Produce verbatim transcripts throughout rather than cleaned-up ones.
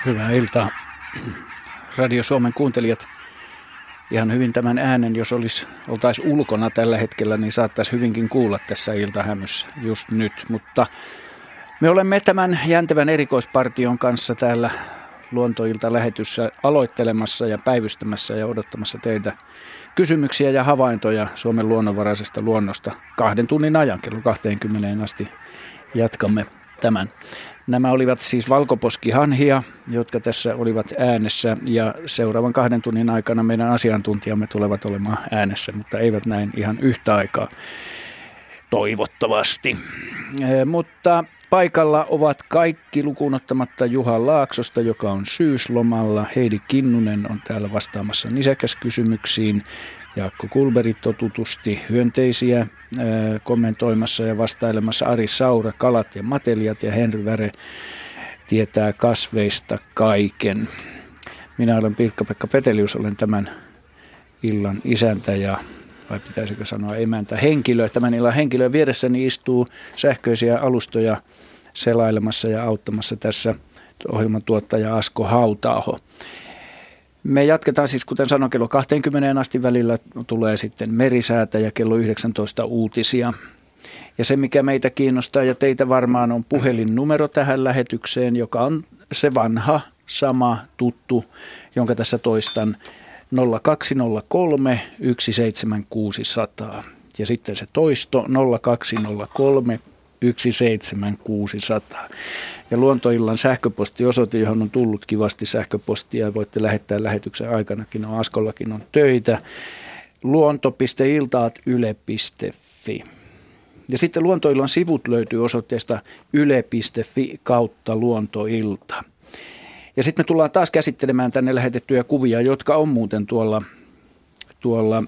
Hyvää iltaa. Radio Suomen kuuntelijat, ihan hyvin tämän äänen, jos olisi, oltaisiin ulkona tällä hetkellä, niin saattaisi hyvinkin kuulla tässä iltahämyssä just nyt. Mutta me olemme tämän jäntevän erikoispartion kanssa täällä Luontoilta-lähetyssä aloittelemassa ja päivystämässä ja odottamassa teitä kysymyksiä ja havaintoja Suomen luonnonvaraisesta luonnosta kahden tunnin ajan, kello kaksikymmentä asti jatkamme tämän. Nämä olivat siis valkoposkihanhia, jotka tässä olivat äänessä, ja seuraavan kahden tunnin aikana meidän asiantuntijamme tulevat olemaan äänessä, mutta eivät näin ihan yhtä aikaa toivottavasti. E, mutta paikalla ovat kaikki lukuun ottamatta Juha Laaksosta, joka on syyslomalla. Heidi Kinnunen on täällä vastaamassa nisäkäskysymyksiin. Jaakko Kulberi totutusti hyönteisiä äh, kommentoimassa ja vastailemassa. Ari Saura, kalat ja matelijat, ja Henry Väre tietää kasveista kaiken. Minä olen Pirkka-Pekka Petelius, olen tämän illan isäntä ja, vai pitäisikö sanoa emäntä, henkilö. Tämän illan henkilö vieressäni istuu sähköisiä alustoja selailemassa ja auttamassa tässä ohjelman tuottaja Asko Hauta-aho. Me jatketaan siis, kuten sanoin, kello kaksikymmentä asti välillä tulee sitten merisäätä ja kello yhdeksäntoista uutisia. Ja se, mikä meitä kiinnostaa ja teitä varmaan, on puhelinnumero tähän lähetykseen, joka on se vanha, sama, tuttu, jonka tässä toistan, nolla kaksi nolla kolme yksi seitsemän kuusi nolla nolla. Ja sitten se toisto nolla kaksi nolla kolme yksi seitsemän kuusi nolla nolla. Ja Luontoillan sähköpostiosoite, johon on tullut kivasti sähköpostia ja voitte lähettää lähetyksen aikanakin, on Askollakin on töitä, luonto piste ilta ät yle piste fi. Ja sitten Luontoillan sivut löytyy osoitteesta yle piste fi kautta luontoilta. Ja sitten me tullaan taas käsittelemään tänne lähetettyjä kuvia, jotka on muuten tuolla, tuolla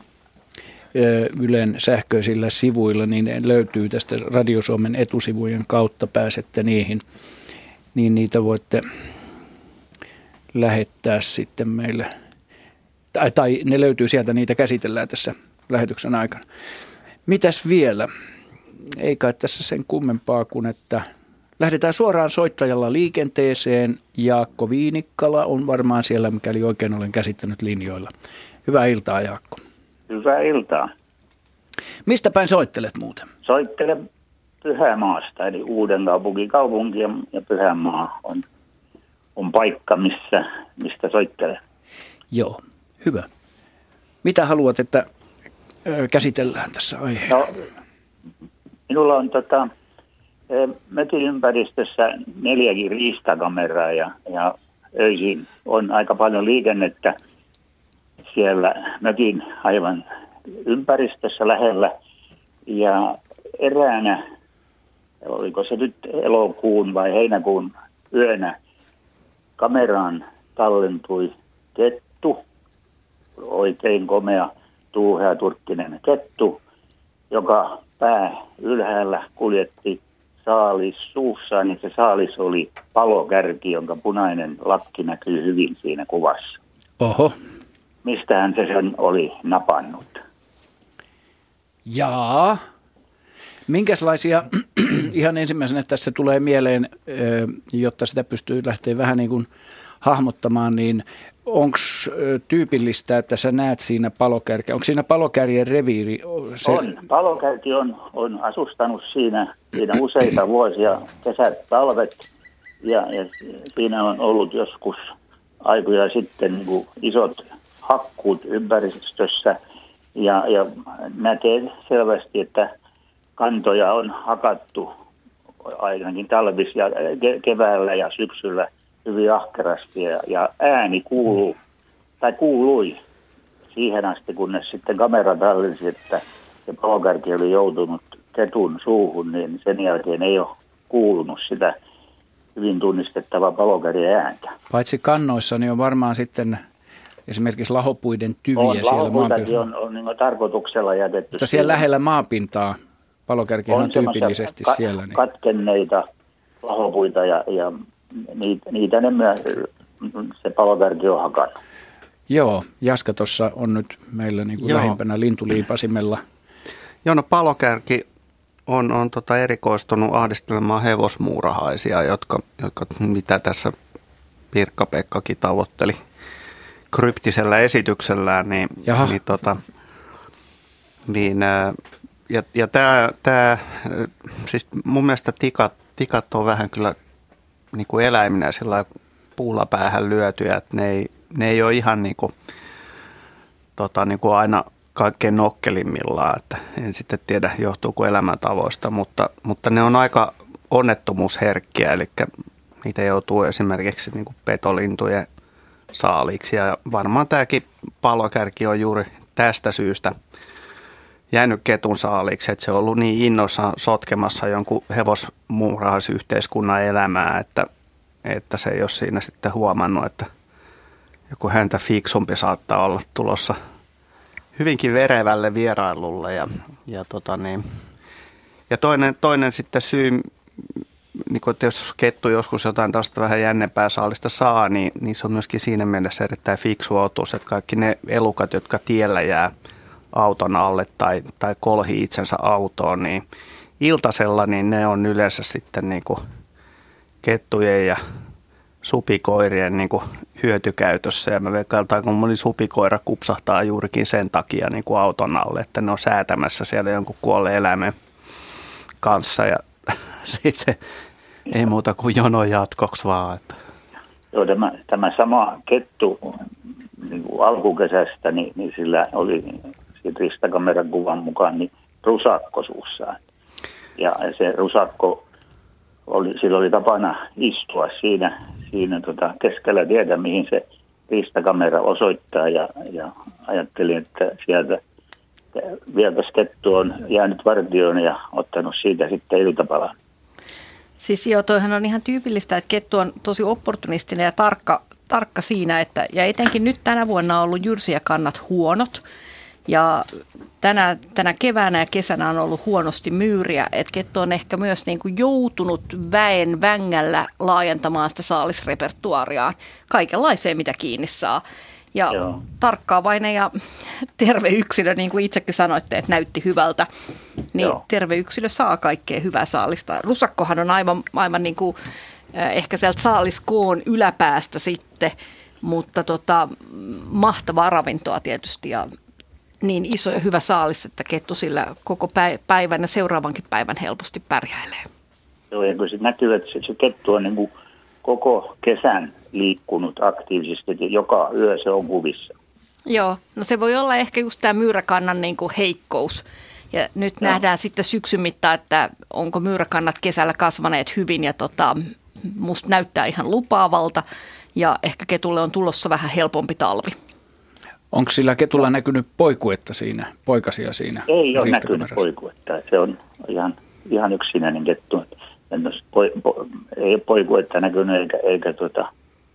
Ylen sähköisillä sivuilla, niin ne löytyy tästä Radio Suomen etusivujen kautta, pääsette niihin, niin niitä voitte lähettää sitten meille, tai, tai ne löytyy sieltä, niitä käsitellään tässä lähetyksen aikana. Mitäs vielä? Ei kai tässä sen kummempaa kuin, että lähdetään suoraan soittajalla liikenteeseen. Jaakko Viinikkala on varmaan siellä, mikäli oikein olen käsittänyt, linjoilla. Hyvää iltaa, Jaakko. Hyvää iltaa. Mistä päin soittelet muuten? Soittelen Pyhämaasta, eli Uudenkaupungin kaupunki ja Pyhämaa on, on paikka, missä, mistä soittelen. Joo, hyvä. Mitä haluat, että käsitellään tässä aiheessa? No, minulla on tota, mökin ympäristössä neljäkin riistakameraa ja, ja öisin on aika paljon liikennettä siellä mökin aivan ympäristössä lähellä. Ja eräänä, oliko se nyt elokuun vai heinäkuun yönä, kameraan tallentui kettu, oikein komea tuuhea turkkinen kettu, joka pää ylhäällä kuljetti saalis suussaan, niin se saalis oli palokärki, jonka punainen lakki näkyy hyvin siinä kuvassa. Oho. Mistähän se sen oli napannut? Jaa. Minkälaisia, ihan ensimmäisenä tässä tulee mieleen, jotta sitä pystyy lähteä vähän niin kuin hahmottamaan, niin onko tyypillistä, että sä näet siinä palokärkeä? Onko siinä palokärjen reviiri? Se... On. Palokärki on, on asustanut siinä, siinä useita vuosia, kesät, talvet, ja, ja siinä on ollut joskus aikoja sitten niin kuin isot hakkuut ympäristössä, ja, ja näkee selvästi, että kantoja on hakattu ainakin talvis ja ke- keväällä ja syksyllä hyvin ahkerasti, ja, ja ääni kuuluu, tai kuului siihen asti, kunnes sitten kamera tallensi, että se palokärki oli joutunut ketun suuhun, niin sen jälkeen ei ole kuulunut sitä hyvin tunnistettavaa palokärjen ääntä. Paitsi kannoissa, niin on varmaan sitten esimerkiksi lahopuiden tyviä on, siellä maapintaa. On, on niin tarkoituksella jätetty. Mutta siellä lähellä maapintaa palokärkihän on, on tyypillisesti ka- siellä. Niin. Katkenneita lahopuita ja, ja niitä, niitä ne myös se palokärki on hakannut. Joo, Jaska tuossa on nyt meillä niin kuin lähimpänä lintuliipasimella. Joo, no palokärki on, on tota erikoistunut ahdistelemaan hevosmuurahaisia, jotka, jotka mitä tässä Pirkka-Pekkakin tavoitteli kryptisellä esityksellään, niin, niin, tota, niin ja, ja tämä, tämä, siis mun mielestä tikat, tikat on vähän kyllä niin kuin eläiminä sillä puulla päähän lyötyjä, että ne ei, ne ei ole ihan niin kuin, tota, niin kuin aina kaikkein nokkelimmillaan, että en sitten tiedä johtuuko elämäntavoista, mutta, mutta ne on aika onnettomuusherkkiä, eli niitä joutuu esimerkiksi niin kuin petolintujen saaliiksi ja varmaan tämäkin palokärki on juuri tästä syystä jäänyt ketun saaliiksi, että se on ollut niin innoissaan sotkemassa jonkun hevosmuurahaisyhteiskunnan elämää, että, että se ei ole siinä sitten huomannut, että joku häntä fiksumpi saattaa olla tulossa hyvinkin verevälle vierailulle. Ja, ja, tota niin, ja toinen, toinen sitten syy, niin kun, että jos kettu joskus jotain tällaista vähän jännempää saalista saa, niin, niin se on myöskin siinä mielessä erittäin fiksu otus, että kaikki ne elukat, jotka tiellä jää auton alle tai, tai kolhi itsensä autoon, niin iltasella niin ne on yleensä sitten niin kuin kettujen ja supikoirien niin kuin hyötykäytössä. Ja mä veikkaan, kun moni supikoira kupsahtaa juurikin sen takia niin kuin auton alle, että ne on säätämässä siellä jonkun kuolleen eläimen kanssa. Ja sitten se ei muuta kuin jonon jatkoksi vaan. Että. Joo, tämä, tämä sama kettu niin kuin alkukesästä, niin, niin sillä oli ristakameran kuvan mukaan niin rusakko suussaan. Ja se rusakko, oli, sillä oli tapana istua siinä, siinä tota keskellä tietä, mihin se ristakamera osoittaa. Ja, ja ajattelin, että sieltä vieläpäs kettu on jäänyt vartioon ja ottanut siitä sitten iltapalan. Siis joo, toihan on ihan tyypillistä, että kettu on tosi opportunistinen ja tarkka, tarkka siinä, että ja etenkin nyt tänä vuonna on ollut jyrsiäkannat huonot. Ja tänä, tänä keväänä ja kesänä on ollut huonosti myyriä, että kettu on ehkä myös niin kuin joutunut väen vängällä laajentamaan sitä saalisrepertuariaan kaikenlaiseen, mitä kiinni saa. Ja Joo. tarkkaavainen ja terve yksilö, niin kuin itsekin sanoitte, että näytti hyvältä, niin Joo. terve yksilö saa kaikkea hyvää saalista. Rusakkohan on aivan, aivan niin kuin, ehkä sieltä saaliskoon yläpäästä sitten, mutta tota, mahtavaa ravintoa tietysti ja niin iso ja hyvä saalis, että kettu sillä koko päivän ja seuraavankin päivän helposti pärjäilee. Joo, ja kun se näkyy, että se, se kettu on niin kuin koko kesän liikkunut aktiivisesti, että joka yö se on kuvissa. Joo, no se voi olla ehkä just tämä myyräkannan niin kuin heikkous. Ja nyt no. nähdään sitten syksyn mittaan, että onko myyräkannat kesällä kasvaneet hyvin ja tota, musta näyttää ihan lupaavalta ja ehkä ketulle on tulossa vähän helpompi talvi. Onko sillä ketulla näkynyt poikuetta siinä, poikasia siinä? Ei ole näkynyt poikuetta. Se on ihan, ihan yksinäinen kettu. Po, po, ei ole poikuetta näkynyt eikä, eikä tuota,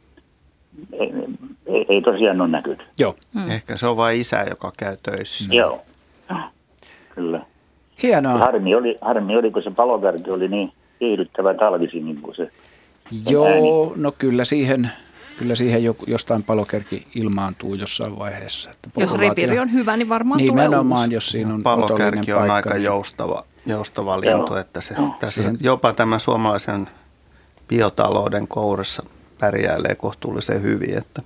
ei, ei, ei tosiaan ole näkynyt. Joo. Hmm. Ehkä se on vain isä, joka käy töissä. Hmm. Joo, kyllä. Hienoa. Harmi oli, harmi oli, kun se palokärki oli niin viihdyttävä talvisin, niin kuin se Joo, ääni. no kyllä siihen... Kyllä siihen jostain palokärki ilmaantuu jossain vaiheessa. Että jos reviiri on hyvä, niin varmaan niin, tulee nimenomaan, uusi. Jos siinä on palokärki on paikka, aika niin... joustava, joustava lintu, että se tässä jopa tämän suomalaisen biotalouden kourissa pärjäilee kohtuullisen hyvin. Että.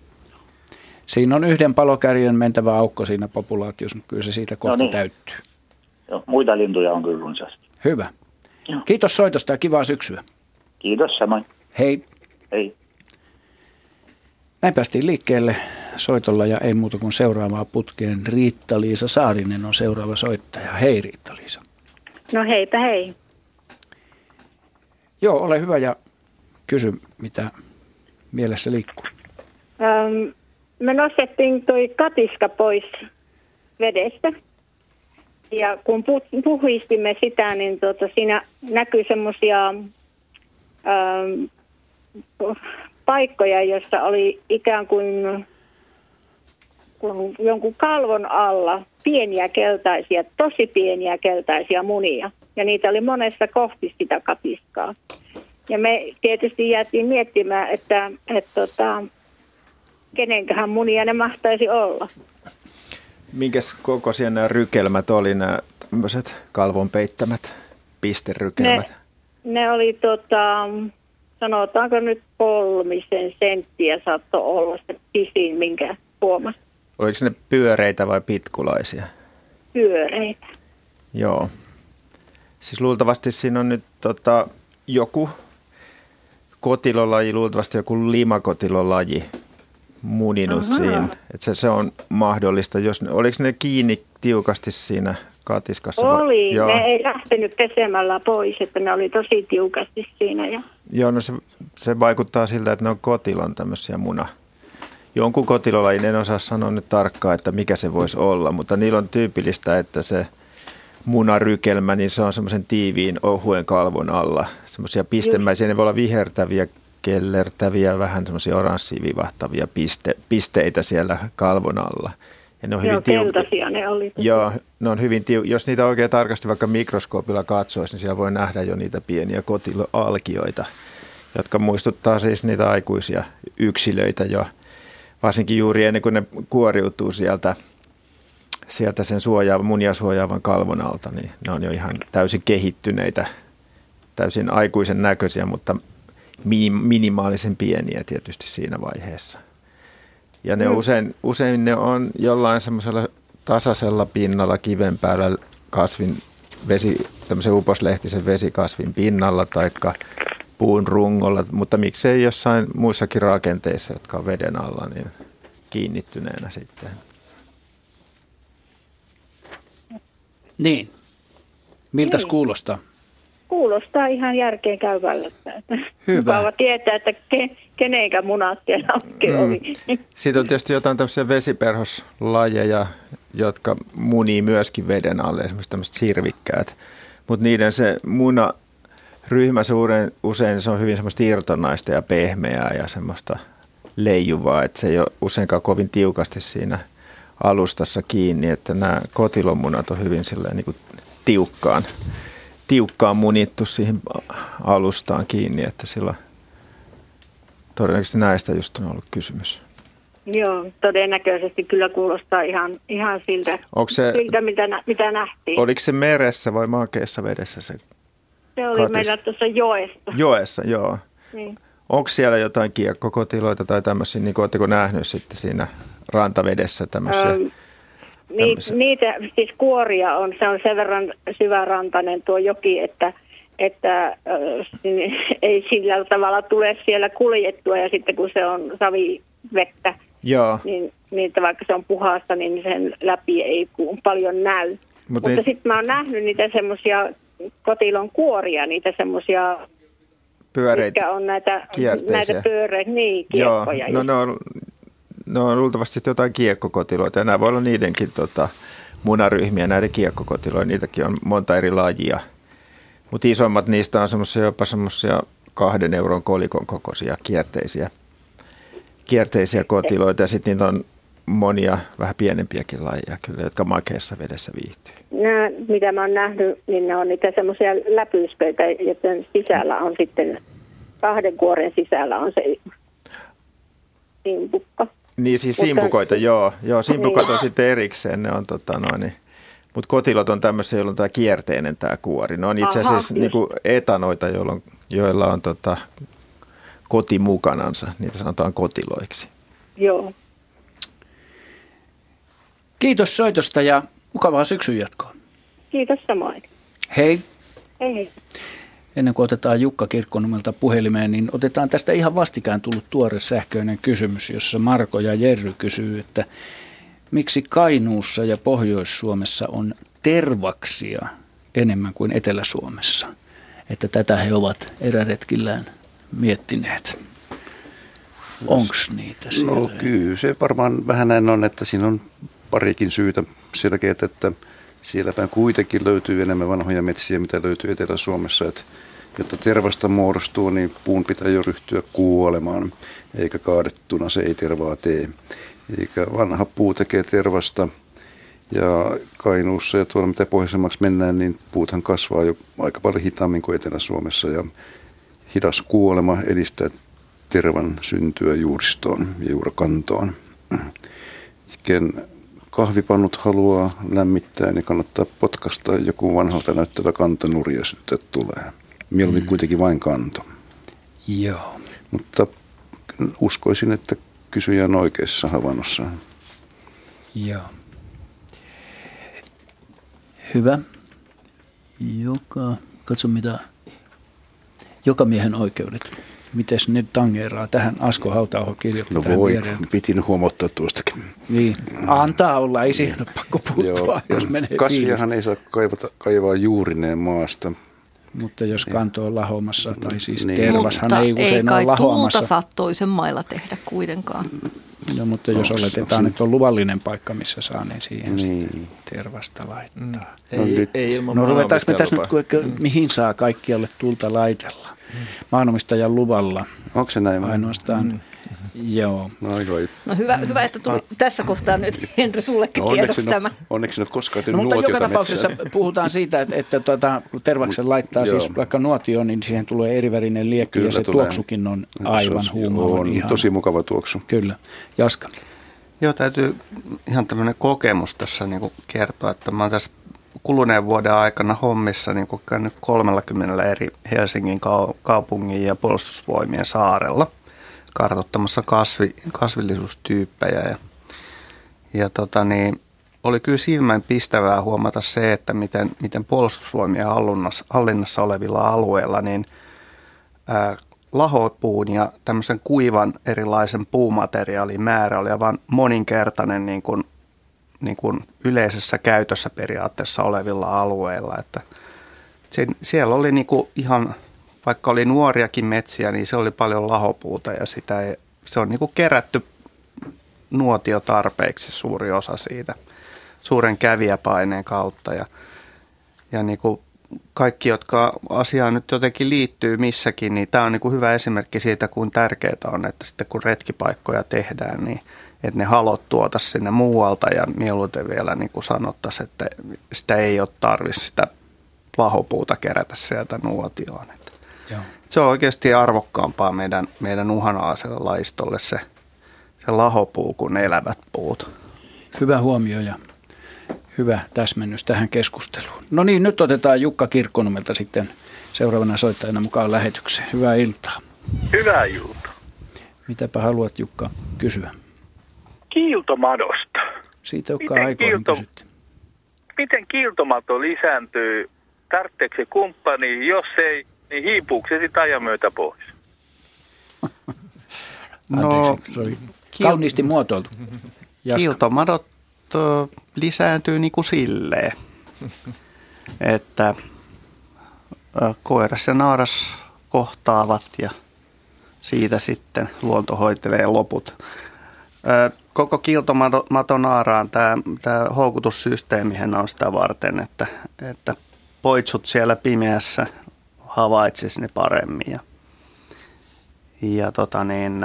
Siinä on yhden palokärjen mentävä aukko siinä populaatiossa, mutta kyllä se siitä kohta no niin. täyttyy. Joo, muita lintuja on kyllä runsaasti. Hyvä. Joo. Kiitos soitosta ja kivaa syksyä. Kiitos, samoin. Hei. Hei. Näin päästiin liikkeelle soitolla ja ei muuta kuin seuraavaa putkeen. Riitta-Liisa Saarinen on seuraava soittaja. Hei Riitta-Liisa. No heipä hei. Joo, ole hyvä ja kysy, mitä mielessä liikkuu. Ähm, me nostettiin toi katiska pois vedestä. Ja kun pu- puhistimme sitä, niin tota, siinä näkyy semmoisia... Ähm, paikkoja, joissa oli ikään kuin, kuin jonkun kalvon alla pieniä keltaisia, tosi pieniä keltaisia munia. Ja niitä oli monessa kohti sitä katiskaa. Ja me tietysti jäätiin miettimään, että, että tota, kenenkähän munia ne mahtaisi olla. Minkäs kokoisia nämä rykelmät oli, nämä tämmöiset kalvon peittämät pisterykelmät? Ne, ne oli tota... sanotaanko nyt kolmisen senttiä saattoi olla se pisin, minkä huomasi. Oliko ne pyöreitä vai pitkulaisia? Pyöreitä. Joo. Siis luultavasti siinä on nyt tota, joku kotilolaji, luultavasti joku limakotilolaji muninut Aha. siinä. Että se, se on mahdollista. Jos, oliko ne kiinni tiukasti siinä katiskassa? Oli. Joo. Ne ei lähtenyt pesemällä pois, että ne oli tosi tiukasti siinä. Ja... Joo, no se, se vaikuttaa siltä, että ne on kotilon tämmöisiä muna. Jonkun kotilolajin en osaa sanoa nyt tarkkaan, että mikä se voisi olla, mutta niillä on tyypillistä, että se munarykelmä, niin se on semmoisen tiiviin ohuen kalvon alla. Semmoisia pistemäisiä, ne voi olla vihertäviä, kellertäviä, vähän semmoisia oranssiin vivahtavia piste, pisteitä siellä kalvon alla. Ja ne on hyvin Joo, keltaisia ne oli. Joo, ne on hyvin tiu- jos niitä oikein tarkasti vaikka mikroskoopilla katsoisi, niin siellä voi nähdä jo niitä pieniä kotiloalkioita, jotka muistuttaa siis niitä aikuisia yksilöitä jo. Varsinkin juuri ennen kuin ne kuoriutuu sieltä, sieltä sen suojaavan, munia suojaavan kalvon alta, niin ne on jo ihan täysin kehittyneitä, täysin aikuisen näköisiä, mutta minimaalisen pieniä tietysti siinä vaiheessa. Ja ne mm. usein, usein ne on jollain semmoisella tasaisella pinnalla kiven päällä kasvin, vesi, tämmöisen uposlehtisen vesikasvin pinnalla tai puun rungolla, mutta miksei jossain muissakin rakenteissa, jotka on veden alla, niin kiinnittyneenä sitten. Niin. Miltäs niin. kuulostaa? Kuulostaa ihan järkeen käyvällä. Hyvä. Tietää, että ke, keneikä munat siellä oikein mm. oli. Sitten on tietysti jotain tämmöisiä vesiperhoslajeja, jotka munii myöskin veden alle, esimerkiksi tämmöiset sirvikkäät. Mutta niiden se muna ryhmä se usein, usein se on hyvin semmoista irtonaista ja pehmeää ja semmoista leijuvaa, että se ei ole useinkaan kovin tiukasti siinä alustassa kiinni, että nämä kotilonmunat on hyvin silleen niin kuin tiukkaan, tiukkaan munittu siihen alustaan kiinni, että sillä todennäköisesti näistä just on ollut kysymys. Joo, todennäköisesti kyllä kuulostaa ihan, ihan siltä, se, siltä mitä, mitä nähtiin. Oliko se meressä vai makeassa vedessä se? Se oli katis. Meillä tuossa joessa. Joessa, joo. Niin. Onko siellä jotain kiekkokotiloita tai tämmöisiä, niin oletteko nähnyt sitten siinä rantavedessä tämmöisiä? Ähm, tämmöisiä? Niitä, siis kuoria on, se on sen verran syvärantainen tuo joki, että, että äh, ei sillä tavalla tule siellä kuljettua ja sitten kun se on savivettä, joo. Niin, niin että vaikka se on puhasta, niin sen läpi ei paljon näy. Mut Mutta niin... sitten mä oon nähnyt niitä semmoisia kotilon kuoria, niitä semmoisia, mitkä on näitä, näitä pyöreitä, niin, kiekkoja. Joo, no ne on, ne on luultavasti jotain kiekkokotiloita ja nämä voi olla niidenkin tota, munaryhmiä, näiden kiekkokotiloja, niitäkin on monta eri lajia. Mutta isommat niistä on semmoisia jopa semmoisia kahden euron kolikon kokoisia kierteisiä, kierteisiä kotiloita ja sitten niitä on monia vähän pienempiäkin lajeja kyllä, jotka makeassa vedessä viihtyy. Nämä, mitä mä oon nähnyt, niin ne on niitä semmoisia läpysköitä, joten sisällä on sitten, kahden kuoren sisällä on se simpukka. Niin siis simpukoita, mutta, joo. Joo, simpukot niin. On sitten erikseen, ne on tota noin. Mutta kotilot on tämmöisiä, joilla on tämä kierteinen tämä kuori. Ne on itse asiassa niinku etanoita, joilla on, joilla on tota, koti mukanansa. Niitä sanotaan kotiloiksi. Joo. Kiitos soitosta ja mukavaa syksyn jatkoa. Kiitos samoin. Hei. Hei hei. Ennen kuin otetaan Jukka Kirkkonummelta puhelimeen, niin otetaan tästä ihan vastikään tullut tuore sähköinen kysymys, jossa Marko ja Jerry kysyy, että miksi Kainuussa ja Pohjois-Suomessa on tervaksia enemmän kuin Etelä-Suomessa? Että tätä he ovat eräretkillään miettineet. Onko niitä siellä? No kyllä, se varmaan vähän näin on, että siinä on parikin syytä selkeät, että siellä päin kuitenkin löytyy enemmän vanhoja metsiä, mitä löytyy Etelä-Suomessa. Että jotta tervasta muodostuu, niin puun pitää jo ryhtyä kuolemaan, eikä kaadettuna se ei tervaa tee. Eikä vanha puu tekee tervasta. Ja Kainuussa ja tuolla mitä pohjoisemmaksi mennään, niin puuthan kasvaa jo aika paljon hitaammin kuin Etelä-Suomessa. Ja hidas kuolema edistää tervan syntyä juuristoon ja juurakantoon. Ken kahvipannut haluaa lämmittää, niin kannattaa potkasta joku vanhalta näyttävä kantanuri, jos nyt tulee. Mieluummin mm. kuitenkin vain kanto. Joo. Mutta uskoisin, että kysyjä on oikeassa havainnossa. Joo. Hyvä. Joka, katso mitä, joka miehen oikeudet. Mites ne tangeeraa tähän? Asko Hauta-aho kirjoittaa no tähän voi, viereen. pitin huomauttaa tuostakin. Niin, antaa olla, ei siihen ole pakko puuttua, Joo. jos menee Kasviahan ei saa kaivata, kaivaa juurineen maasta. Mutta jos kanto on lahomassa, tai siis niin. tervashan mutta ei usein ei kai ole lahoamassa. tulta saa toisen mailla tehdä kuitenkaan. No, mutta jos no, oletetaan, no, että on luvallinen paikka, missä saa, niin siihen niin. tervasta laittaa. Mm. Ei, nyt, ei ilman no ruvetaanko me tässä nyt, mm. mihin saa kaikkialle tulta laitella? Mm. Maanomistajan luvalla. Onko se näin? Ainoastaan, mm. joo. No, aivan. No hyvä, hyvä, että tuli tässä kohtaa nyt, Henry, sullekin no, tiedoksi no, tämä. Onneksi en ole koskaan No, tehnyt mutta nuotiota joka tapauksessa metsään. puhutaan siitä, että, että tuota, kun tervaksen laittaa Joo. siis vaikka nuotioon, niin siihen tulee erivärinen liekki Kyllä ja se tulee. tuoksukin on aivan Se huumaavan on ihana. tosi mukava tuoksu. Kyllä. Jaska. Joo, täytyy ihan tämmöinen kokemus tässä niin kuin kertoa, että mä oon tässä kuluneen vuoden aikana hommissa niin kuin käynyt kolmellakymmenellä eri Helsingin kaupungin ja puolustusvoimien saarella kartoittamassa kasvi, kasvillisuustyyppejä. Ja, ja tota niin, oli kyllä silmään pistävää huomata se, että miten, miten puolustusvoimien hallinnassa, hallinnassa olevilla alueilla niin ää, lahopuun ja tämmöisen kuivan erilaisen puumateriaalin määrä oli aivan moninkertainen niin kuin, niin kuin yleisessä käytössä periaatteessa olevilla alueilla. Että se, siellä oli niin kuin ihan, vaikka oli nuoriakin metsiä, niin se oli paljon lahopuuta ja sitä ei, se on niin kuin kerätty nuotiotarpeiksi suuri osa siitä suuren kävijäpaineen kautta. Ja, ja niin kuin kaikki, jotka asiaan nyt jotenkin liittyy missäkin, niin tämä on niin kuin hyvä esimerkki siitä, kuinka tärkeää on, että sitten kun retkipaikkoja tehdään, niin että ne halot tuota sinne muualta ja mieluiten vielä niin kuin sanottaisiin, että sitä ei ole tarvitse sitä lahopuuta kerätä sieltä nuotioon. Että se on oikeasti arvokkaampaa meidän, meidän uhanalaiselle laistolle se, se lahopuu kuin elävät puut. Hyvä huomio ja hyvä täsmennys tähän keskusteluun. No niin, nyt otetaan Jukka Kirkkonumelta sitten seuraavana soittajana mukaan lähetykseen. Hyvää iltaa. Hyvää iltaa. Mitäpä haluat, Jukka, kysyä? Kiiltomadosta. Siitä onkaan aikoihin kiilto, kysytty. Miten kiiltomato lisääntyy? Tarvitseeko se kumppani? Jos ei, niin hiipuuko se sitten ajan myötä pois? Anteeksi, se oli kauniisti muotoiltu. Kiiltomadot lisääntyy niin kuin silleen, että koiras ja naaras kohtaavat ja siitä sitten luonto hoitelee loput. Koko kiiltomaton-naaraan tämä, tämä houkutussysteemihän on sitä varten, että, että poitsut siellä pimeässä havaitsisi ne paremmin. Ja, ja tota niin,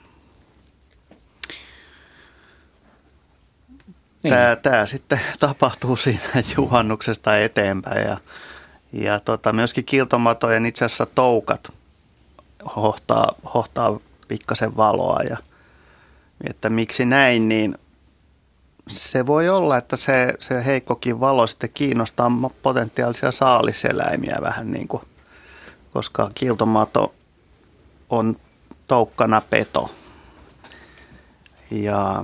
Tämä, tämä sitten tapahtuu siinä juhannuksesta eteenpäin ja, ja tota, myöskin kiiltomatojen itse asiassa toukat hohtaa, hohtaa pikkasen valoa ja että miksi näin, niin se voi olla, että se, se heikkokin valo sitten kiinnostaa potentiaalisia saaliseläimiä vähän niin kuin, koska kiiltomato on toukkana peto ja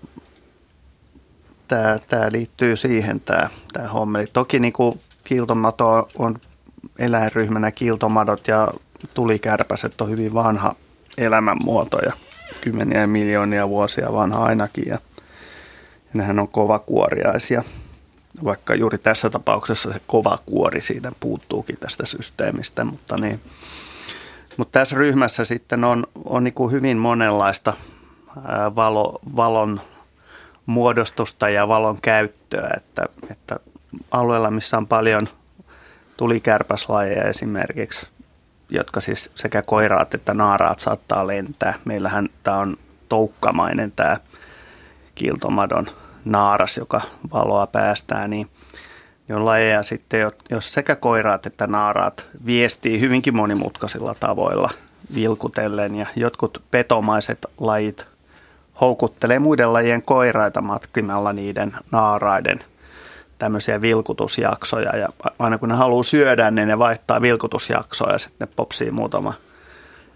Tämä, tämä liittyy siihen tämä, tämä hommeli. Toki niin kuin kiiltomato on eläinryhmänä, kiiltomadot ja tulikärpäset on hyvin vanha elämänmuoto ja kymmeniä miljoonia vuosia vanha ainakin. Ja, ja nehän on kovakuoriaisia, vaikka juuri tässä tapauksessa se kova kuori siitä puuttuukin tästä systeemistä. Mutta, niin, mutta tässä ryhmässä sitten on, on niin kuin hyvin monenlaista ää, valo, valon muodostusta ja valon käyttöä, että, että alueella, missä on paljon tulikärpäslajeja esimerkiksi, jotka siis sekä koiraat että naaraat saattaa lentää. Meillähän tämä on toukkamainen tämä kiiltomadon naaras, joka valoa päästää, niin on lajeja sitten, jos sekä koiraat että naaraat viestii hyvinkin monimutkaisilla tavoilla vilkutellen ja jotkut petomaiset lajit houkuttelee muiden lajien koiraita matkimalla niiden naaraiden tämmöisiä vilkutusjaksoja. Ja aina kun ne haluaa syödä, niin ne vaihtaa vilkutusjaksoja ja sitten ne popsii muutama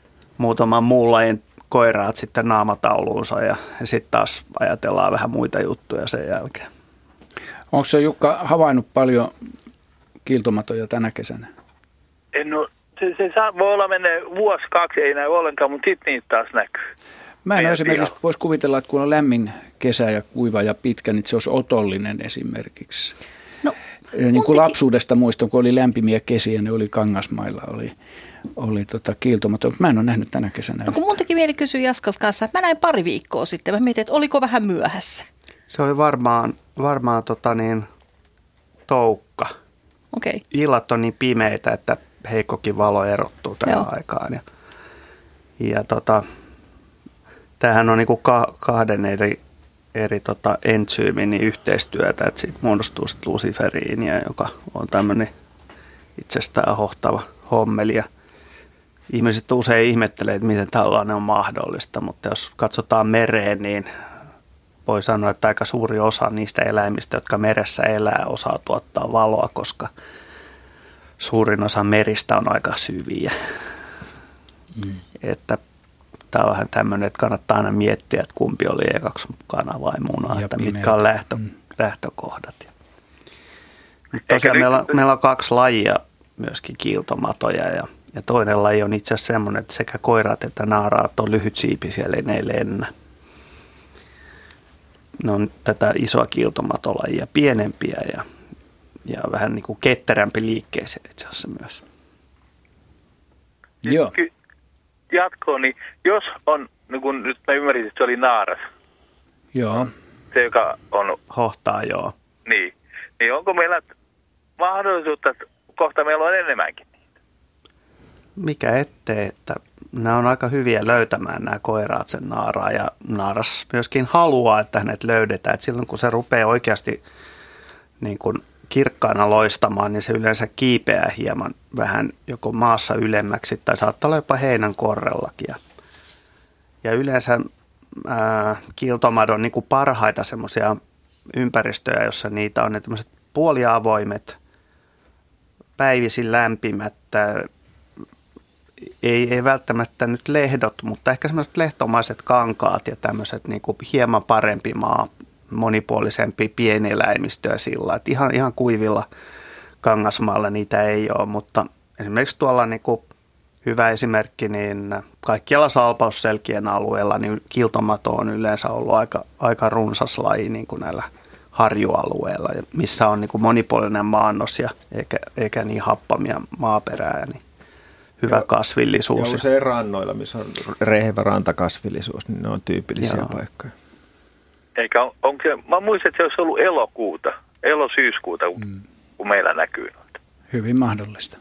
muutaman muun lajin koiraat sitten naamatauluunsa ja, ja sitten taas ajatellaan vähän muita juttuja sen jälkeen. Onko se Jukka havainnut paljon kiiltomatoja tänä kesänä? En ole, se, se saa, voi olla menee vuosi, kaksi, ei näy ollenkaan, mutta sitten niitä taas näkyy. Mä en esimerkiksi voisi kuvitella, että kun on lämmin kesä ja kuiva ja pitkä, niin se olisi otollinen esimerkiksi. No, niin kuin lapsuudesta muistan, kun oli lämpimiä kesiä, ne oli Kangasmailla, oli, oli tota kiiltomato, mutta mä en ole nähnyt tänä kesänä. No kun mun teki mieli kysyä Jaskalta kanssa, että mä näin pari viikkoa sitten, mä mietin, että oliko vähän myöhässä? Se oli varmaan, varmaan tota niin, toukka. Okay. Illat on niin pimeitä, että heikkokin valo erottuu tähän Joo. aikaan. Ja, ja tota, tämähän on niinku ka, kahden eri, eri tota entsyymin niin yhteistyötä, että siitä muodostuu sitten lusiferiinia, joka on tämmöinen itsestään hohtava hommeli. Ja ihmiset usein ihmettelee, että miten tällainen on mahdollista, mutta jos katsotaan mereen, niin voi sanoa, että aika suuri osa niistä eläimistä, jotka meressä elää, osaa tuottaa valoa, koska suurin osa meristä on aika syviä. Mm. Että tämä on vähän tämmöinen, että kannattaa aina miettiä, että kumpi oli ekaksi mukana vai muna, ja että pimeitä. Mitkä on lähtö, mm. lähtökohdat. Mutta tosiaan meillä on, meillä on kaksi lajia myöskin kiiltomatoja ja, ja toinen laji on itse asiassa semmoinen, että sekä koirat että naaraat on lyhytsiipisiä, eli ne ei lennä. Ne on tätä isoa kiiltomatolajia pienempiä ja, ja vähän niin kuin ketterämpi liikkeeseen itse asiassa myös. Joo. Jatkoon, niin jos on, niin kun nyt mä ymmärsin, että se oli naaras. Joo. Se, joka on... Hohtaa, joo. Niin. Niin onko meillä mahdollisuutta, että kohta meillä on enemmänkin niitä? Mikä ettei, että nämä on aika hyviä löytämään nämä koiraat sen naaraa ja naaras myöskin haluaa, että hänet löydetään. Että silloin kun se rupeaa oikeasti niin kuin kirkkaana loistamaan, niin se yleensä kiipeää hieman vähän joko maassa ylemmäksi tai saattaa olla jopa heinän korrellakin. Ja, ja yleensä ää, kiiltomadon niin kuin parhaita semmoisia ympäristöjä, jossa niitä on ne tämmöiset puoliavoimet, päivisin lämpimät, ei, ei välttämättä nyt lehdot, mutta ehkä semmoiset lehtomaiset kankaat ja tämmöiset niin kuin hieman parempi maa, monipuolisempi pieneläimistöä sillä, että ihan, ihan kuivilla Kangasmaalla niitä ei ole, mutta esimerkiksi tuolla niin kuin hyvä esimerkki, niin kaikkialla salpausselkien alueella niin kiiltomato on yleensä ollut aika, aika runsas laji niin kuin näillä harjualueilla, missä on niin kuin monipuolinen maannos ja eikä, eikä niin happamia maaperää, niin hyvä ja, kasvillisuus. Ja usein rannoilla, missä on rehevä rantakasvillisuus, niin ne on tyypillisiä Joo. paikkoja. Eikä on, onko se, mä muistan, että se olisi ollut elokuuta, elosyyskuuta, mm. kun meillä näkyy noita. Hyvin mahdollista.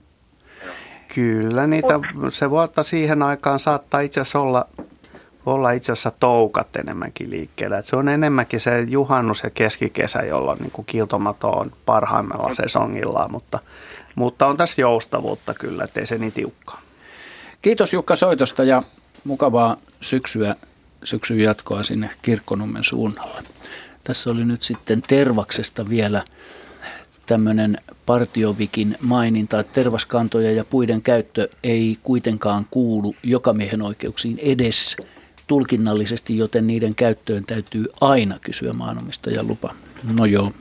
Kyllä, niitä, se vuotta siihen aikaan saattaa itse asiassa olla, olla itse asiassa toukat enemmänkin liikkeellä. Et se on enemmänkin se juhannus ja keskikesä, jolloin niin kuin kiiltomato on parhaimmalla sesongillaan, mutta, mutta on tässä joustavuutta kyllä, ettei se niin tiukkaa. Kiitos Jukka soitosta ja mukavaa syksyä, syksyn jatkoa sinne Kirkkonummen suunnalle. Tässä oli nyt sitten tervaksesta vielä tämmöinen partiovikin maininta, että tervaskantoja ja puiden käyttö ei kuitenkaan kuulu jokamiehen oikeuksiin edes tulkinnallisesti, joten niiden käyttöön täytyy aina kysyä maanomistajan lupa. No joo,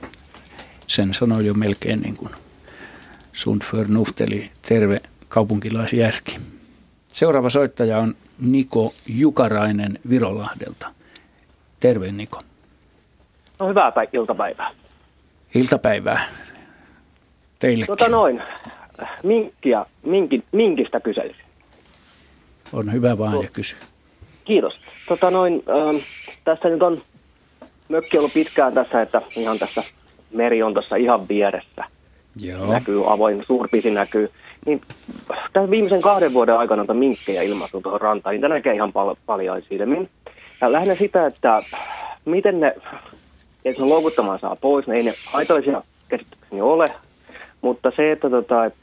sen sanoi jo melkein niin kuin sund förnuft, eli terve kaupunkilaisjärki. Seuraava soittaja on Niko Jukarainen Virolahdelta. Terve Niko. No hyvää päivää, iltapäivää. Iltapäivää teillekin. Tota noin, minkkiä, minkin, minkistä kyselisin. On hyvä vaan no, ja kysy. Kiitos. Tota noin, ähm, tässä nyt on mökki ollut pitkään tässä, että ihan tässä meri on tuossa ihan vieressä. Joo. Näkyy avoin, suurpisi näkyy. Niin tämän viimeisen kahden vuoden aikana on minkkejä ilmastunut tuohon rantaan, niin tämä näkee ihan pal- paljon silmin. Ja lähinnä sitä, että miten ne, että ne loukuttamaan saa pois, ne ei ne haitoisia käsitykseni ole, mutta se, että, tota, että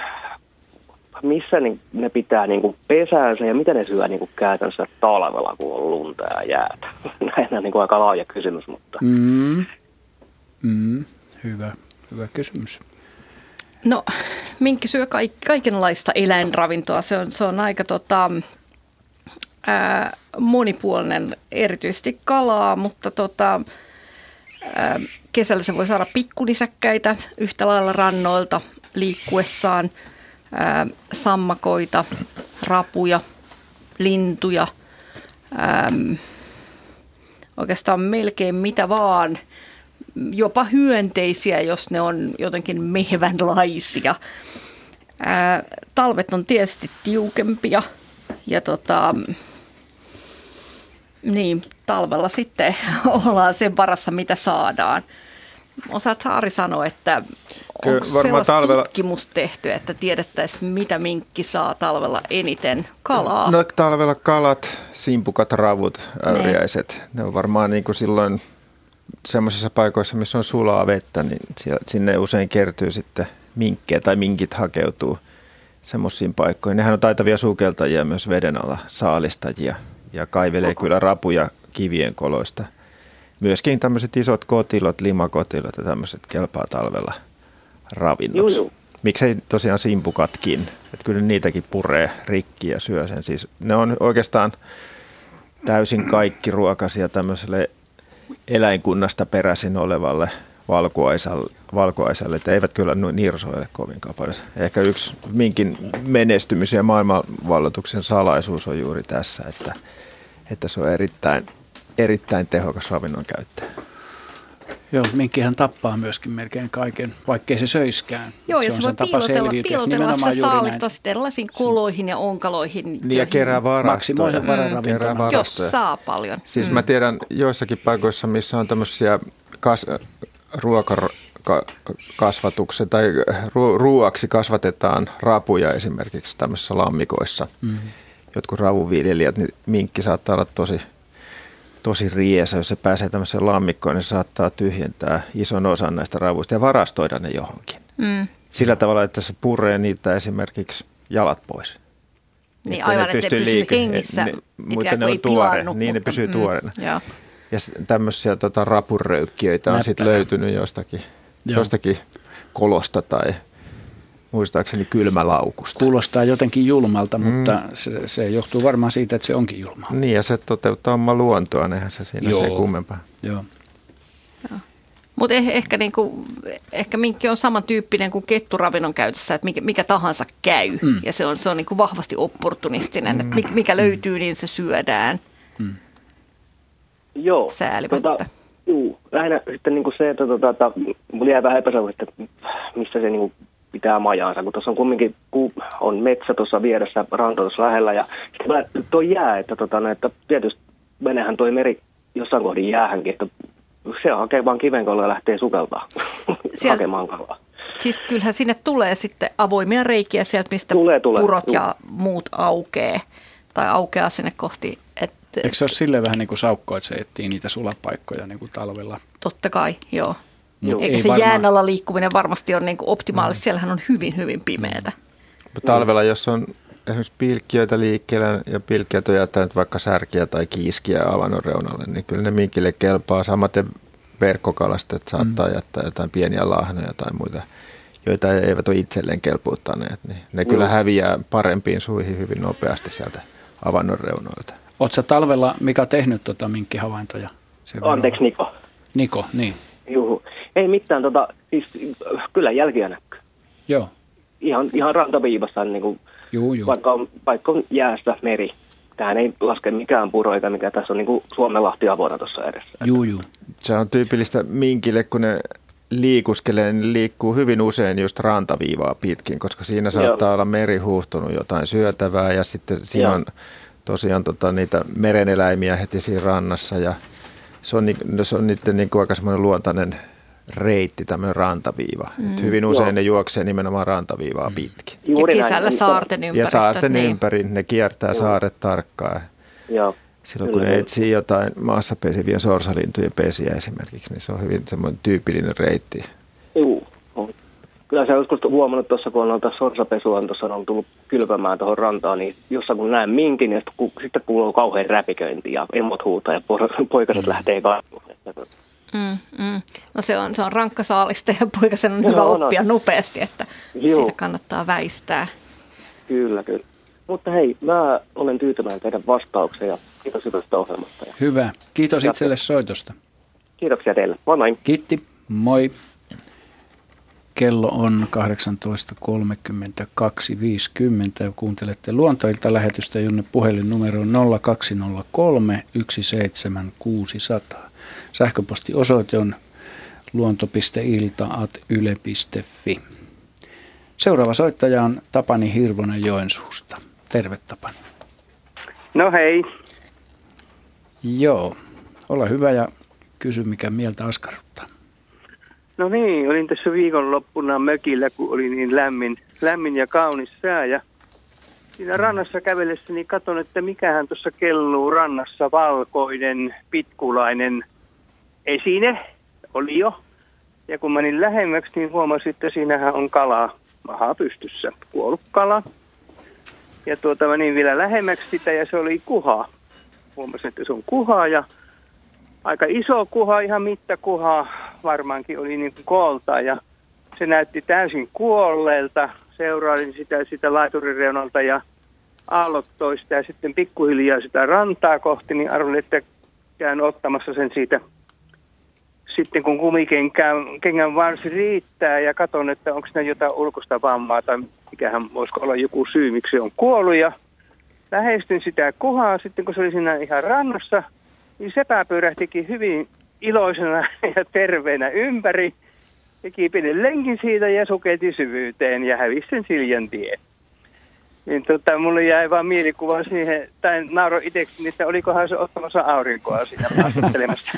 missä ne pitää niin kuin pesäänsä ja mitä ne syö niin kuin käytännössä talvella, kun on lunta ja jäätä. Näin on niin kuin aika laaja kysymys, mutta... Mm. Mm. Hyvä, hyvä kysymys. No, minkki syö kaik- kaikenlaista eläinravintoa. Se on, se on aika tota, ää, monipuolinen, erityisesti kalaa, mutta tota, ää, kesällä se voi saada pikkunisäkkäitä yhtä lailla rannoilta liikkuessaan, ää, sammakoita, rapuja, lintuja, ää, oikeastaan melkein mitä vaan. Jopa hyönteisiä, jos ne on jotenkin mehvänlaisia. Ää, talvet on tietysti tiukempia ja tota, niin, talvella sitten ollaan sen varassa, mitä saadaan. Osaat Saari sanoa, että onko sellaista talvella tutkimus tehty, että tiedettäisiin, mitä minkki saa talvella eniten kalaa? No talvella kalat, simpukat, ravut, äyriäiset. Ne, ne on varmaan niin kuin silloin semmoisissa paikoissa, missä on sulaa vettä, niin sinne usein kertyy sitten minkkejä tai minkit hakeutuu semmoisiin paikkoihin. Nehän on taitavia sukeltajia myös veden alla, saalistajia ja kaivelee kyllä rapuja kivien koloista. Myöskin tämmöiset isot kotilot, limakotilot ja tämmöiset kelpaa talvella ravinnoksi. Juu, juu. Miksei tosiaan simpukatkin, että kyllä niitäkin puree rikki ja syö sen. Siis ne on oikeastaan täysin kaikki ruokaisia tämmöiselle eläinkunnasta peräisin olevalle valkuaisalle, valkuaisalle, että eivät kyllä nirsoile kovinkaan paljon. Ehkä yksi minkin menestymisen ja maailmanvalloituksen salaisuus on juuri tässä, että, että se on erittäin, erittäin tehokas ravinnon käyttäjä. Joo, minkkihän tappaa myöskin melkein kaiken, vaikkei se söiskään. Joo, se ja se voi piilotella, piilotella sitä saalista sitten erilaisiin koloihin ja onkaloihin. Niin ja kerää varastoja. Mm. Jos saa paljon. Siis mm. mä tiedän joissakin paikoissa, missä on tämmöisiä kas, ruokakasvatuksen tai ru, ruuaksi kasvatetaan rapuja esimerkiksi tämmöisissä lammikoissa. Mm. Jotkut ravuviljelijät, niin minkki saattaa olla tosi... tosi riesa, jos se pääsee tämmöiseen lammikkoon, niin se saattaa tyhjentää ison osan näistä ravuista ja varastoida ne johonkin. Mm. Sillä tavalla, että se puree niitä esimerkiksi jalat pois. Niin aivan, ne että ne pysyy hengissä. Ne, mutta ne on tuore, niin ne pysyy mm, tuoreena. Ja, ja tämmöisiä tota, rapuröykkiöitä on sitten löytynyt jostakin, jostakin kolosta tai muistaakseni kylmälaukusta. Kuulostaa jotenkin julmalta, mm. mutta se, se johtuu varmaan siitä, että se onkin julmaa. Niin, ja se toteuttaa oma luontoa, nehän se siinä Joo. se kummempaa. Joo. Mutta eh, ehkä, niinku, ehkä minkki on samantyyppinen kuin ketturavinnon käytössä, että mikä, mikä tahansa käy. Mm. Ja se on, se on niinku vahvasti opportunistinen, mm. että mikä löytyy, niin se syödään. Mm. Joo. Säälimättä. Tota, juu, lähinnä sitten niinku se, että tota, että mulla jää vähän epäselvästi, että missä se niinku pitää majaansa, kun tuossa on kumminkin on metsä tuossa vieressä, ranta tuossa lähellä ja sitten tuo jää, että, tota, että tietysti menehän toi meri jossain kohdin jäähänkin, että se hakee vaan kivenkoloa ja lähtee sukeltaa hakemaan kalaa. Siis kyllähän sinne tulee sitten avoimia reikiä sieltä, mistä tulee, tulee. purot Juh. ja muut aukeaa tai aukeaa sinne kohti. Et, Eikö se ole silleen vähän niin kuin saukko, että se etsii niitä sulapaikkoja niin kuin talvella? Totta kai, joo. Eikä ei se varmaan jään alla liikkuminen varmasti ole niin kuin optimaalista. Mm. Siellähän on hyvin, hyvin pimeätä. Talvella, jos on esimerkiksi pilkkiöitä liikkeellä ja pilkkiöt on jättänyt vaikka särkiä tai kiiskiä avannon reunalle, niin kyllä ne minkille kelpaa. Samaten verkkokalastajat saattaa mm. jättää jotain pieniä lahnoja tai muita, joita eivät ole itselleen kelpuuttaneet. Niin ne mm. kyllä häviää parempiin suihin hyvin nopeasti sieltä avannon reunoilta. Oletko talvella, Mika, tehnyt tota minkkihavaintoja? Anteeksi, Niko. Niko, niin. Juhu. Ei mitään, tota, siis kyllä jälkiä näkyy. Joo. Ihan, ihan rantaviivassa, niin kuin, juu, juu. Vaikka, on, vaikka on jäässä meri. Tähän ei laske mikään puro, eikä mikä tässä on niin kuin Suomenlahti avoinna tuossa edessä. Juu, juu. Se on tyypillistä minkille, kun ne liikuskelee, niin liikkuu hyvin usein just rantaviivaa pitkin, koska siinä saattaa Joo. olla meri huuhtunut jotain syötävää ja sitten siinä Joo. on tosiaan tota, niitä mereneläimiä heti siinä rannassa ja se on, se on niiden niin kuin aika semmoinen luontainen reitti, tämmöinen rantaviiva. Mm. Hyvin usein Joo. ne juoksee nimenomaan rantaviivaa pitkin. Juuri ja kesällä näin. Saarten ympäristöt. Ja saarten niin. ympäri, ne kiertää Joo. saaret tarkkaan. Joo. Silloin kun Kyllä. ne etsii jotain maassa pesivien sorsalintujen pesiä esimerkiksi, niin se on hyvin semmoinen tyypillinen reitti. Joo. Kyllä se joskus huomannut tuossa, kun on noita sorsapesua, tuossa on tullut kylpämään tuohon rantaan, niin jossain kun näen minkin, niin sitten kuuluu kauhean räpiköinti ja emot huutaa ja poikaset mm. lähtee kaivuun. Mm, mm. No se on, se on rankka saalista ja poikasen on no, hyvä oppia no. nopeasti, että Joo. siitä kannattaa väistää. Kyllä, kyllä. Mutta hei, mä olen tyytyväinen teidän vastaukseen ja kiitos tästä ohjelmasta. Hyvä. Kiitos ja itselle soitosta. Kiitoksia teille. Moi moi. Kiitti. Moi. Kello on kahdeksantoista kolmekymmentäkaksi viisikymmentä ja kuuntelette Luontoilta lähetystä, jonne puhelinnumero on nolla kaksi nolla kolme yksi seitsemän kuusi nolla nolla. Sähköpostiosoite on luonto piste ilta at yle piste fi. Seuraava soittaja on Tapani Hirvonen Joensuusta. Terve Tapani. No hei. Joo, ole hyvä ja kysy mikä mieltä askarruttaa. No niin, olin tässä viikonloppuna mökillä, kun oli niin lämmin, lämmin ja kaunis sää. Ja siinä rannassa kävellessäni katson, että mikähän tuossa kelluu rannassa valkoinen, pitkulainen esine oli jo. Ja kun menin lähemmäksi, niin huomasin, että siinähän on kala maha pystyssä, kuollut kala. Ja tuota menin vielä lähemmäksi sitä ja se oli kuha. Huomasin, että se on kuha ja aika iso kuha, ihan mittakuha varmaankin oli niin kuin koolta ja se näytti täysin kuolleelta. Seurailin sitä, sitä laiturin reunalta ja aallot toista ja sitten pikkuhiljaa sitä rantaa kohti, niin arvelin, että käyn ottamassa sen siitä. Sitten kun kumikengän varsi riittää ja katson, että onko siinä jotain ulkoista vammaa tai mikähän voisiko olla joku syy, miksi se on kuollut. Ja lähestyn sitä kuhaa sitten, kun se oli siinä ihan rannassa, niin sepä pyörähtikin hyvin iloisena ja terveenä ympäri. Teki pienen lenkin siitä ja sukelti syvyyteen ja hävisi sen Siljan tie. Niin tota, mulle jäi vaan mielikuva siihen, tai nauroin itseksi, että olikohan se ottamassa aurinkoa siinä haastattelemassa.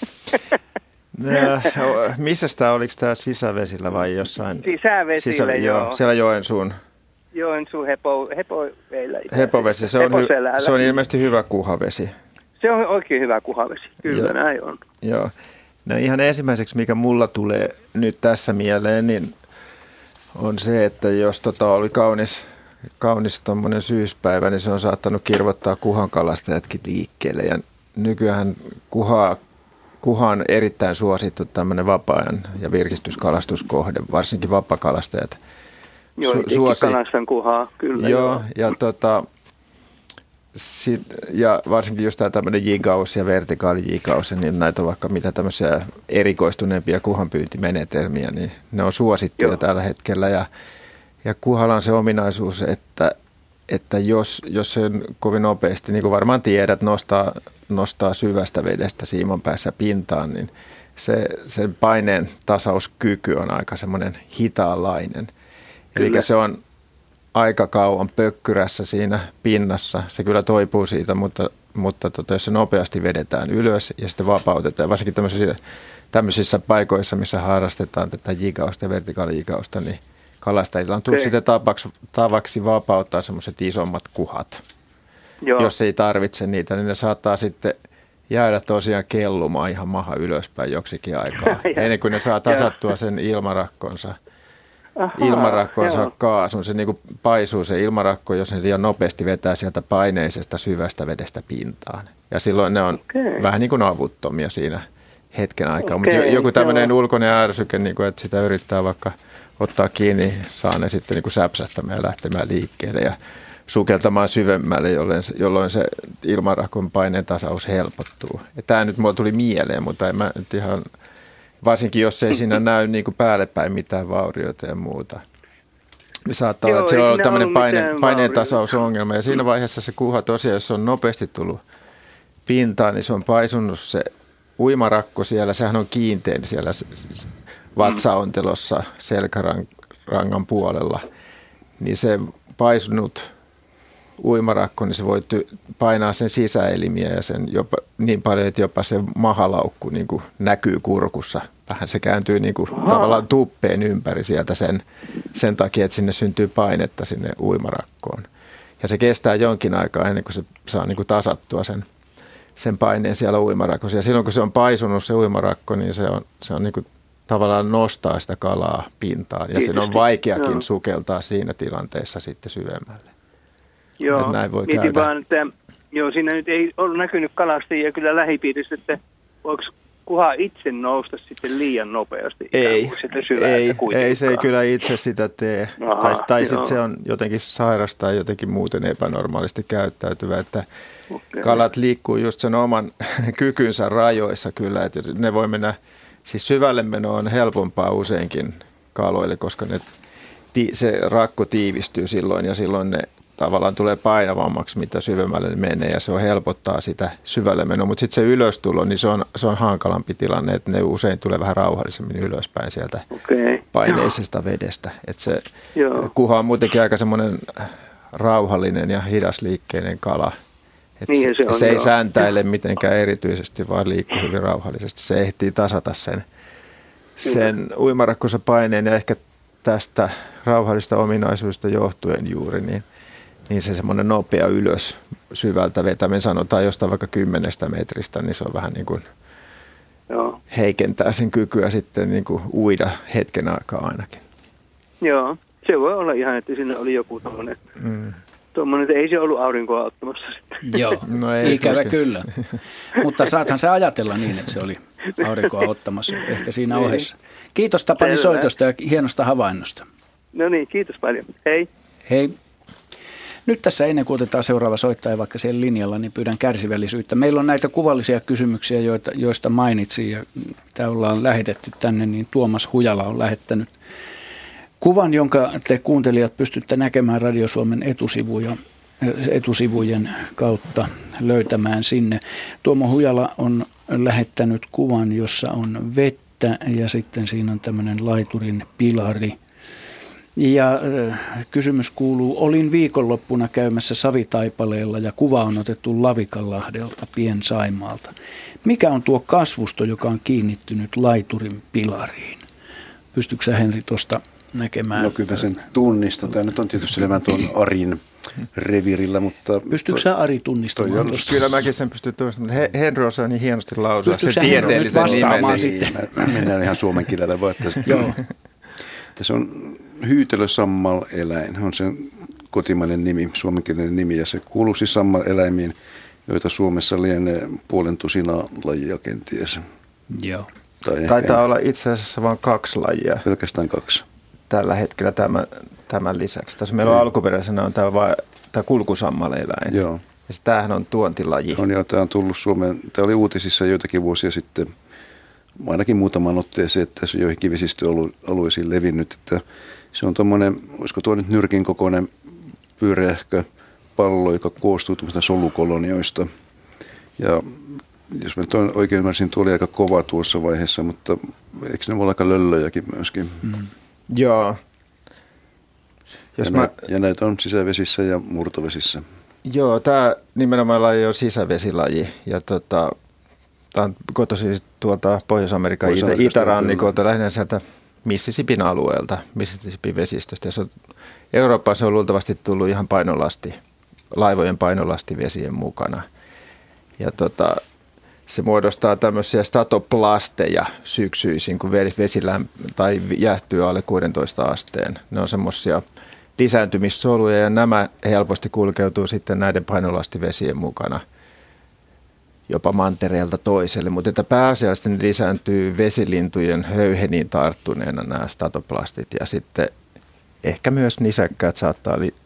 Missä tämä, oliko tämä sisävesillä vai jossain? Sisävesillä, sisä, joo. joo. Siellä Joensuun. Joensuun hepo, hepoveillä. Hepovesi, se on, hy, se on ilmeisesti hyvä kuhavesi. Se on oikein hyvä kuhavesi, kyllä joo. Näin on. Joo. No ihan ensimmäiseksi, mikä mulla tulee nyt tässä mieleen, niin on se, että jos tota oli kaunis, kaunis tommoinen syyspäivä, niin se on saattanut kirvoittaa kuhankalastajatkin liikkeelle. Ja nykyään kuhaa, kuha on erittäin suosittu tämmöinen vapaa-ajan ja virkistyskalastuskohde, varsinkin vapakalastajat. Joo, su- suosi... kalastan kuhaa, kyllä. Joo, joo. Ja, tota, sit, ja varsinkin just tämä tämmöinen jigaus ja vertikaalijigaus, niin näitä on vaikka mitä tämmöisiä erikoistuneempia kuhanpyyntimenetelmiä, niin ne on suosittuja joo. Tällä hetkellä. Ja, ja kuhalla on se ominaisuus, että, että jos, jos se kovin nopeasti, niin kuin varmaan tiedät, nostaa, nostaa syvästä vedestä siiman päässä pintaan, niin se, sen paineen tasauskyky on aika semmoinen hitaanlainen. Eli se on aika kauan pökkyrässä siinä pinnassa. Se kyllä toipuu siitä, mutta, mutta tota, jos se nopeasti vedetään ylös ja sitten vapautetaan, varsinkin tämmöisissä, tämmöisissä paikoissa, missä harrastetaan tätä jigausta ja vertikaalijigausta, niin kalastajilla on tullut sitten tavaksi, tavaksi vapauttaa semmoiset isommat kuhat. Joo. Jos ei tarvitse niitä, niin ne saattaa sitten jäädä tosiaan kellumaan ihan maha ylöspäin joksikin aikaa, ennen kuin ne saa tasattua sen ilmarakkonsa. Ahaa, ilmarakkonsa joo. kaasun. Se niin kuin paisuu se ilmarakko, jos ne liian nopeasti vetää sieltä paineisesta syvästä vedestä pintaan. Ja silloin ne on okay. vähän niin kuin avuttomia siinä hetken aikaa. Okay, mutta joku tämmöinen joo. ulkoinen ärsyke, niin kuin, että sitä yrittää vaikka ottaa kiinni, saa ne sitten niin kuin säpsähtämään ja lähtemään liikkeelle ja sukeltamaan syvemmälle, jolloin se, jolloin se ilmarakon paineen tasaus helpottuu. Ja tämä nyt mulla tuli mieleen, mutta en mä nyt ihan... Varsinkin jos ei siinä näy niin kuin päälle päin mitään vaurioita ja muuta. Niin saattaa Joo, olla, että siellä on tämmöinen paine, paineen tasausongelma. Ja siinä vaiheessa se kuha tosiaan, jos on nopeasti tullut pintaan, niin se on paisunut se uimarakko siellä. Sehän on kiintein siellä vatsaontelossa selkärangan puolella. Niin se paisunut uimarakko, niin se voi painaa sen sisäelimiä ja sen jopa, niin paljon, että jopa se mahalaukku niin kuin näkyy kurkussa. Vähän se kääntyy niin kuin tavallaan tuppeen ympäri sieltä sen, sen takia, että sinne syntyy painetta sinne uimarakkoon. Ja se kestää jonkin aikaa ennen kuin se saa niin kuin tasattua sen, sen paineen siellä uimarakossa. Ja silloin kun se on paisunut se uimarakko, niin se on, se on niin kuin tavallaan nostaa sitä kalaa pintaan. Ja sen on vaikeakin sukeltaa siinä tilanteessa sitten syvemmälle. Joo, mietin käydä. vaan, että joo, siinä nyt ei ollut näkynyt kalastajia kyllä lähipiirissä, että voiko kuha itse nousta sitten liian nopeasti. Ei, ei, ei se ei kyllä itse sitä tee. Aha, tai tai sitten se on jotenkin sairas tai jotenkin muuten epänormaalisti käyttäytyvä, että okay. Kalat liikkuu just sen oman kykynsä rajoissa kyllä, että ne voi mennä, siis syvälle meno on helpompaa useinkin kaloille, koska ne, se rakko tiivistyy silloin ja silloin ne tavallaan tulee painavammaksi, mitä syvemmälle ne menee ja se on helpottaa sitä syvälle menoa, mutta sitten se ylöstulo, niin se on, se on hankalampi tilanne, että ne usein tulee vähän rauhallisemmin ylöspäin sieltä okay. paineisesta Joo. vedestä. Että se Joo. kuha on muutenkin aika semmoinen rauhallinen ja hidasliikkeinen kala. Että niin se, se, on, se ei sääntäile mitenkään erityisesti, vaan liikkuu hyvin rauhallisesti. Se ehtii tasata sen, sen uimarakkunsa paineen ja ehkä tästä rauhallista ominaisuudesta johtuen juuri, niin niin se semmoinen nopea ylös syvältä vetäminen, sanotaan jostain vaikka kymmenestä metristä, niin se on vähän niin kuin Joo. heikentää sen kykyä sitten niin kuin uida hetken aikaa ainakin. Joo, se voi olla ihan, että siinä oli joku tommoinen, mm. tommoinen että ei se ollut aurinkoa ottamassa sitten. Joo, no ei ikävä tuskin. Kyllä. Mutta saathan se ajatella niin, että se oli aurinkoa ottamassa ehkä siinä ohessa. Kiitos Tapani Selvä. Soitosta ja hienosta havainnosta. No niin, kiitos paljon. Hei. Hei. Nyt tässä ennen kuin otetaan seuraava soittaja vaikka siellä linjalla, niin pyydän kärsivällisyyttä. Meillä on näitä kuvallisia kysymyksiä, joita, joista mainitsin ja mitä ollaan lähetetty tänne, niin Tuomas Hujala on lähettänyt kuvan, jonka te kuuntelijat pystytte näkemään Radio Suomen etusivuja, etusivujen kautta löytämään sinne. Tuomo Hujala on lähettänyt kuvan, jossa on vettä ja sitten siinä on tämmöinen laiturin pilari. Ja äh, kysymys kuuluu, olin viikonloppuna käymässä Savitaipaleella ja kuva on otettu Lavikanlahdelta Pien-Saimaalta. Mikä on tuo kasvusto, joka on kiinnittynyt laiturin pilariin? Pystytkö sä, Henri, tuosta näkemään? No kyllä sen tunnistan. Tämä nyt on tietysti enemmän tuon Arin revirillä, mutta... Pystytkö sä, Ari, tunnistamaan? Kyllä mäkin sen pystyn tunnistamaan. He, Henry osaa niin hienosti lausua sen tieteellisen nimen. Sitten? Mennään ihan suomen kielellä vaan. Joo. Se on hyytelösammal-eläin, on sen kotimainen nimi, suomenkielinen nimi, ja se kuuluu siis sammal-eläimiin, joita Suomessa lienee puolen tusinaa lajia kenties. Joo. Tai Taitaa olla itse asiassa vain kaksi lajia. Pelkästään kaksi. Tällä hetkellä tämän, tämän lisäksi. Tässä meillä on alkuperäisenä on tämä, tämä kulkusammal-eläin. Joo. Ja tämähän on tuontilaji. On joo, tämä on tullut Suomeen, tämä oli uutisissa joitakin vuosia sitten, ainakin muutaman otteeseen, että se on joihinkin vesistöalueisiin levinnyt, että se on tuommoinen, olisiko tuo nyt nyrkin kokoinen pyöreähkö pallo, joka koostuu tuommoista solukolonioista. Ja jos mä toin oikein ymmärsin, tuo oli aika kova tuossa vaiheessa, mutta eikö ne voi olla aika löllöjäkin myöskin? Mm. Joo. Jos ja, mä... näitä, ja näitä on sisävesissä ja murtovesissä. Joo, tämä nimenomaan laji on sisävesilaji ja tota... Tämä on kotoisin tuolta Pohjois-Amerikan itä, itärannikolta, lähinnä sieltä Mississippin alueelta, Mississippin vesistöstä. Se on, Euroopassa on luultavasti tullut ihan painolasti, laivojen painolastivesien mukana. Ja tota, se muodostaa tämmöisiä statoplasteja syksyisin, kun vesi lämp- tai jäähtyy alle kuusitoista asteen. Ne on semmoisia lisääntymissoluja ja nämä helposti kulkeutuu sitten näiden painolastivesien mukana jopa mantereelta toiselle, mutta että pääasiallisesti ne lisääntyy vesilintujen höyheniin tarttuneena nämä statoplastit ja sitten ehkä myös nisäkkäät saattaa li-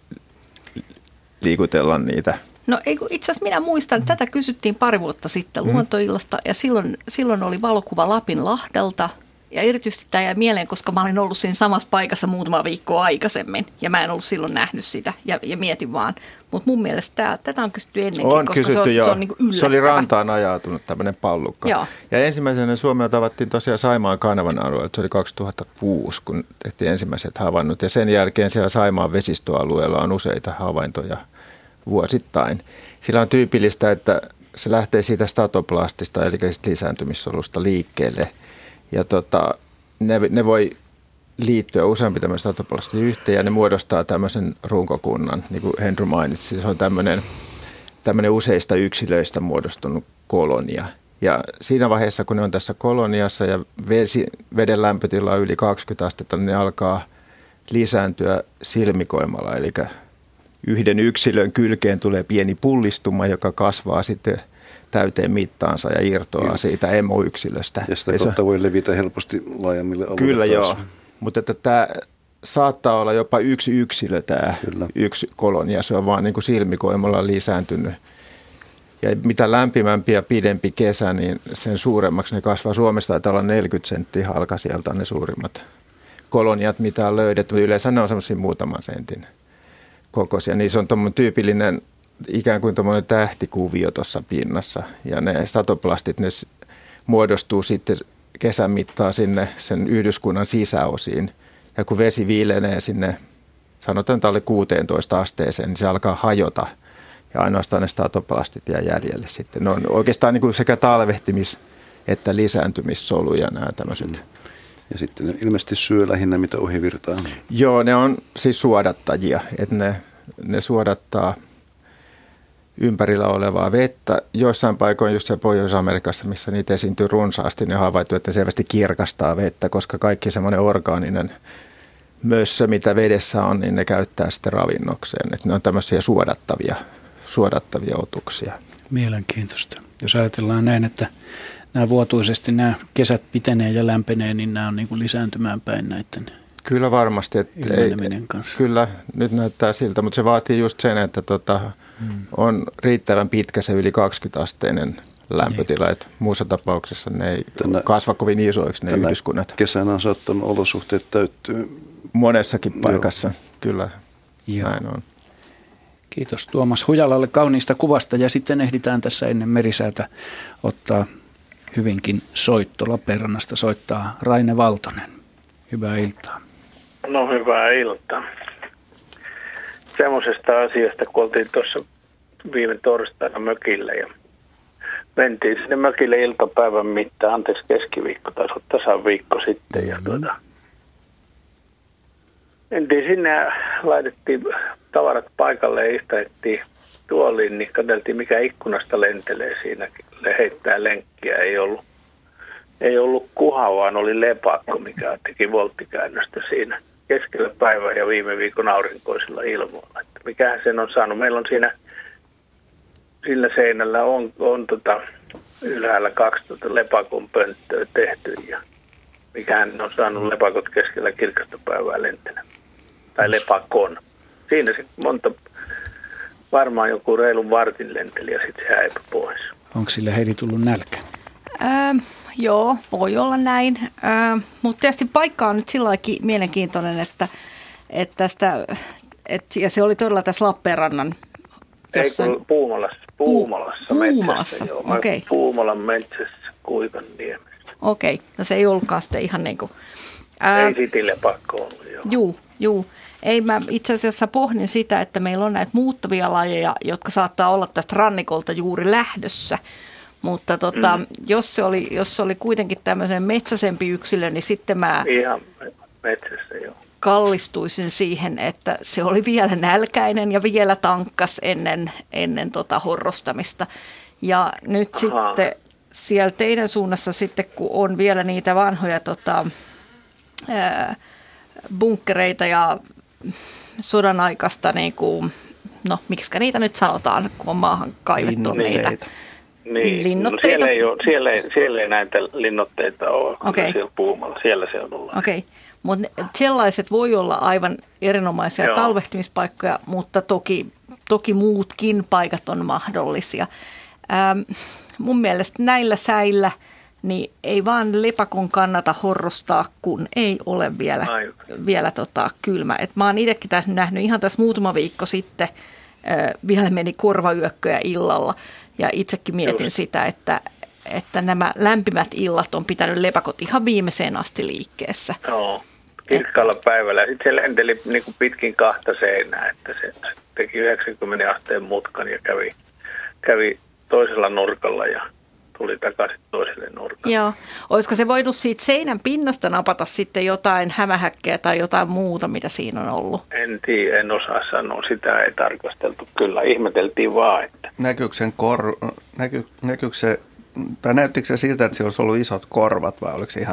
liikutella niitä. No itse asiassa minä muistan, että tätä kysyttiin pari vuotta sitten Luontoillasta ja silloin, silloin oli valokuva Lapinlahdelta. Ja erityisesti tämä jäi mieleen, koska mä olin ollut siinä samassa paikassa muutama viikkoa aikaisemmin ja mä en ollut silloin nähnyt sitä ja, ja mietin vaan. Mutta mun mielestä tämä, tätä on kysytty ennenkin, on koska kysytty, se on, se on niin kuin yllättävä. Se oli rantaan ajautunut tämmöinen pallukka. Joo. Ja ensimmäisenä Suomella tavattiin tosiaan Saimaan kanavan alueella, se oli kaksituhattakuusi, kun tehtiin ensimmäiset havainnot. Ja sen jälkeen siellä Saimaan vesistöalueella on useita havaintoja vuosittain. Sillä on tyypillistä, että se lähtee siitä statoplastista, eli lisääntymissolusta liikkeelle. Ja tota, ne, ne voi liittyä useampi tämmöistä statoplastia yhteen ja ne muodostaa tämmöisen runkokunnan, niin kuin Henry mainitsi. Se on tämmöinen, tämmöinen useista yksilöistä muodostunut kolonia. Ja siinä vaiheessa, kun ne on tässä koloniassa ja vesi, veden lämpötila on yli kaksikymmentä astetta, niin ne alkaa lisääntyä silmikoimalla. Eli yhden yksilön kylkeen tulee pieni pullistuma, joka kasvaa sitten täyteen mittaansa ja irtoaa Kyllä. siitä emoyksilöstä. Ja sitä kautta voi levitä helposti laajemmille alueille. Kyllä taas. joo, mutta että tämä saattaa olla jopa yksi yksilö tämä Kyllä. yksi kolonia. Se on vaan niin kuin silmikoimalla lisääntynyt. Ja mitä lämpimämpi ja pidempi kesä, niin sen suuremmaksi ne kasvaa. Suomessa taitaa olla neljäkymmentä senttiä halka, sieltä on ne suurimmat koloniat, mitä on löydetty. Yleensä ne on semmoisia muutaman sentin kokoisia. Niissä on tuommoinen tyypillinen ikään kuin tuommoinen tähtikuvio tuossa pinnassa. Ja ne statoplastit, ne muodostuu sitten kesän mittaan sinne sen yhdyskunnan sisäosiin. Ja kun vesi viilenee sinne, sanotaan, että alle kuuteentoista asteeseen, niin se alkaa hajota. Ja ainoastaan ne statoplastit jää jäljelle sitten. Ne on oikeastaan niin kuin sekä talvehtimis- että lisääntymissoluja nämä tämmöiset. Ja sitten ne ilmeisesti syö lähinnä, mitä ohi virtaa. Joo, ne on siis suodattajia. Että ne, ne suodattaa ympärillä olevaa vettä. Joissain paikoin, just siellä Pohjois-Amerikassa, missä niitä esiintyy runsaasti, ne on havaittu, että ne selvästi kirkastaa vettä, koska kaikki semmoinen orgaaninen mössö, mitä vedessä on, niin ne käyttää sitten ravinnokseen. Että ne on tämmöisiä suodattavia, suodattavia otuksia. Mielenkiintoista. Jos ajatellaan näin, että nämä vuotuisesti nämä kesät pitenee ja lämpenee, niin nämä on niin kuin lisääntymään päin näiden Kyllä varmasti. Että ei, kanssa. Kyllä, nyt näyttää siltä, mutta se vaatii just sen, että tota, hmm. on riittävän pitkä se yli kaksikymmentä-asteinen lämpötila. Niin. Että muussa tapauksessa ne ei tänä, kasva kovin isoiksi ne yhdyskunnat. Kesänä on saattanut olosuhteet täyttyä. Monessakin paikassa, Joo. kyllä. Joo. Näin on. Kiitos Tuomas Hujalalle kauniista kuvasta ja sitten ehditään tässä ennen merisäätä ottaa hyvinkin soitto. Lappeenrannasta soittaa Raine Valtonen. Hyvää iltaa. No hyvää iltaa. Semmoisesta asiasta, kun oltiin tuossa viime torstaina mökillä ja mentiin sinne mökille iltapäivän mittaan, anteeksi keskiviikko, taisi olla tasan viikko sitten. Mm-hmm. Ja tuota, mentiin sinne ja laitettiin tavarat paikalle ja istutettiin tuoliin, niin katseltiin mikä ikkunasta lentelee siinä, heittää lenkkiä, ei ollut. Ei ollut kuha, vaan oli lepakko, mikä teki volttikäännöstä siinä keskellä päivää ja viime viikon aurinkoisilla ilmoilla. Että mikähän sen on saanut. Meillä on siinä, sillä seinällä on, on tota, ylhäällä kaksi tota lepakon pönttöä tehty. Ja mikähän on saanut lepakot keskellä kirkasta päivää lentelemään. Tai lepakon. Siinä sitten monta, varmaan joku reilun vartin lenteli ja sitten se häipä pois. Onko sille Heidi tullut nälkä? Ähm. Joo, voi olla näin, äh, mutta tietysti paikka on nyt sillä lailla mielenkiintoinen, että, että tästä, että, ja se oli todella tässä Lappeenrannan. Jossain... Ei kun Puumalassa, Puumalassa, Puu, Puumalassa, okei. Okay. Puumalan metsässä, Kuikanniemessä. Okei, okay. No se ei ollutkaan sitten ihan niin kuin. Ää, ei sitille pakko ollut, joo. Juu, juu. Ei, mä itse asiassa pohdin sitä, että meillä on näitä muuttavia lajeja, jotka saattaa olla tästä rannikolta juuri lähdössä. Mutta tota, mm. jos, se oli, jos se oli kuitenkin tämmöinen metsäisempi yksilö, niin sitten mä Ihan metsässä, joo. kallistuisin siihen, että se oli vielä nälkäinen ja vielä tankkas ennen, ennen tota horrostamista. Ja nyt Aha. sitten siellä teidän suunnassa sitten, kun on vielä niitä vanhoja tota, ää, bunkkereita ja sodan aikaista, niin kuin, no miksikä niitä nyt sanotaan, kun on maahan kaivettu niitä. Niin, no siellä, ei ole, siellä, ei, siellä ei näitä linnotteita ole, okay. Siellä Puumalla, siellä se on ollut. Okei, okay. Mutta sellaiset voi olla aivan erinomaisia Joo. talvehtimispaikkoja, mutta toki, toki muutkin paikat on mahdollisia. Ähm, mun mielestä näillä säillä niin ei vaan lepakon kannata horrostaa, kun ei ole vielä, vielä tota, kylmä. Et mä oon itsekin tässä nähnyt ihan tässä muutama viikko sitten, äh, vielä meni korvayökköjä illalla. Ja itsekin mietin Juuri. sitä, että, että nämä lämpimät illat on pitänyt lepakot ihan viimeiseen asti liikkeessä. Joo, kirkkaalla että, päivällä. Sitten se lenteli niin kuin pitkin kahta seinää, että se teki yhdeksänkymmentä asteen mutkan ja kävi, kävi toisella nurkalla ja tuli takaisin toiselle nurkalle. Joo, olisiko se voinut siitä seinän pinnasta napata sitten jotain hämähäkkeä tai jotain muuta, mitä siinä on ollut? En tiedä, en osaa sanoa. Sitä ei tarkasteltu. Kyllä, ihmeteltiin vaan, että... Näkyykö sen kor... Näky... Näkyykö se... Tai näyttikö se siltä, että se olisi ollut isot korvat vai oliko se ihan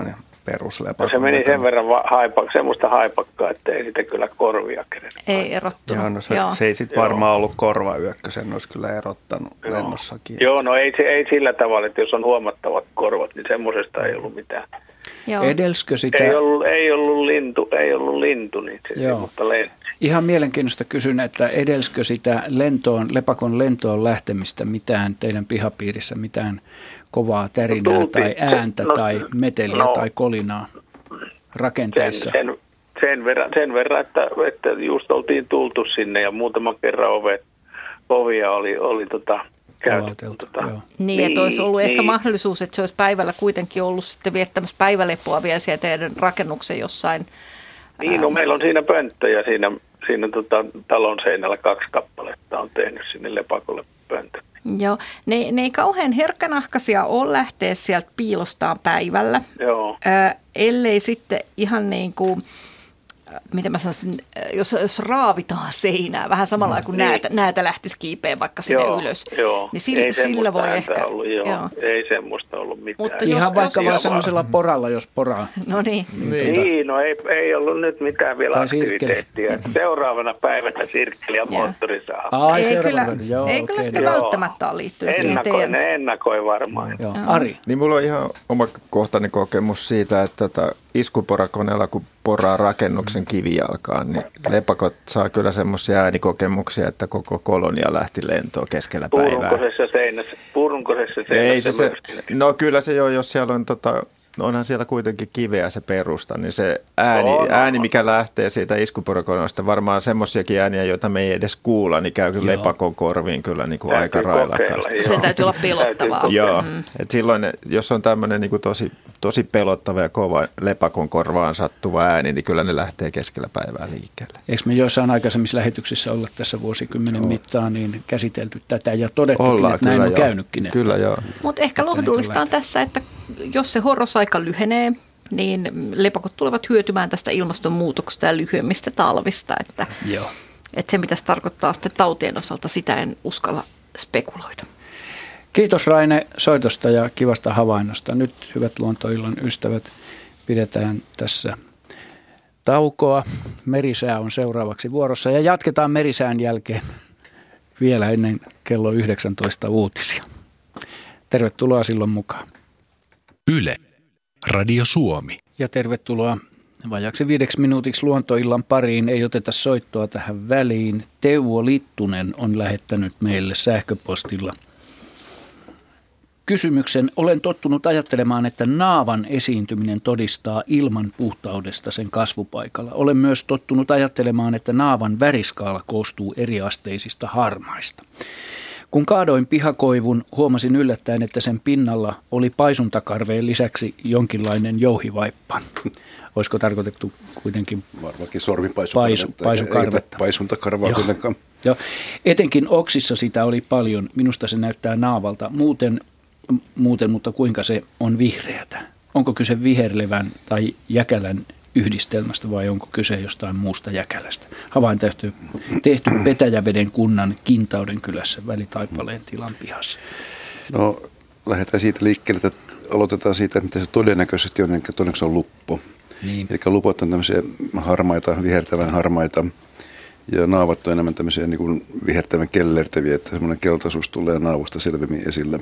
peruslepakko. Se meni sen verran va- haipak, semmoista haipakkaa, että ei sitä kyllä korvia kerennyt. Ei erottunut. Joo, no se, Joo. se ei sitten varmaan ollut korvayökkö, sen olisi kyllä erottanut Joo. lennossakin. Joo, no ei, ei sillä tavalla, että jos on huomattavat korvat, niin semmoisesta ei ollut mitään. Joo. Edelskö sitä? Ei ollut, ei ollut lintu, ei ollut lintu niin se, mutta lensi. Ihan mielenkiintoista kysyn, että edelskö sitä lentoon, lepakon lentoon lähtemistä mitään teidän pihapiirissä, mitään kovaa tärinää no, tai ääntä no, tai meteliä no, tai kolinaa rakenteissa? Sen, sen, sen, verran, sen verran, että, että just oltiin tultu sinne ja muutaman kerran ovet, ovia oli, oli tota, käytetty. Tota, niin, niin, että olisi ollut niin. ehkä mahdollisuus, että se olisi päivällä kuitenkin ollut sitten viettämässä päivälepoa vielä siellä teidän rakennuksen jossain. Niin, no meillä on siinä pönttöjä siinä, siinä tota, talon seinällä kaksi kappaletta on tehnyt sinne lepakolle pönttö. Joo, ne, ne ei kauhean herkkänahkaisia ole lähteä sieltä piilostaan päivällä, Joo. Ö, ellei sitten ihan niin kuin, miten mä sanoisin, jos, jos raavitaan seinää, vähän samalla kuin niin. näätä, näätä lähtisi kiipeen vaikka sinne joo, ylös, joo. niin sillä, sillä voi ehkä. Ollut, joo. Joo. Ei semmoista ollut mitään. Mutta ihan jos, vaikka jos, vaan semmoisella poralla, jos poraa. No niin. Niin, niin no ei, ei ollut nyt mitään vielä aktiviteettia. Seuraavana päivänä sirkkeli ja moottori saa. Ai, ei kyllä, joo, ei kyllä okay, sitä joo. välttämättä ole liittynyt Ennakoi, siihen teidän. Ne ennakoi varmaan. Joo. Ari? Niin mulla on ihan omakohtainen kokemus siitä, että tota iskuporakoneella kun poraa rakennuksen kivijalkaan, niin lepakot saa kyllä semmoisia äänikokemuksia, että koko kolonia lähti lentoon keskellä päivää. Purunkoisessa seinässä, purunkoisessa seinässä. Ei se, se, no kyllä se jo, jos siellä on tota, onhan siellä kuitenkin kiveä se perusta, niin se ääni, no, no. ääni mikä lähtee siitä iskuporokoneesta, varmaan semmoisiakin ääniä, joita me ei edes kuulla, niin käy kyllä lepakon korviin kyllä niin kuin aika railakkaasti. Se täytyy olla pelottavaa. Joo, mm. että silloin jos on tämmöinen niin kuin tosi, tosi pelottava ja kova lepakon korvaan sattuva ääni, niin kyllä ne lähtee keskellä päivää liikkeelle. Eikö me joissain aikaisemmissa lähetyksissä olla tässä vuosikymmenen no. mittaan niin käsitelty tätä ja todettukin, Ollaan, että näin on joo. käynytkin. Että, kyllä joo. Mutta ehkä lohdullista on tässä, että jos se horrosaika lyhenee, niin lepakot tulevat hyötymään tästä ilmastonmuutoksesta ja lyhyemmistä talvista. Että, Joo. että se, mitä se tarkoittaa sitten tautien osalta, sitä en uskalla spekuloida. Kiitos Raine soitosta ja kivasta havainnosta. Nyt, hyvät Luontoillan ystävät, pidetään tässä taukoa. Merisää on seuraavaksi vuorossa ja jatketaan merisään jälkeen vielä ennen kello yhdeksäntoista uutisia. Tervetuloa silloin mukaan. Yle, Radio Suomi. Ja tervetuloa vajaksi viideksi minuutiksi Luontoillan pariin. Ei oteta soittoa tähän väliin. Teuvo Littunen on lähettänyt meille sähköpostilla kysymyksen. Olen tottunut ajattelemaan, että naavan esiintyminen todistaa ilman puhtaudesta sen kasvupaikalla. Olen myös tottunut ajattelemaan, että naavan väriskaala koostuu eriasteisista harmaista. Kun kaadoin pihakoivun, huomasin yllättäen, että sen pinnalla oli paisuntakarveen lisäksi jonkinlainen jouhivaippa. Olisiko tarkoitettu kuitenkin varmaankin sormipaisuntakarvetta? Paisukarvetta. Paisuntakarvaa kuitenkaan. Joo. Etenkin oksissa sitä oli paljon. Minusta se näyttää naavalta. Muuten, muuten, mutta kuinka se on vihreätä? Onko kyse viherlevän tai jäkälän yhdistelmästä vai onko kyse jostain muusta jäkälästä? Havainto tehty Petäjäveden kunnan Kintauden kylässä Välitaipaleen tilan pihassa. No lähdetään siitä liikkeelle, että aloitetaan siitä, että mitä se todennäköisesti on, eli todennäköisesti on luppo. Niin. Eli lupot on tämmöisiä harmaita, vihertävän harmaita ja naavat on enemmän tämmöisiä niin kuin vihertävän kellertäviä, että semmoinen keltaisuus tulee naavasta selvemmin esille.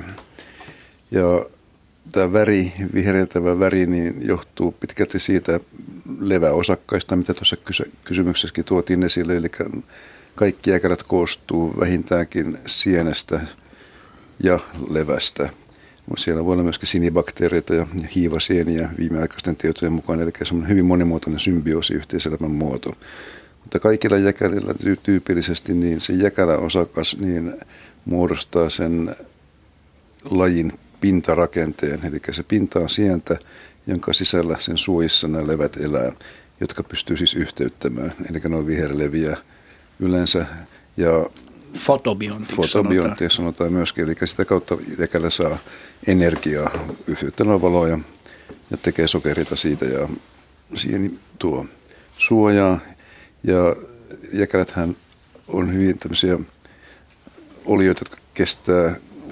Ja tämä väri, vihertävä väri, niin johtuu pitkälti siitä leväosakkaista, mitä tuossa kysymyksessäkin tuotiin esille. Eli kaikki jäkälät koostuu vähintäänkin sienestä ja levästä. Siellä voi olla myöskin sinibakteereita ja hiivasieniä viimeaikaisten tietojen mukaan, eli semmoinen hyvin monimuotoinen symbioosi yhteiselämän muoto. Mutta kaikilla jäkälillä tyypillisesti niin se jäkäläosakas niin muodostaa sen lajin pintarakenteen, eli se pinta on sientä, jonka sisällä sen suojissa nämä levät elää, jotka pystyy siis yhteyttämään, eli ne on viherleviä yleensä. Ja fotobiontiksi fotobiontia sanotaan. sanotaan myöskin, eli sitä kautta jäkälä saa energiaa, yhteyttämään valoa ja, ja tekee sokerita siitä ja siihen tuo suojaa. Ja jäkäläthän on hyvin tämmöisiä olioita, jotka kestää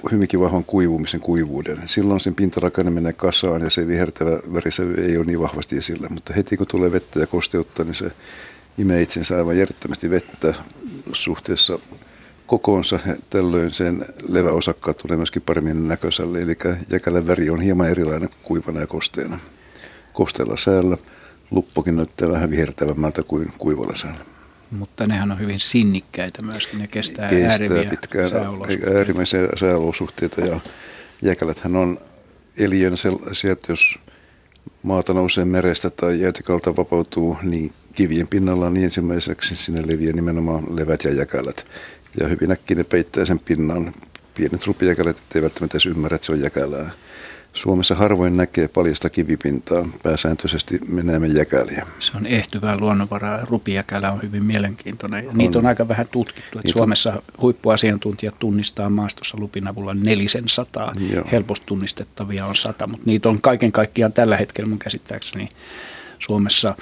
hyvinkin vahvan kuivumisen kuivuuden. Silloin sen pintarakenne menee kasaan ja se vihertävä värisävy ei ole niin vahvasti esillä. Mutta heti kun tulee vettä ja kosteutta, niin se imee itsensä aivan järjettömästi vettä suhteessa kokoonsa. Tällöin sen leväosakkaat tulee myöskin paremmin näköiselle. Eli jäkälän väri on hieman erilainen kuivana ja kosteena. Kosteella säällä luppokin näyttää vähän vihertävämmältä kuin kuivalla säällä. Mutta nehän on hyvin sinnikkäitä myöskin, ne kestää, kestää ääriviä pitkään sääolosuhteita. äärimmäisiä sääolosuhteita ja jäkäläthän on eliön sellaisia, että jos maata nousee merestä tai jäätikalta vapautuu, niin kivien pinnalla niin ensimmäiseksi sinne leviää nimenomaan levät ja jäkälät. Ja hyvin äkkiä ne peittää sen pinnan. Pienet rupijäkälät eivät välttämättä edes ymmärrä, että se on jäkälää. Suomessa harvoin näkee paljasta kivipintaa, pääsääntöisesti menemme jäkäliä. Se on ehtyvää luonnonvaraa. Rupijäkälä on hyvin mielenkiintoinen. On. Niitä on aika vähän tutkittu. Että Suomessa on... huippuasiantuntijat tunnistaa maastossa lupin avulla nelisen sataa. Joo. Helposti tunnistettavia on sata, mutta niitä on kaiken kaikkiaan tällä hetkellä mun käsittääkseni Suomessa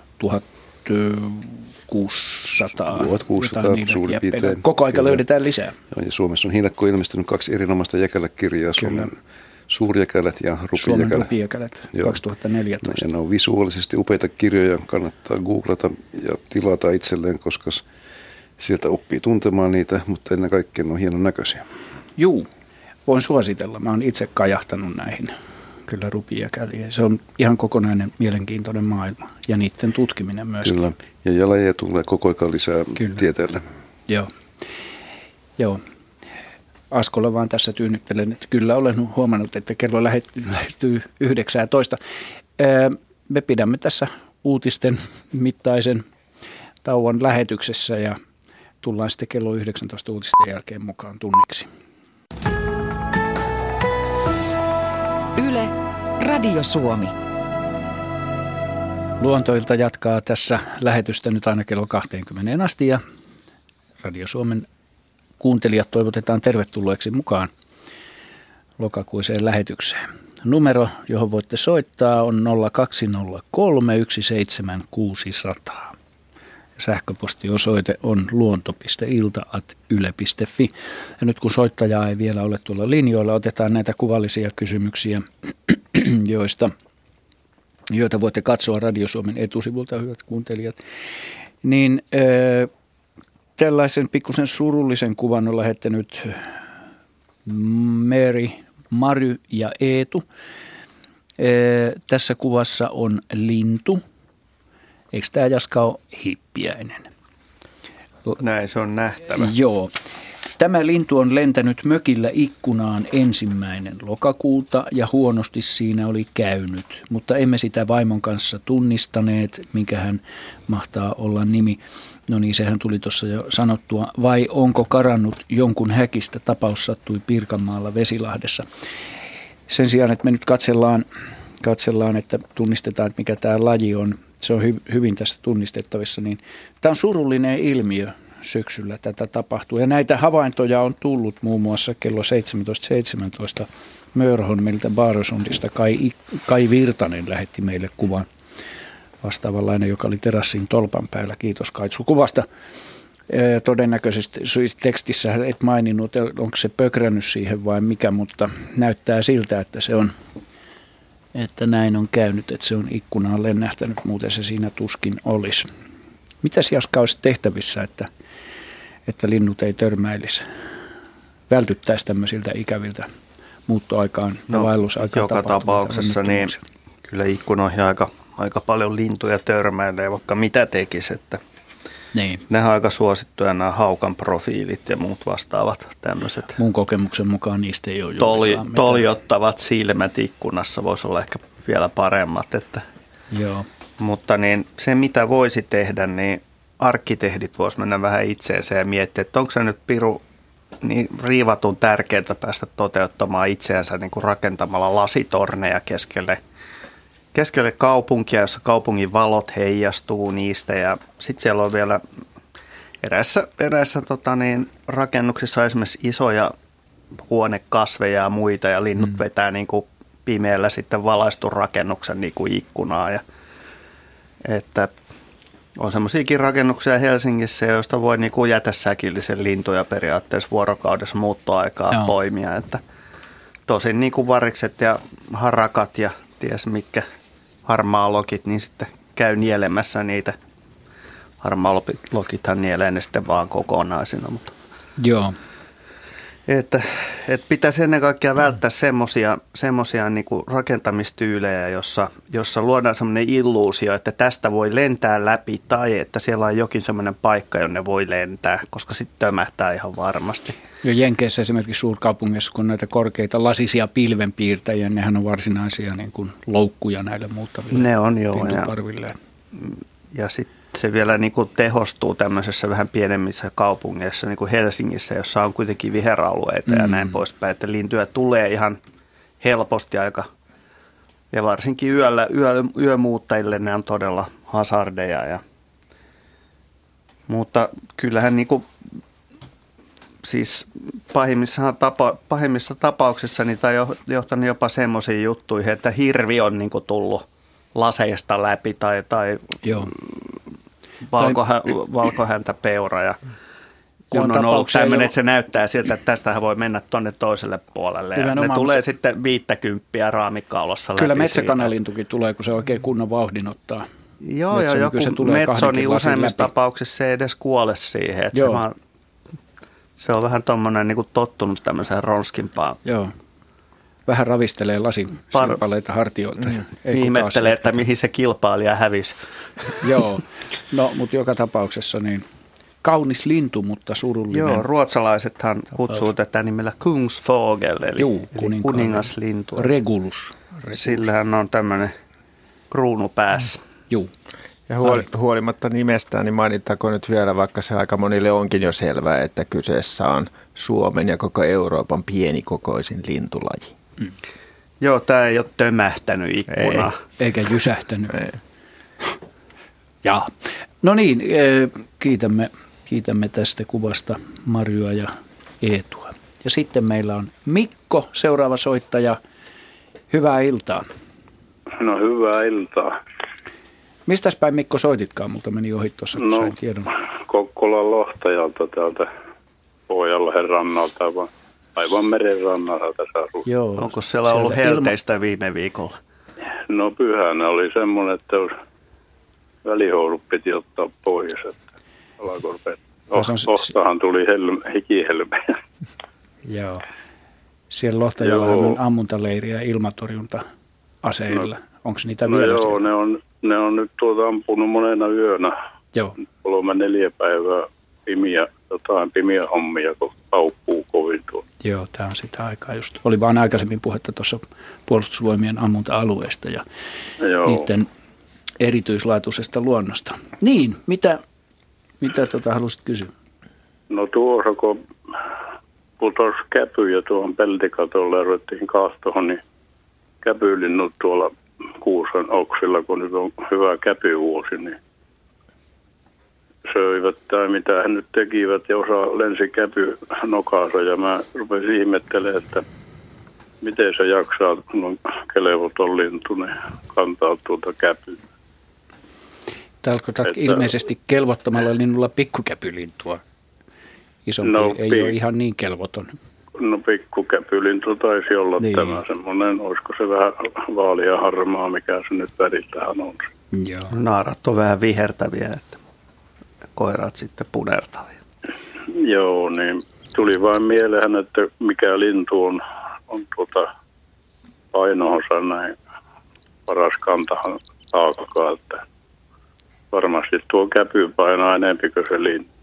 tuhatkuusisataa. tuhatkuusisataa suurin piirtein. Koko aika löydetään lisää. Joo, ja Suomessa on hiljakkoin ilmestynyt kaksi erinomaista jäkäläkirjaa. Suomen suurjäkälät ja rupijäkälät. Suomen rupijäkälät kaksituhattaneljätoista. Ja ne on visuaalisesti upeita kirjoja, kannattaa googlata ja tilata itselleen, koska sieltä oppii tuntemaan niitä, mutta ennen kaikkea ne on hienon näköisiä. Juu, voin suositella. Mä oon itse kajahtanut näihin kyllä rupijäkäliin. Se on ihan kokonainen mielenkiintoinen maailma ja niiden tutkiminen myöskin. Kyllä, ja jälajia tulee koko ajan lisää kyllä. Tieteelle. Joo, joo. Askolla vaan tässä tyynnyttelen, että kyllä olen huomannut, että kello lähestyy yhdeksäntoista. Me pidämme tässä uutisten mittaisen tauon lähetyksessä ja tullaan sitten kello yhdeksäntoista uutisten jälkeen mukaan tunniksi. Yle, Radio Suomi. Luontoilta jatkaa tässä lähetystä nyt aina kello kaksikymmentä asti ja Radio Suomen kuuntelijat toivotetaan tervetulleeksi mukaan lokakuiseen lähetykseen. Numero, johon voitte soittaa, on nolla kaksi nolla kolme yksi seitsemän kuusi nolla nolla. Sähköpostiosoite on luonto piste ilta at yle piste fi. Ja nyt kun soittajaa ei vielä ole tuolla linjoilla, otetaan näitä kuvallisia kysymyksiä, joista, joita voitte katsoa Radio Suomen etusivulta, hyvät kuuntelijat. Niin... Öö, Tällaisen pikkusen surullisen kuvan on lähettänyt Mary, Mary ja Eetu. Ee, tässä kuvassa on lintu. Eikö tämä, Jaska, ole hippiäinen? Näin se on nähtävä. Joo. Tämä lintu on lentänyt mökillä ikkunaan ensimmäinen lokakuuta ja huonosti siinä oli käynyt, mutta emme sitä vaimon kanssa tunnistaneet, minkähän mahtaa olla nimi. No niin, sehän tuli tuossa jo sanottua. Vai onko karannut jonkun häkistä? Tapaus sattui Pirkanmaalla Vesilahdessa. Sen sijaan, että me nyt katsellaan, katsellaan että tunnistetaan, että mikä tämä laji on. Se on hy- hyvin tästä tunnistettavissa. Niin tämä on surullinen ilmiö. Syksyllä tätä tapahtuu. Ja näitä havaintoja on tullut muun muassa kello seitsemäntoista seitsemäntoista Mörholmilta Baarosundista. Kai, Kai Virtanen lähetti meille kuvan. Vastaavanlainen, joka oli terassin tolpan päällä. Kiitos Kaitsu kuvasta. Ee, todennäköisesti tekstissä et maininnut, onko se pökrännyt siihen vai mikä, mutta näyttää siltä, että se on, että näin on käynyt, että se on ikkunaan lennähtänyt, muuten se siinä tuskin olisi. Mitäs, Jaska, olisi tehtävissä, että, että linnut ei törmäilisi? Vältyttäisiin tämmöisiltä ikäviltä muuttoaikaan ja no, vaellusaikaan joka tapauksessa niin kyllä ikkunoihin aika Aika paljon lintuja törmäilee, vaikka mitä tekisi, että niin. Nehän on aika suosittuja nämä haukan profiilit ja muut vastaavat tämmöiset. Mun kokemuksen mukaan niistä ei ole toli, toljottavat silmät ikkunassa voisi olla ehkä vielä paremmat. Että. Joo. Mutta niin, se mitä voisi tehdä, niin arkkitehdit vois mennä vähän itseensä ja miettiä, että onko se nyt piru niin riivatun tärkeää päästä toteuttamaan itseänsä niin kuin rakentamalla lasitorneja keskelle Keskelle kaupunkia, jossa kaupungin valot heijastuu niistä ja sitten siellä on vielä eräissä, eräissä tota niin, rakennuksissa esimerkiksi isoja huonekasveja ja muita ja linnut mm. vetää niin kuin pimeällä sitten valaistun rakennuksen niin kuin ikkunaa. Ja, että on semmoisiakin rakennuksia Helsingissä, joista voi niinku jätesäkillisen lintuja periaatteessa vuorokaudessa muuttoaikaa Joo. poimia. Että tosin niinku varikset ja harakat ja ties mitkä harmaalokit, niin sitten käy nielemässä niitä. Harmaalokithan nielee ne sitten vaan kokonaisina. Mutta Joo. Että, että pitäisi ennen kaikkea välttää semmoisia, semmoisia niin kuin rakentamistyylejä, jossa, jossa luodaan semmoinen illuusio, että tästä voi lentää läpi tai että siellä on jokin semmoinen paikka, jonne voi lentää, koska sitten tömähtää ihan varmasti. Jo Jenkeissä esimerkiksi suurkaupungissa, kun näitä korkeita lasisia pilvenpiirtäjiä, nehän on varsinaisia niin kuin loukkuja näille muuttaville ne on, joo, lintuparville. Ja, ja sitten se vielä niin kuin tehostuu tämmöisessä vähän pienemmissä kaupungeissa, niin kuin Helsingissä, jossa on kuitenkin viheralueita mm. ja näin poispäin, että lintuja tulee ihan helposti aika, ja varsinkin yöllä, yö, yömuuttajille ne on todella hazardeja. Ja, mutta kyllähän niin kuin, siis pahimmissa, tapa, pahimmissa tapauksissa niitä on johtanut jopa semmoisiin juttuihin, että hirvi on niin kuin tullut laseista läpi tai, tai valkohä, valkohäntäpeura ja kun on ollut tämmöinen, että se näyttää siltä, että tästähän voi mennä tuonne toiselle puolelle. Ja ne tulee mutta sitten viittäkymppiä raamikaulassa läpi. Kyllä metsäkanalintukin tulee, kun se oikein kunnon vauhdin ottaa. Joo, Metso, ja joku metso, niin useimmissa tapauksissa se ei edes kuole siihen. Että se, vaan, se on vähän tuommoinen niin kuin tottunut tämmöiseen ronskimpaan. Joo. Vähän ravistelee lasin sirpaleita hartioilta. Mm. Ihmettelee, että mihin se kilpailija hävisi. Joo, no mutta joka tapauksessa niin kaunis lintu, mutta surullinen. Joo, ruotsalaisethan tapaus. Kutsuu tätä nimellä Kungsfågel, eli, Juu, eli kuningaslintu. Regulus. Regulus. Sillähän on tämmöinen kruunu päässä. Mm. Joo. Ja huoli, huolimatta nimestään, niin mainittakoon nyt vielä, vaikka se aika monille onkin jo selvää, että kyseessä on Suomen ja koko Euroopan pienikokoisin lintulaji. Mm. Joo, tämä ei ole tömähtänyt ikkunaa. Ei, eikä jysähtänyt. Ei. Ja. No niin, kiitämme, kiitämme tästä kuvasta Marjoa ja Eetua. Ja sitten meillä on Mikko, seuraava soittaja. Hyvää iltaa. No hyvää iltaa. Mistäs päin Mikko soititkaan? Multa meni ohi tuossa, kun no, sain tiedon. Kokkolan Lohtajalta täältä Pohjanlahden rannalta, aivan, aivan meren rannalta tässä asuu. Joo. Onko siellä ollut helteistä ilma viime viikolla? No pyhänä oli semmoinen, että välihoulut piti ottaa pois, että alkoi oh, Lohtahan tuli helme, hikihelme. Joo. Siellä Lohtajalla on ammuntaleiriä ja ilmatorjunta-aseilla. No, onko niitä no vielä joo, siellä? ne on, ne on nyt tuota ampunut monena yönä. Joo. Kolme neljä päivää pimiä, jotain pimiä hommia, kun paukkuu kovin tuolla. Joo, tämä on sitä aikaa just. Oli vaan aikaisemmin puhetta tuossa puolustusvoimien ammunta-alueesta ja joo. niiden erityislaatuisesta luonnosta. Niin, mitä, mitä tota haluaisit kysyä? No tuossa, kun putosi käpyjä tuohon peltikatolle ja ruvettiin kaastoon, niin käpylinnut tuolla kuusen oksilla, kun nyt on hyvä käpyvuosi, niin söivät tai mitä he nyt tekivät ja osa lensi käpy nokaansa ja mä rupesin ihmettelemään, että miten se jaksaa, kun on kelevoton lintu, niin kantaa tuota käpyä. Tarkoitat ilmeisesti kelvottomalla linnulla pikkukäpylintua. Isompi no, ei pi- ole ihan niin kelvoton. No pikkukäpylintu taisi olla niin. Tämä semmoinen, olisiko se vähän vaalia harmaa, mikä se nyt väriltähän on. Joo. Naarat on vähän vihertäviä, että koirat sitten punertavia. Joo, niin tuli vain mieleen, että mikä lintu on, on tuota painoonsa näin paras kantahan taakkaa, että varmasti tuo käpy painaa enempi kuin se lintu.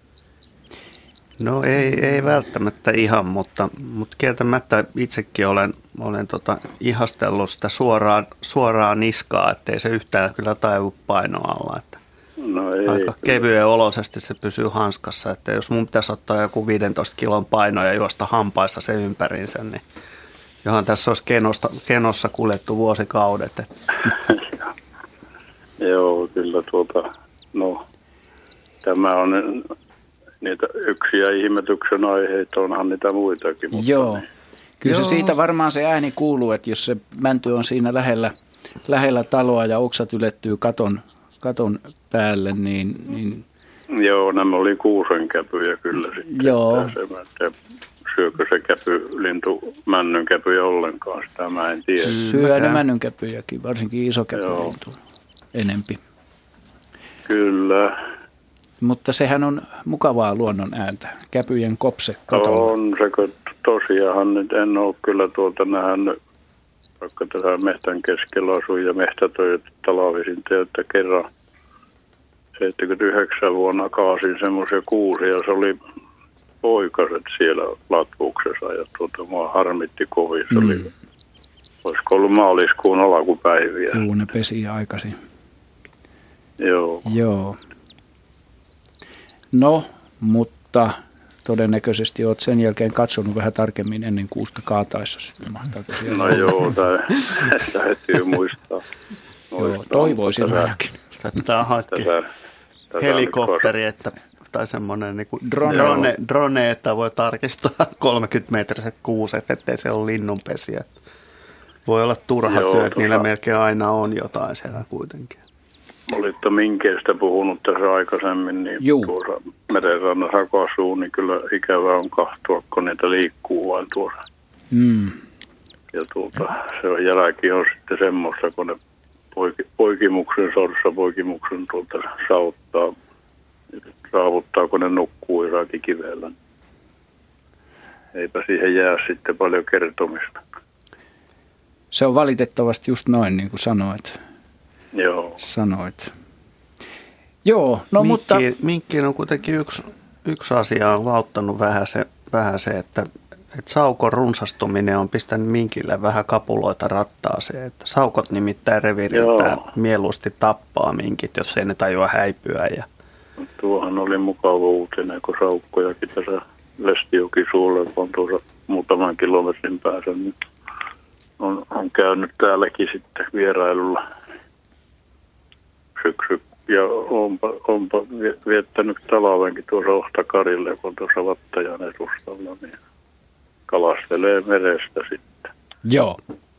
No ei, ei välttämättä ihan, mutta, mutta kieltämättä itsekin olen, olen tota ihastellut sitä suoraa, suoraa niskaa, ettei se yhtään kyllä taivu painoa alla. Että no ei, aika kevyen olosesti se pysyy hanskassa, että jos mun pitäisi ottaa joku viisitoista kilon paino ja juosta hampaissa se ympäriinsä, niin johon tässä olisi kenosta, kenossa kuljettu vuosikaudet. Joo, kyllä tuota, no tämä on niitä yksiä ihmetyksen aiheita, onhan niitä muitakin. Mutta joo, niin. Kyllä joo. Se siitä varmaan se ääni kuuluu, että jos se mänty on siinä lähellä, lähellä taloa ja oksat ylettyy katon, katon päälle, niin... niin joo, nämä oli kuusenkäpyjä kyllä sitten. Joo. Se, syökö se käpy, lintu männynkäpyjä ollenkaan, sitä mä en tiedä. Syö ne männynkäpyjäkin, varsinkin isokäpylintu enempi. Kyllä. Mutta sehän on mukavaa luonnon ääntä, käpyjen kopse katolla. On se, tosiaan nyt en ole kyllä tuota nähnyt, vaikka tässä mehtän keskellä asuin ja mehtätöitä talvisin teiltä kerran. seitsemänkymmentäyhdeksän vuonna kaasin semmoisia kuusia, se oli poikaset siellä latvuksessa ja tuota, mua harmitti kovin. Se oli, mm. olisiko ollut maaliskuun alkupäiviä. Joo, ne pesi aikaisin. Joo. Joo. No, mutta todennäköisesti olet sen jälkeen katsonut vähän tarkemmin ennen kuusta kaataessa sitten. Mahtaako siellä no olla? Joo, täytyy muistaa. Joo, toivoisin ainakin. Sitä pitää hankkia helikopteri, että, tai semmoinen niin kuin drone, drone, että voi tarkistaa kolmekymmentämetriset kuuset, ettei se ole linnunpesiä. Voi olla turha Joo, työ, että niillä melkein aina on jotain siellä kuitenkin. Olitte minkeistä puhunut tässä aikaisemmin, niin Juu. tuossa merenrannassa kun asuu, niin kyllä ikävää on kahtua, kun niitä liikkuu vain tuossa. Mm. Ja tuota, se on jälki on sitten semmoista, kun ne poiki, poikimuksen sorsa, poikimuksen tuolta saavuttaa, saavuttaa, kun ne nukkuu jossakin kivellä. Eipä siihen jää sitten paljon kertomista. Se on valitettavasti just noin, niin kuin sanoit. Joo. Sanoit. Joo, no Minkki, mutta... Minkkiin on kuitenkin yksi, yksi asia on vauttanut vähän se, vähän se että, että saukon runsastuminen on pistänyt minkille vähän kapuloita rattaaseen. Että saukot nimittäin reviiriltään mieluusti tappaa minkit, jos ei ne tajua häipyä. Ja... Tuohan oli mukava uutinen, kun saukkojakin tässä Lestijokisuulle on tuossa muutaman kilometrin päässä. Niin on, on käynyt täälläkin sitten vierailulla syksy. Ja onpa, onpa viettänyt talvenkin tuossa Ohtakarille, kun tuossa Vattajan edustalla, niin kalastelee merestä sitten. Joo.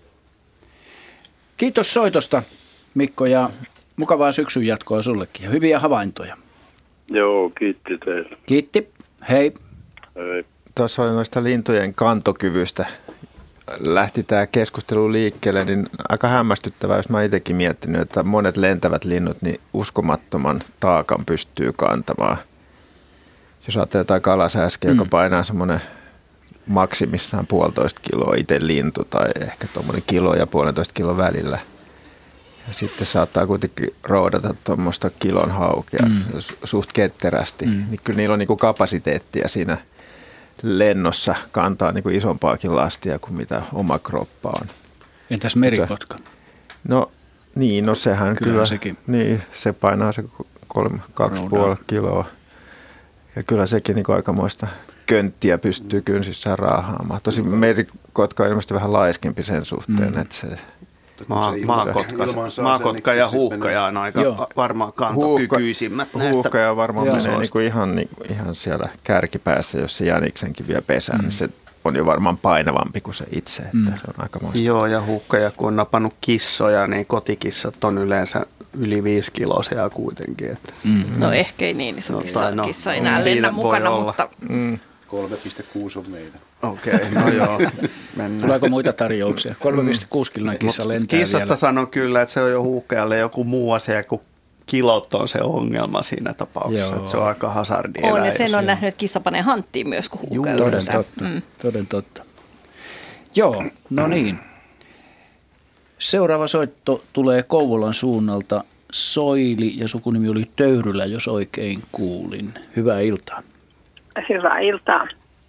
Kiitos soitosta, Mikko, ja mukavaa syksyn jatkoa sullekin ja hyviä havaintoja. Joo, kiitti teille. Kiitti. Hei. Hei. Tuossa oli noista lintujen kantokyvystä. Lähti tämä keskustelu liikkeelle, niin aika hämmästyttävää, jos mä itsekin miettinyt, että monet lentävät linnut niin uskomattoman taakan pystyy kantamaan. Jos ajattelee jotain kalasääskiä, mm. joka painaa semmoinen maksimissaan puolitoista kiloa itse lintu tai ehkä tuommoinen kilo ja puolentoista kilon välillä. Ja sitten saattaa kuitenkin roudata tuommoista kilon haukea mm. suht ketterästi. Mm. Niin kyllä niillä on niinku kapasiteettia siinä lennossa kantaa niin kuin isompaakin lastia kuin mitä oma kroppa on. Entäs meripotka? No niin, no sehän kyllä, kyllä sekin. Niin, se painaa se kolme, kaksi puoli kiloa. Ja kyllä sekin niin kuin aikamoista könttiä pystyy kynsissään raahaamaan. Tosin merikotka on ilmeisesti vähän laiskempi sen suhteen, mm. että se... Maa, maakotka, maakotka ja huuhkaja on aika Joo. varmaan kantokykyisimmät Huuhka, näistä. Huuhkaja varmaan Joo. menee niinku ihan, niinku, ihan siellä kärkipäässä, jos se jäniksenkin vie pesään, mm. niin se on jo varmaan painavampi kuin se itse. Että mm. se on aika muista. Joo, ja huuhkaja kun on napannut kissoja, niin kotikissat on yleensä yli viisi kiloisia kuitenkin. Että. Mm. No ehkä ei niin, iso kissa, no, kissa ei enää lennä mukana, mutta... Mm. kolme pilkku kuusi on meidän. Okei, okay, no joo. Mennään. Tuleeko muita tarjouksia? kolme pilkku kuusi kiloinen kissa lentää Kissasta vielä. sanon kyllä, että se on jo huuhkajalle joku muu asia kuin kilot on se ongelma siinä tapauksessa. Että se on aika hazardieläin. On, ja sen on nähnyt, että kissa panee hanttiin myös, kun huuhkaja toden totta, mm. toden totta. Joo, no niin. Seuraava soitto tulee Kouvolan suunnalta. Soili ja sukunimi oli Töyrylä, jos oikein kuulin. Hyvää iltaa. Hyvää iltaa.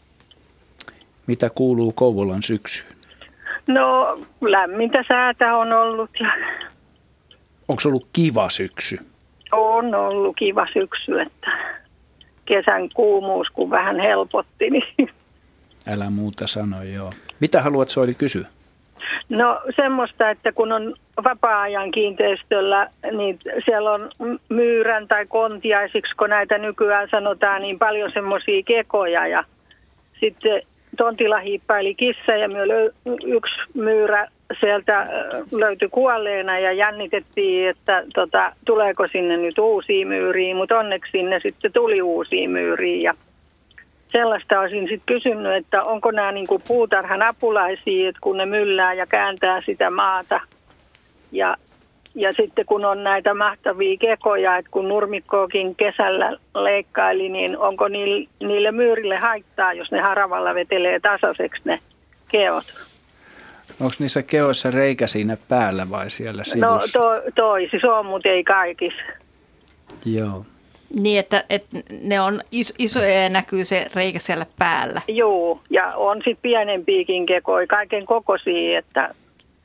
Mitä kuuluu Kouvolan syksyyn? No, lämmintä säätä on ollut. Ja... Onko ollut kiva syksy? On ollut kiva syksy, että kesän kuumuus kun vähän helpotti. Niin... Älä muuta sano, joo. Mitä haluat Soili kysyä? No semmoista, että kun on vapaa-ajan kiinteistöllä, niin siellä on myyrän tai kontiaisiksi, kun näitä nykyään sanotaan, niin paljon semmoisia kekoja. Ja sitten tontilla hiippaili kissa ja myös yksi myyrä sieltä löytyi kuolleena ja jännitettiin, että tota, tuleeko sinne nyt uusia myyriä, mutta onneksi sinne sitten tuli uusia myyriä. Ja sellaista olisin sitten kysynyt, että onko nämä niin kuin puutarhan apulaisia, että kun ne myllää ja kääntää sitä maata. Ja, ja sitten kun on näitä mahtavia kekoja, että kun nurmikkoakin kesällä leikkaili, niin onko niille, niille myyrille haittaa, jos ne haravalla vetelee tasaiseksi ne keot? Onko niissä keoissa reikä siinä päällä vai siellä sivussa? No to, toisissa on, mutta ei kaikissa. Joo. Niin, että, että ne on is, isoja ja näkyy se reikä siellä päällä. Joo, ja on sitten pienempiäkin kekoja, kaiken kokoisia, että...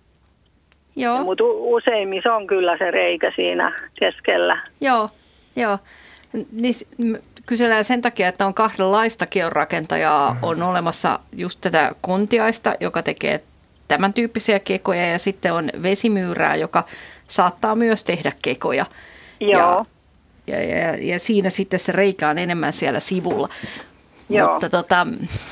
Joo. Mutta useimmissa on kyllä se reikä siinä keskellä. Joo, joo. Niin, kysellään sen takia, että on kahdenlaista keonrakentajaa. On olemassa just tätä kontiaista, joka tekee tämän tyyppisiä kekoja, ja sitten on vesimyyrää, joka saattaa myös tehdä kekoja. Joo. Ja, ja, ja, ja siinä sitten se reikä on enemmän siellä sivulla. Joo. Mutta tota,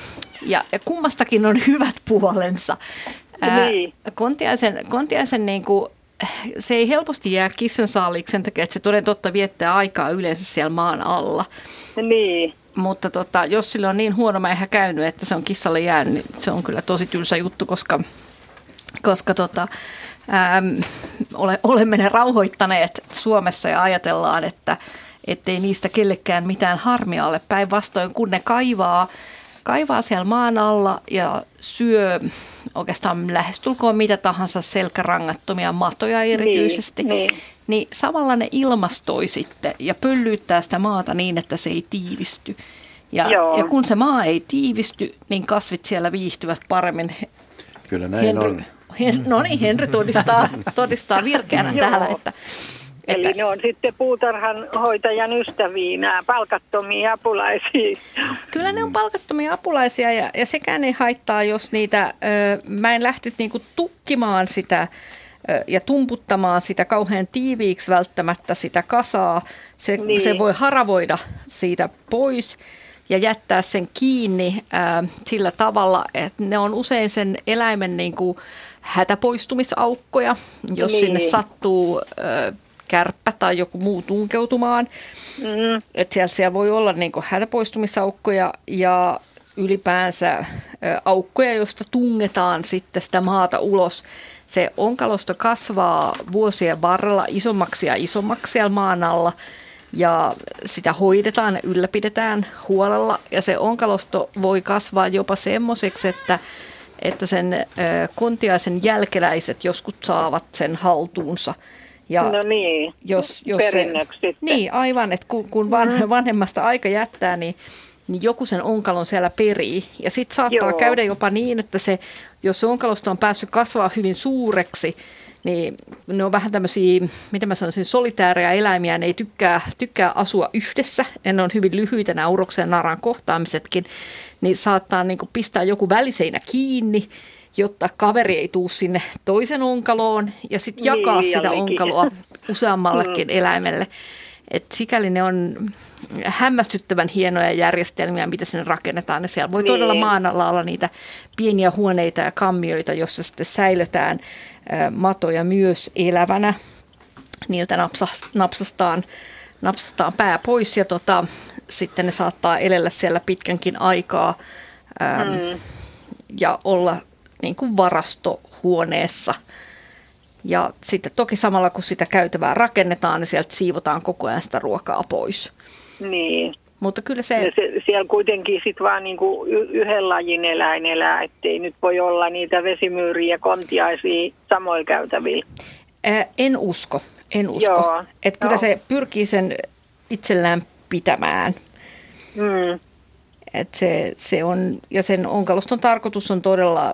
ja, ja kummastakin on hyvät puolensa. Niin. Ää, kontiaisen, kontiaisen niin kuin, se ei helposti jää kissan saaliiksi sen takia, että se toden totta viettää aikaa yleensä siellä maan alla. Niin. Mutta tota, jos sillä on niin huono mäihä käynyt, että se on kissalle jäänyt, niin se on kyllä tosi tylsä juttu, koska, koska tota, äm, ole, olemme ne rauhoittaneet Suomessa ja ajatellaan, että ettei niistä kellekään mitään harmia ole. Päinvastoin, kun ne kaivaa, kaivaa siellä maan alla ja syö oikeastaan lähestulkoon mitä tahansa selkärangattomia matoja erityisesti, niin, niin. niin samalla ne ilmastoi sitten ja pöllyyttää sitä maata niin, että se ei tiivisty. Ja, ja kun se maa ei tiivisty, niin kasvit siellä viihtyvät paremmin. Kyllä näin Henry, on. Hen, no niin, Henry todistaa, todistaa virkeänä täällä, että... Eli ne on sitten puutarhan hoitajan ystäviä, nämä palkattomia apulaisia. Kyllä ne on palkattomia apulaisia ja, ja sekään ei haittaa, jos niitä, ö, mä en lähtisi niinku tukkimaan sitä ö, ja tumputtamaan sitä kauhean tiiviiksi välttämättä sitä kasaa. Se, niin. se voi haravoida siitä pois ja jättää sen kiinni ö, sillä tavalla, että ne on usein sen eläimen niinku hätäpoistumisaukkoja, jos niin. sinne sattuu... Ö, kärppä tai joku muu tunkeutumaan. Mm. Että siellä, siellä voi olla niin kuin hätäpoistumisaukkoja ja ylipäänsä ä, aukkoja, joista tungetaan sitten sitä maata ulos. Se onkalosto kasvaa vuosien varrella isommaksi ja isommaksi siellä maan alla ja sitä hoidetaan ja ylläpidetään huolella. Ja se onkalosto voi kasvaa jopa semmoiseksi, että, että sen ä, kontiaisen jälkeläiset joskus saavat sen haltuunsa. Ja no niin, jos, jos perinnöksi se, sitten. Niin, aivan, että kun, kun van, vanhemmasta aika jättää, niin, niin joku sen onkalon siellä perii. Ja sitten saattaa Joo. käydä jopa niin, että se, jos se onkalosto on päässyt kasvaa hyvin suureksi, niin ne on vähän tämmöisiä, mitä mä sanoisin, solitäärejä eläimiä, ne ei tykkää, tykkää asua yhdessä, ja ne on hyvin lyhyitä, nämä uroksen ja naran kohtaamisetkin, niin saattaa niin kuin pistää joku väliseinä kiinni, jotta kaveri ei tule sinne toisen onkaloon ja sitten jakaa niin, sitä jollekin. onkaloa useammallekin mm. eläimelle. Et sikäli ne on hämmästyttävän hienoja järjestelmiä, mitä sinne rakennetaan. Ja siellä voi niin. todella maan alla olla niitä pieniä huoneita ja kammioita, jossa sitten säilötään ä, matoja myös elävänä. Niiltä napsas, napsastaan, napsastaan pää pois ja tota, sitten ne saattaa elellä siellä pitkänkin aikaa ä, mm. ja olla niin kuin varastohuoneessa. Ja sitten toki samalla kun sitä käytävää rakennetaan, niin sieltä siivotaan koko ajan sitä ruokaa pois. Niin. Mutta kyllä se... Ja se siellä kuitenkin sitten vaan niinku y- yhden lajin eläin elää, ettei nyt voi olla niitä vesimyyriä ja kontiaisia samoin käytävillä. Ää, en usko, en usko. Joo. Että kyllä no. se pyrkii sen itsellään pitämään. Mm. Et se, se on, ja sen onkaloston tarkoitus on todella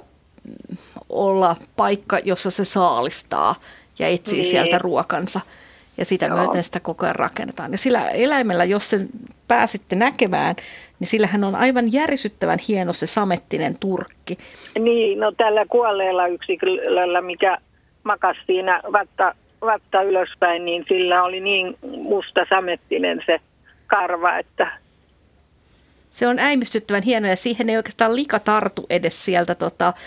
olla paikka, jossa se saalistaa ja etsii niin. sieltä ruokansa. Ja sitä Joo. myöten sitä koko ajan rakennetaan. Ja sillä eläimellä, jos sen pääsitte näkemään, niin sillähän on aivan järisyttävän hieno se samettinen turkki. Niin, no tällä kuolleella yksilöllä, mikä makasi siinä vatta, vatta ylöspäin, niin sillä oli niin musta samettinen se karva, että... Se on äimistyttävän hieno ja siihen ei oikeastaan lika tartu edes sieltä tota,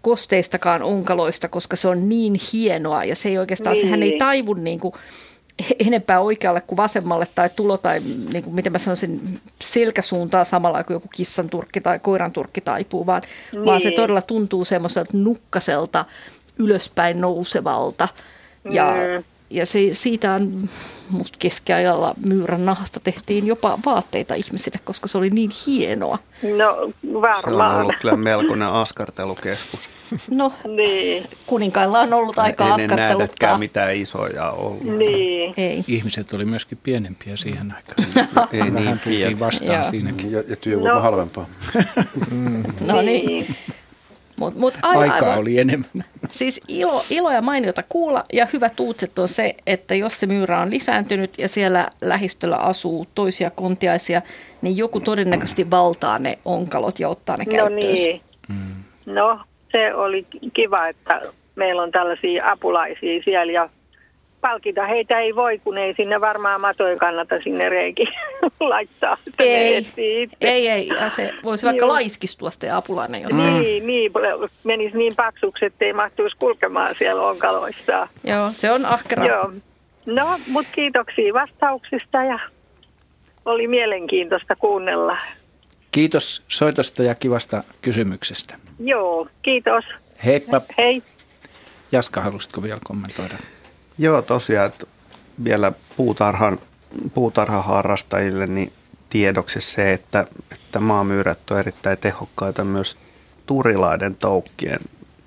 kosteistakaan onkaloista, koska se on niin hienoa ja se ei oikeastaan, niin. sehän ei taivu niin kuin enempää oikealle kuin vasemmalle tai tulo tai niin kuin, miten mä sanoisin, selkäsuuntaan samalla kuin joku kissan turkki tai koiran turkki taipuu, vaan, niin. vaan se todella tuntuu semmoiselta nukkaselta ylöspäin nousevalta ja, mm. ja se, siitä on musta keskiajalla myyrän nahasta tehtiin jopa vaatteita ihmisille, koska se oli niin hienoa. No varmaan. Se on ollut kyllä melkoinen askartelukeskus. No niin. Kuninkailla on ollut aika askarteluttaa. Ei nähdäkään mitään isoja ollut. Niin. Ei. Ihmiset oli myöskin pienempiä siihen aikaan. Ei niin tultiin vastaan Joo. siinäkin. Ja, ja työvoima no. halvempaa. mm. No niin. Mut, mut Aikaa oli enemmän. Siis ilo, ilo ja mainiota kuulla ja hyvät uutiset on se, että jos se myyrä on lisääntynyt ja siellä lähistöllä asuu toisia kontiaisia, niin joku todennäköisesti valtaa ne onkalot ja ottaa ne no käyttöön. Niin. Mm. No se oli kiva, että meillä on tällaisia apulaisia siellä ja palkita heitä ei voi, kun ei sinne varmaan matoja kannata sinne reikin laittaa. Ei, ei, ei. Ja se voisi vaikka Joo. laiskistua sitten apulainen. Jos niin, niin, menisi niin paksuksi, ettei mahtuisi kulkemaan siellä onkaloissa. Joo, se on ahkera. Joo. No, mutta kiitoksia vastauksista ja oli mielenkiintoista kuunnella. Kiitos soitosta ja kivasta kysymyksestä. Joo, kiitos. Heippa. Hei. Jaska, halusitko vielä kommentoida? Joo, tosiaan, että vielä puutarhan, puutarhaharrastajille niin tiedoksi se, että, että maamyyrät on erittäin tehokkaita myös turilaiden toukkien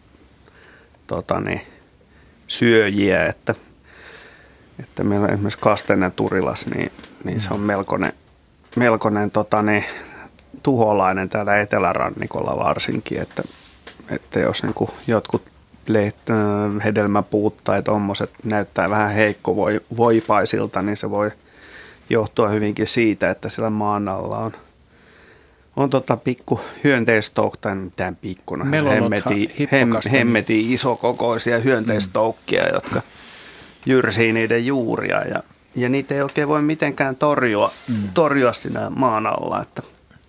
tota niin, syöjiä, että, että meillä esimerkiksi Kasteinen turilas, niin, niin se on melkoinen, melkoinen tota niin, tuholainen täällä etelärannikolla varsinkin, että, että jos niin kuin jotkut hedelmäpuut tai tuommoiset näyttää vähän heikkovoipaisilta, niin se voi johtua hyvinkin siitä, että siellä maan alla on, on tota pikku hyönteistoukka, tai mitään pikkuna, hemmetin, hem, hemmetin isokokoisia hyönteistoukkia, mm. jotka jyrsii niiden juuria ja, ja niitä ei oikein voi mitenkään torjua, mm. torjua siinä maan alla, että,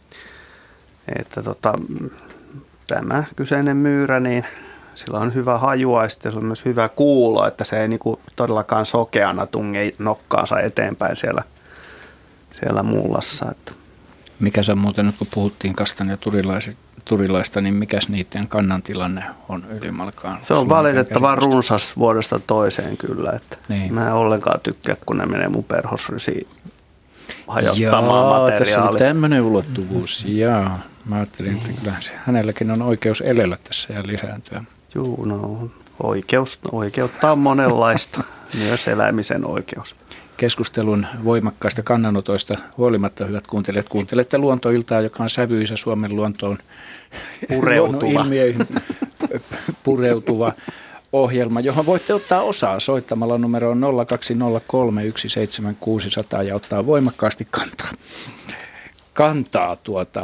että tota, tämä kyseinen myyrä, niin sillä on hyvä hajua ja sitten se on myös hyvä kuulo, että se ei niinku todellakaan sokeana tunge nokkaansa eteenpäin siellä, siellä mullassa. Että. Mikä se on muuten, nyt kun puhuttiin kastan ja turilaista, niin mikäs niiden kannan tilanne on ylimalkaan? Se on valitettavan runsas vuodesta toiseen kyllä. Että niin. Mä en ollenkaan tykkää, kun ne menee mun perhosrysiin hajottamaan materiaalia. Joo, tässä on tämmöinen ulottuvuus. Jaa, mä ajattelin, että kyllä hänelläkin on oikeus elellä tässä ja lisääntyä. Juu, no oikeus, oikeutta on monenlaista, myös elämisen oikeus. Keskustelun voimakkaista kannanotoista huolimatta, hyvät kuuntelijat, kuuntelette Luontoiltaa, joka on sävyisä Suomen luontoon pureutuva. ilmiöihin pureutuva ohjelma, johon voitte ottaa osaa soittamalla numeroon nolla kaksi nolla kolme yksi seitsemän kuusi nolla nolla ja ottaa voimakkaasti kantaa. kantaa tuota.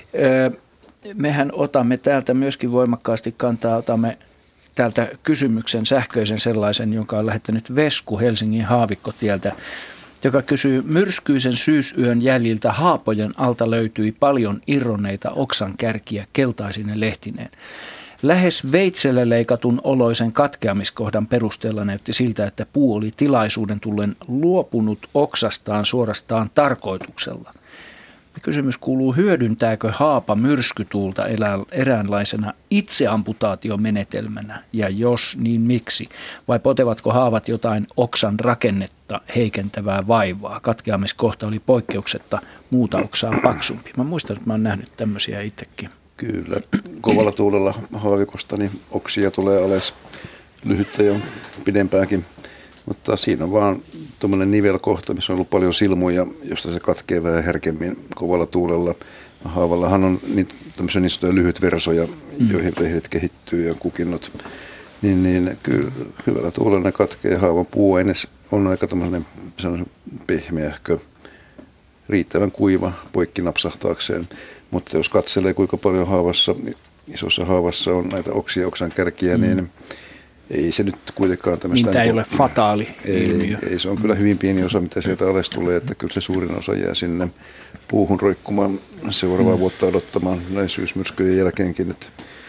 Mehän otamme täältä myöskin voimakkaasti kantaa, otamme täältä kysymyksen, sähköisen sellaisen, jonka on lähettänyt Vesku Helsingin Haavikkotieltä, joka kysyy, myrskyisen syysyön jäljiltä haapojen alta löytyi paljon irronneita oksan kärkiä keltaisine lehtineen. Lähes veitsellä leikatun oloisen katkeamiskohdan perusteella näytti siltä, että puu oli tilaisuuden tullen luopunut oksastaan suorastaan tarkoituksella. Kysymys kuuluu, hyödyntääkö haapa myrskytuulta eräänlaisena itseamputaatiomenetelmänä, ja jos, niin miksi? Vai potevatko haavat jotain oksan rakennetta heikentävää vaivaa? Katkeamiskohta oli poikkeuksetta muuta oksaa paksumpi. Mä muistan, että mä oon nähnyt tämmöisiä itsekin. Kyllä, kovalla tuulella haavikosta niin oksia tulee alas, lyhyttä jo pidempäänkin. Mutta siinä on vaan tuommoinen nivelkohta, missä on ollut paljon silmuja, josta se katkee vähän herkemmin kovalla tuulella. Haavallahan on niitä tämmöisiä niin sanottuja lyhytversoja, mm. joihin lehdet kehittyy ja kukinnot. Niin, niin kyllä hyvällä tuulella ne katkee. Haavan puuaines on aika tämmöinen pehmeähkö, riittävän kuiva poikki napsahtaakseen. Mutta jos katselee, kuinka paljon haavassa, isossa haavassa on näitä oksia, oksan kärkiä, mm. niin ei se nyt kuitenkaan tämmöistä... Niin tämä ei ole fataali ei, ilmiö. Ei, se on kyllä hyvin pieni osa, mitä sieltä alas tulee, että kyllä se suurin osa jää sinne puuhun roikkumaan seuraavaa mm. vuotta odottamaan näin syysmyrskyjen jälkeenkin. Että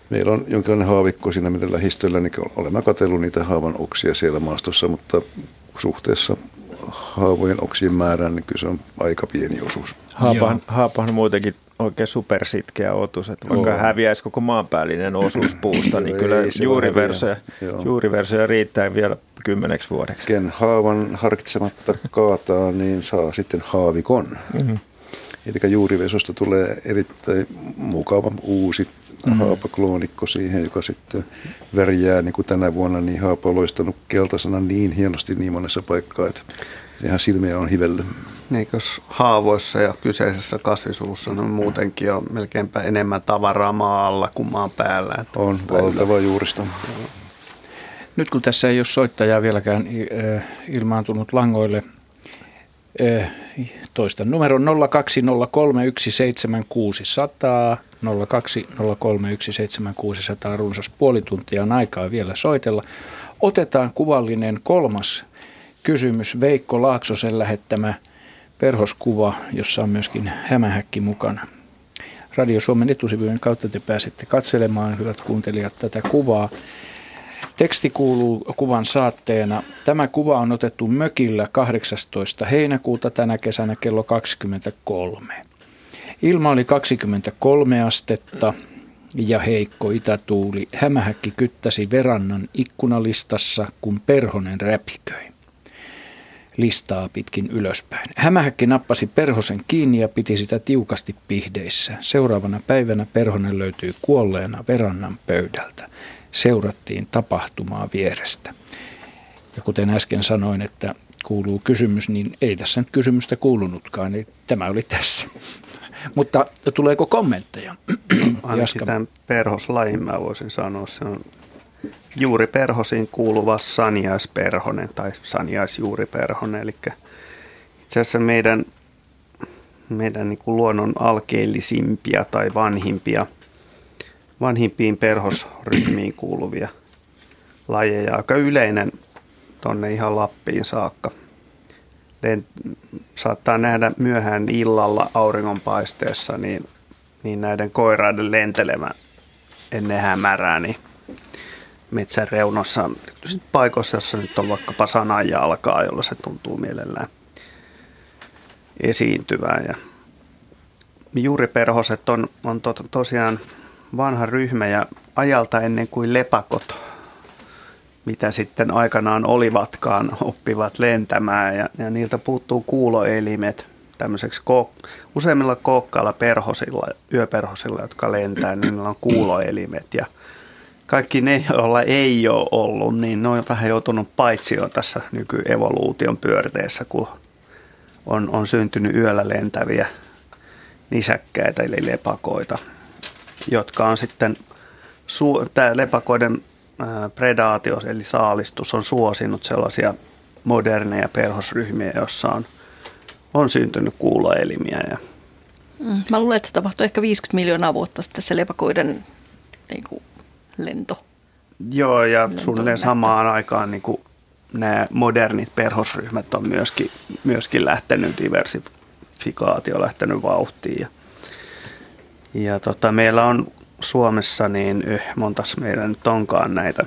Meillä on jonkinlainen haavikko siinä meidän lähistöllä, niin olemme katsellut niitä haavan oksia siellä maastossa, mutta suhteessa haavojen oksien määrään, niin kyllä se on aika pieni osuus. Haapahan, haapahan on muutenkin oikein supersitkeä otus, että vaikka oh. häviäisi koko maanpäällinen osuus puusta, niin kyllä juuriversoja, juuriversoja riittää vielä kymmeneksi vuodeksi. Ken haavan harkitsematta kaataa, niin saa sitten haavikon. Mm-hmm. Eli juurivesosta tulee erittäin mukava uusi mm-hmm. haapakloonikko siihen, joka sitten värjää, niin kuin tänä vuonna, niin haapa on loistanut keltaisena niin hienosti niin monessa paikkaa, että ihan silmiä on hivellyt. Niin, jos haavoissa ja kyseisessä kasvisuussa on muutenkin on melkeinpä enemmän tavaraa maa alla kuin maan päällä. Että on valtava juurista. Nyt kun tässä ei ole soittajaa vieläkään ilmaantunut langoille, toistan numeron nolla kaksi nolla kolme yksi seitsemän kuusi nolla nolla, nolla kaksi nolla kolme yksi seitsemän kuusi nolla nolla, runsas puoli tuntia on aikaa vielä soitella. Otetaan kuvallinen kolmas kysymys, Veikko Laaksosen lähettämä perhoskuva, jossa on myöskin hämähäkki mukana. Radio Suomen etusivujen kautta te pääsette katselemaan, hyvät kuuntelijat, tätä kuvaa. Teksti kuuluu kuvan saatteena. Tämä kuva on otettu mökillä kahdeksastoista heinäkuuta tänä kesänä kello kaksikymmentäkolme. Ilma oli kaksikymmentäkolme astetta ja heikko itätuuli. Hämähäkki kyttäsi verannan ikkunalistassa, kun perhonen räpiköi listaa pitkin ylöspäin. Hämähäkki nappasi perhosen kiinni ja piti sitä tiukasti pihdeissä. Seuraavana päivänä perhonen löytyi kuolleena verannan pöydältä. Seurattiin tapahtumaa vierestä. Ja kuten äsken sanoin, että kuuluu kysymys, niin ei tässä nyt kysymystä kuulunutkaan. Eli tämä oli tässä. Mutta tuleeko kommentteja? Ainakin tämän perhoslajin mä voisin sanoa. Se on juuri perhosiin kuuluva saniaisperhonen tai saniaisjuuriperhonen. Eli itse asiassa meidän, meidän niin kuin luonnon alkeellisimpia tai vanhimpia, vanhimpiin perhosryhmiin kuuluvia lajeja. Aika yleinen tuonne ihan Lappiin saakka. Saattaa nähdä myöhään illalla auringonpaisteessa niin, niin näiden koiraiden lentelemään ennen hämärää niin metsän reunossa, paikoissa, jossa nyt on vaikkapa sananjalkaa, jolla se tuntuu mielellään esiintyvään. Ja juuriperhoset on, on to, tosiaan vanha ryhmä ja ajalta ennen kuin lepakot, mitä sitten aikanaan olivatkaan, oppivat lentämään ja, ja niiltä puuttuu kuuloelimet tämmöiseksi kook- useimmilla kookkailla perhosilla, yöperhosilla, jotka lentää, niin niillä on kuuloelimet ja kaikki ne, joilla ei ole ollut, niin ne on vähän joutunut paitsioon tässä nykyevoluution pyörteessä, kun on, on syntynyt yöllä lentäviä nisäkkäitä eli lepakoita, jotka on sitten, su- tämä lepakoiden ää, predaatio eli saalistus on suosinut sellaisia moderneja perhosryhmiä, joissa on, on syntynyt kuuloelimiä. Ja mm, mä luulen, että se tapahtui ehkä viisikymmentä miljoonaa vuotta sitten se lepakoiden niin kuin lento. Joo, ja suunnilleen samaan aikaan niin kuin nämä modernit perhosryhmät on myöskin, myöskin lähtenyt, diversifikaatio lähtenyt vauhtiin. Ja, ja tota, meillä on Suomessa, niin yh, montas meillä nyt onkaan näitä,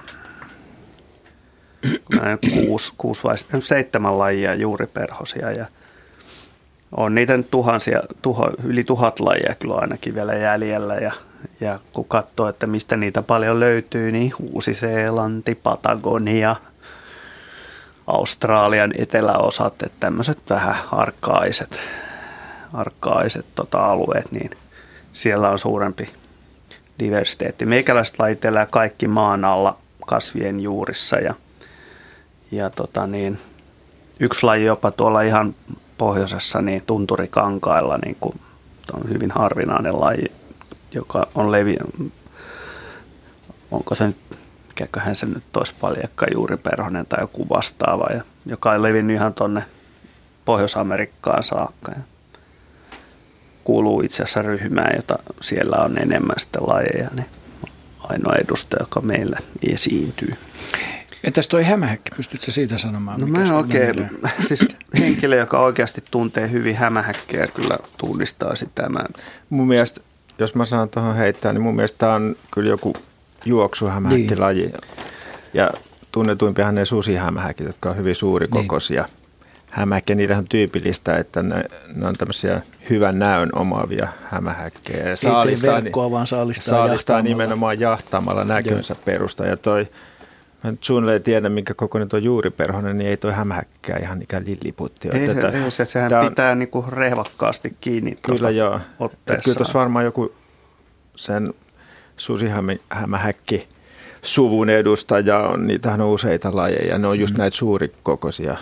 kuusi, kuusi vai seitsemän lajia juuriperhosia, ja on niitä nyt tuhansia, tuho, yli tuhat lajia kyllä ainakin vielä jäljellä, ja Ja kun katsoo, että mistä niitä paljon löytyy, niin Uusi-Seelanti, Patagonia, Australian eteläosat, että tämmöiset vähän arkaiset, arkaiset tota, alueet, niin siellä on suurempi diversiteetti. Meikäläiset lajit elää kaikki maan alla kasvien juurissa ja, ja tota niin, yksi laji jopa tuolla ihan pohjoisessa niin tunturikankailla, niin kuin, on hyvin harvinainen laji, joka on leviänyt, onko se nyt, mikäköhän se nyt olisi paljakka juuriperhonen tai joku vastaava, ja, joka on levinnyt ihan tuonne Pohjois-Amerikkaan saakka. Ja kuuluu itse asiassa ryhmään, jota siellä on enemmän sitten lajeja, niin ainoa edustaja, joka meillä esiintyy. Entäs toi hämähäkki, pystytkö siitä sanomaan? No mä en oikein, siis henkilö, joka oikeasti tuntee hyvin hämähäkkiä, kyllä tunnistaa sitä. Mä... Mun mielestä jos mä saan tuohon heittää, niin mun mielestä tämä on kyllä joku juoksuhämähäkkilaji. Niin. Ja tunnetuimpihan ne susihämähäkit, jotka on hyvin suurikokoisia. Niin. Hämähäkkiä, niillä on tyypillistä, että ne, ne on tämmöisiä hyvän näön omaavia hämähäkkejä. Ja saalistaa, ei verkkoa, vaan saalistaa, saalistaa nimenomaan jahtaamalla näkönsä perusta. Ja toi, mä nyt suunnilleen tiedän, minkä kokoinen tuo juuriperhonen, niin ei toi hämähäkkää ihan ikään lilliputti. Ei, se, ei se, sehän on, pitää niinku rehvakkaasti kiinni kyllä joo. otteessa. Kyllä tuossa varmaan joku sen susihämähäkki suvun edustaja on, niitähän on useita lajeja. Ne on just mm. näitä suurikokoisia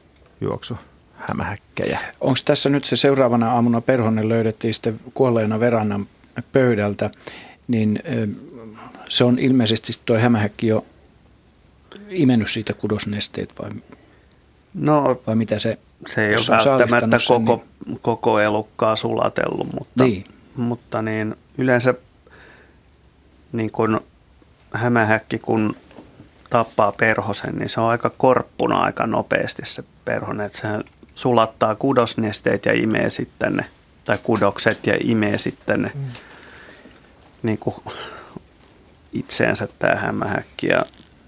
juoksuhämähäkkejä. Onko tässä nyt se seuraavana aamuna perhonen löydettiin sitten kuolleena verannan pöydältä, niin se on ilmeisesti tuo hämähäkki jo imennyt siitä kudosnesteet vai, no, vai mitä se se ei ole välttämättä sen, koko, niin, koko elukkaa sulatellut, mutta, niin. mutta niin, yleensä niin kun hämähäkki kun tappaa perhosen, niin se on aika korppuna aika nopeasti se perhonen, että sehän sulattaa kudosnesteet ja imee sitten ne, tai kudokset ja imee sitten ne mm. niin kuin itseensä tämä hämähäkki. Ja,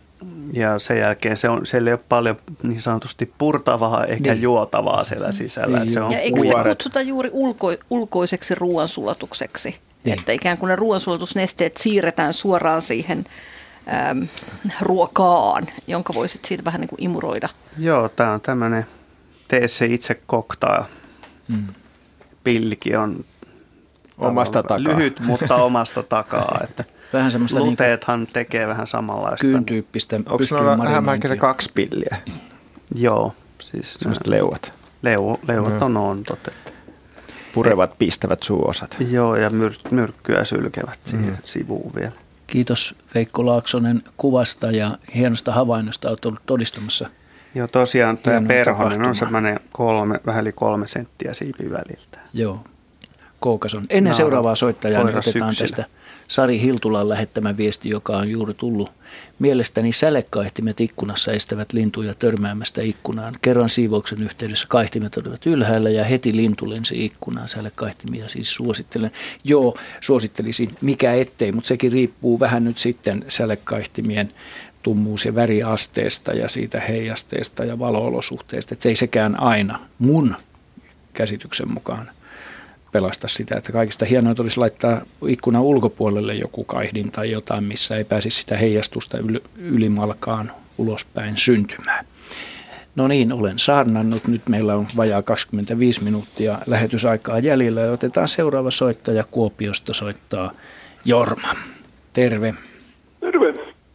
ja sen jälkeen se on, siellä ei ole paljon niin sanotusti purtavaa eikä niin. juotavaa siellä sisällä. Niin. Se on ja eikö sitä kutsuta juuri ulko, ulkoiseksi ruoansulatukseksi? Niin. Että ikään kuin ne ruoansulatusnesteet siirretään suoraan siihen äm, ruokaan, jonka voisit siitä vähän niin kuin imuroida. Joo, tämä on tämmöinen tee se itse cocktail. Mm. Pillikin on omasta takaa. Lyhyt, mutta omasta takaa. Että vähän semmoista luteethan niin tekee vähän samanlaista. Kyyn-tyyppistä. Onko noilla hämähäkillä kaksi pilliä? Joo. Siis semmoiset leuat. Leu, leuat on on totta. Purevat, pistävät suuosat. Joo, ja myr- myrkkyä sylkevät siihen mm. sivuun vielä. Kiitos Veikko Laaksonen kuvasta ja hienosta havainnosta. Olet ollut todistamassa. Joo, tosiaan tämä perhonen on semmoinen kolme, vähän yli kolme senttiä siipin väliltä. Joo, kookas on. Ennen no, seuraavaa soittajaa niin otetaan syksyllä tästä Sari Hiltulan lähettämä viesti, joka on juuri tullut. Mielestäni sälekaihtimet ikkunassa estävät lintuja törmäämästä ikkunaan. Kerran siivouksen yhteydessä kaihtimet olivat ylhäällä ja heti lintu lensi ikkunaan. Sälekaihtimia siis suosittelen. Joo, suosittelisin mikä ettei, mutta sekin riippuu vähän nyt sitten sälekaihtimien tummuus- ja väriasteesta ja siitä heijasteesta ja valo-olosuhteesta. Että se ei sekään aina mun käsityksen mukaan pelasta sitä, että kaikista hienointa olisi laittaa ikkunan ulkopuolelle joku kaihdin tai jotain, missä ei pääsisi sitä heijastusta yl- ylimalkaan ulospäin syntymään. No niin, olen saarnannut. Nyt meillä on vajaa kaksikymmentäviisi minuuttia lähetysaikaa jäljellä ja otetaan seuraava soittaja. Kuopiosta soittaa Jorma. Terve. Terve.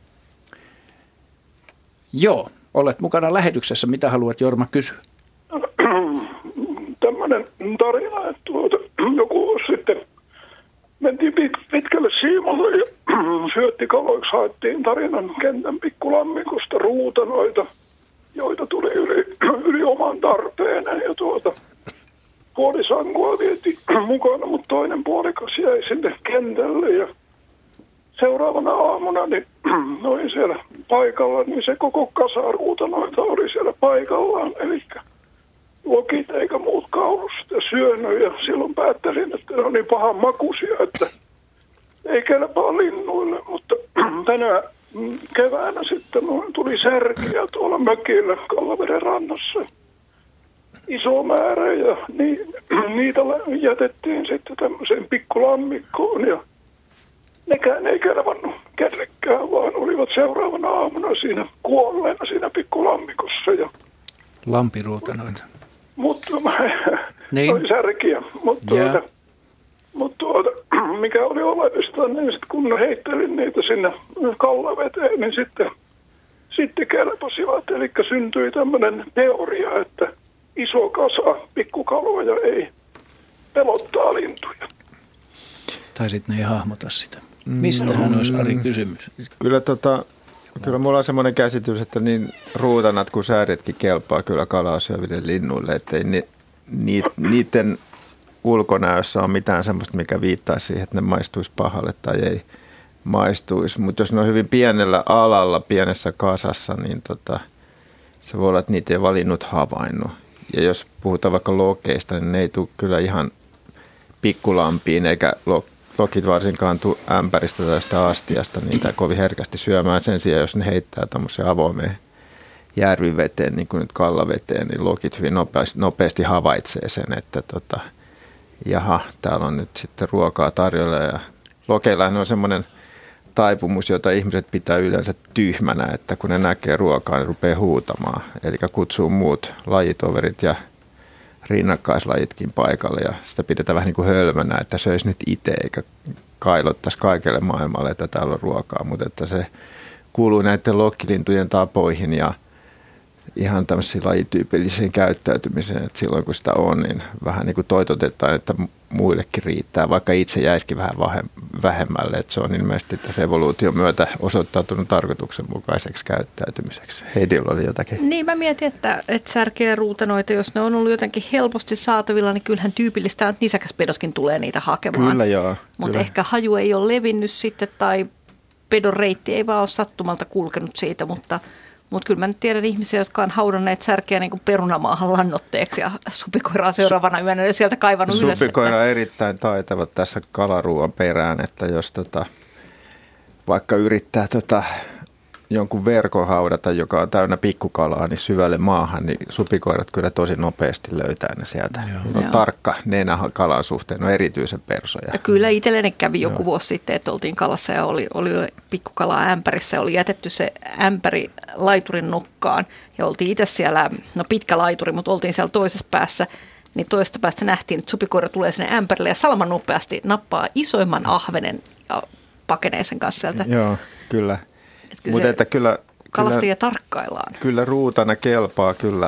Joo, olet mukana lähetyksessä. Mitä haluat, Jorma, kysyä? Tämmöinen tarina, että tuota, joku vuosi sitten mentiin pit- pitkälle Siimolle ja syöttikaloiksi haettiin tarinan kentän Pikkulammikosta ruutanoita, joita tuli yli, yli oman tarpeen. Ja tuota, puolisangua vietiin mukana, mutta toinen puolikas jäi sinne kentälle ja seuraavana aamuna niin noin siellä paikalla, niin se koko kasa ruutanoita oli siellä paikallaan, eli lokit eikä muut kaulu sitä syönyt ja silloin päättelin, että ne on niin pahan makuisia, että ei kelpaa linnuille, mutta tänä keväänä sitten tuli särkiä tuolla mökillä Kallaveden rannassa iso määrä ja ni, niitä jätettiin sitten tämmöiseen pikkulammikkoon ja nekään ei kelvannut kellekään, vaan olivat seuraavana aamuna siinä kuolleena siinä pikkulammikossa. Ja lampiruutanoita. Mutta niin. oli särkiä. Mutta tuota, mut tuota, mikä oli oleellista, niin sit kun heittelin niitä sinne Kallaveteen, niin sitten, sitten kelpasivat. Eli syntyi tämmöinen teoria, että iso kasa pikkukaloja ei pelottaa lintuja. Tai sitten ne ei hahmota sitä. Mistähän mm. olisi, Ari, kysymys? Kyllä, tota, kyllä mulla on semmoinen käsitys, että niin ruutanat kuin sääretkin kelpaa kyllä kalaa syöville linnuille, että ei ni, ni, niiden ulkonäössä ole mitään semmoista, mikä viittaa siihen, että ne maistuisi pahalle tai ei maistuisi. Mutta jos ne on hyvin pienellä alalla, pienessä kasassa, niin tota, se voi olla, että niitä ei valinnut havainnut. Ja jos puhutaan vaikka lokeista, niin ne ei tule kyllä ihan pikkulampiin eikä lo, lokit varsinkaan tuu ämpäristä tai sitä astiasta niitä kovin herkästi syömään. Sen sijaan, jos ne heittää tämmöiseen avoimeen järviveteen, niin kuin nyt kallaveteen, niin lokit hyvin nopeasti, nopeasti havaitsee sen, että tota, jaha, täällä on nyt sitten ruokaa tarjolla. Ja lokeillahan on semmoinen taipumus, jota ihmiset pitää yleensä tyhmänä, että kun ne näkee ruokaa, niin rupeaa huutamaan. Eli kutsuu muut lajitoverit ja rinnakkaislajitkin paikalle ja sitä pidetään vähän niin kuin hölmönä, että söisi nyt itse eikä kailottaisi kaikelle maailmalle, että täällä on ruokaa, mutta että se kuuluu näiden lokkilintujen tapoihin ja ihan tämmöisiin lajityypilliseen käyttäytymiseen, että silloin kun sitä on, niin vähän niin kuin toitotetaan, että muillekin riittää, vaikka itse jäisikin vähän vähemmälle, että se on ilmeisesti tässä evoluution myötä osoittautunut tarkoituksenmukaiseksi käyttäytymiseksi. Heidillä oli jotakin. Niin, mä mietin, että, että särkeä ja ruutanoita, jos ne on ollut jotenkin helposti saatavilla, niin kyllähän tyypillistä on, että nisäkäspedotkin tulee niitä hakemaan. Kyllä joo. Mutta ehkä haju ei ole levinnyt sitten tai pedon reitti ei vaan ole sattumalta kulkenut siitä, mutta Mutta kyllä mä nyt tiedän ihmisiä, jotka on haudanneet särkeä niin kuin perunamaahan lannoitteeksi ja supikoiraa seuraavana yönä ja sieltä kaivannut ylös. Supikoira on että erittäin taitava tässä kalaruuan perään, että jos tota, vaikka yrittää tota, jonkun verkon haudata, joka on täynnä pikkukalaa, niin syvälle maahan, niin supikoirat kyllä tosi nopeasti löytää ne sieltä. On Joo. tarkka nenä kalan suhteen, on erityisen persoja. Ja kyllä itselleni kävi joku Joo. vuosi sitten, että oltiin kalassa ja oli, oli pikkukalaa ämpärissä ja oli jätetty se ämpäri laiturin nokkaan. Ja oltiin itse siellä, no pitkä laituri, mutta oltiin siellä toisessa päässä. Niin toisesta päästä nähtiin, että supikoira tulee sinne ämpärille ja salman nopeasti nappaa isoimman ahvenen ja pakenee sen kanssa sieltä. Joo, kyllä. Mutta että kyllä, kalastajia tarkkaillaan. Kyllä ruutana kelpaa kyllä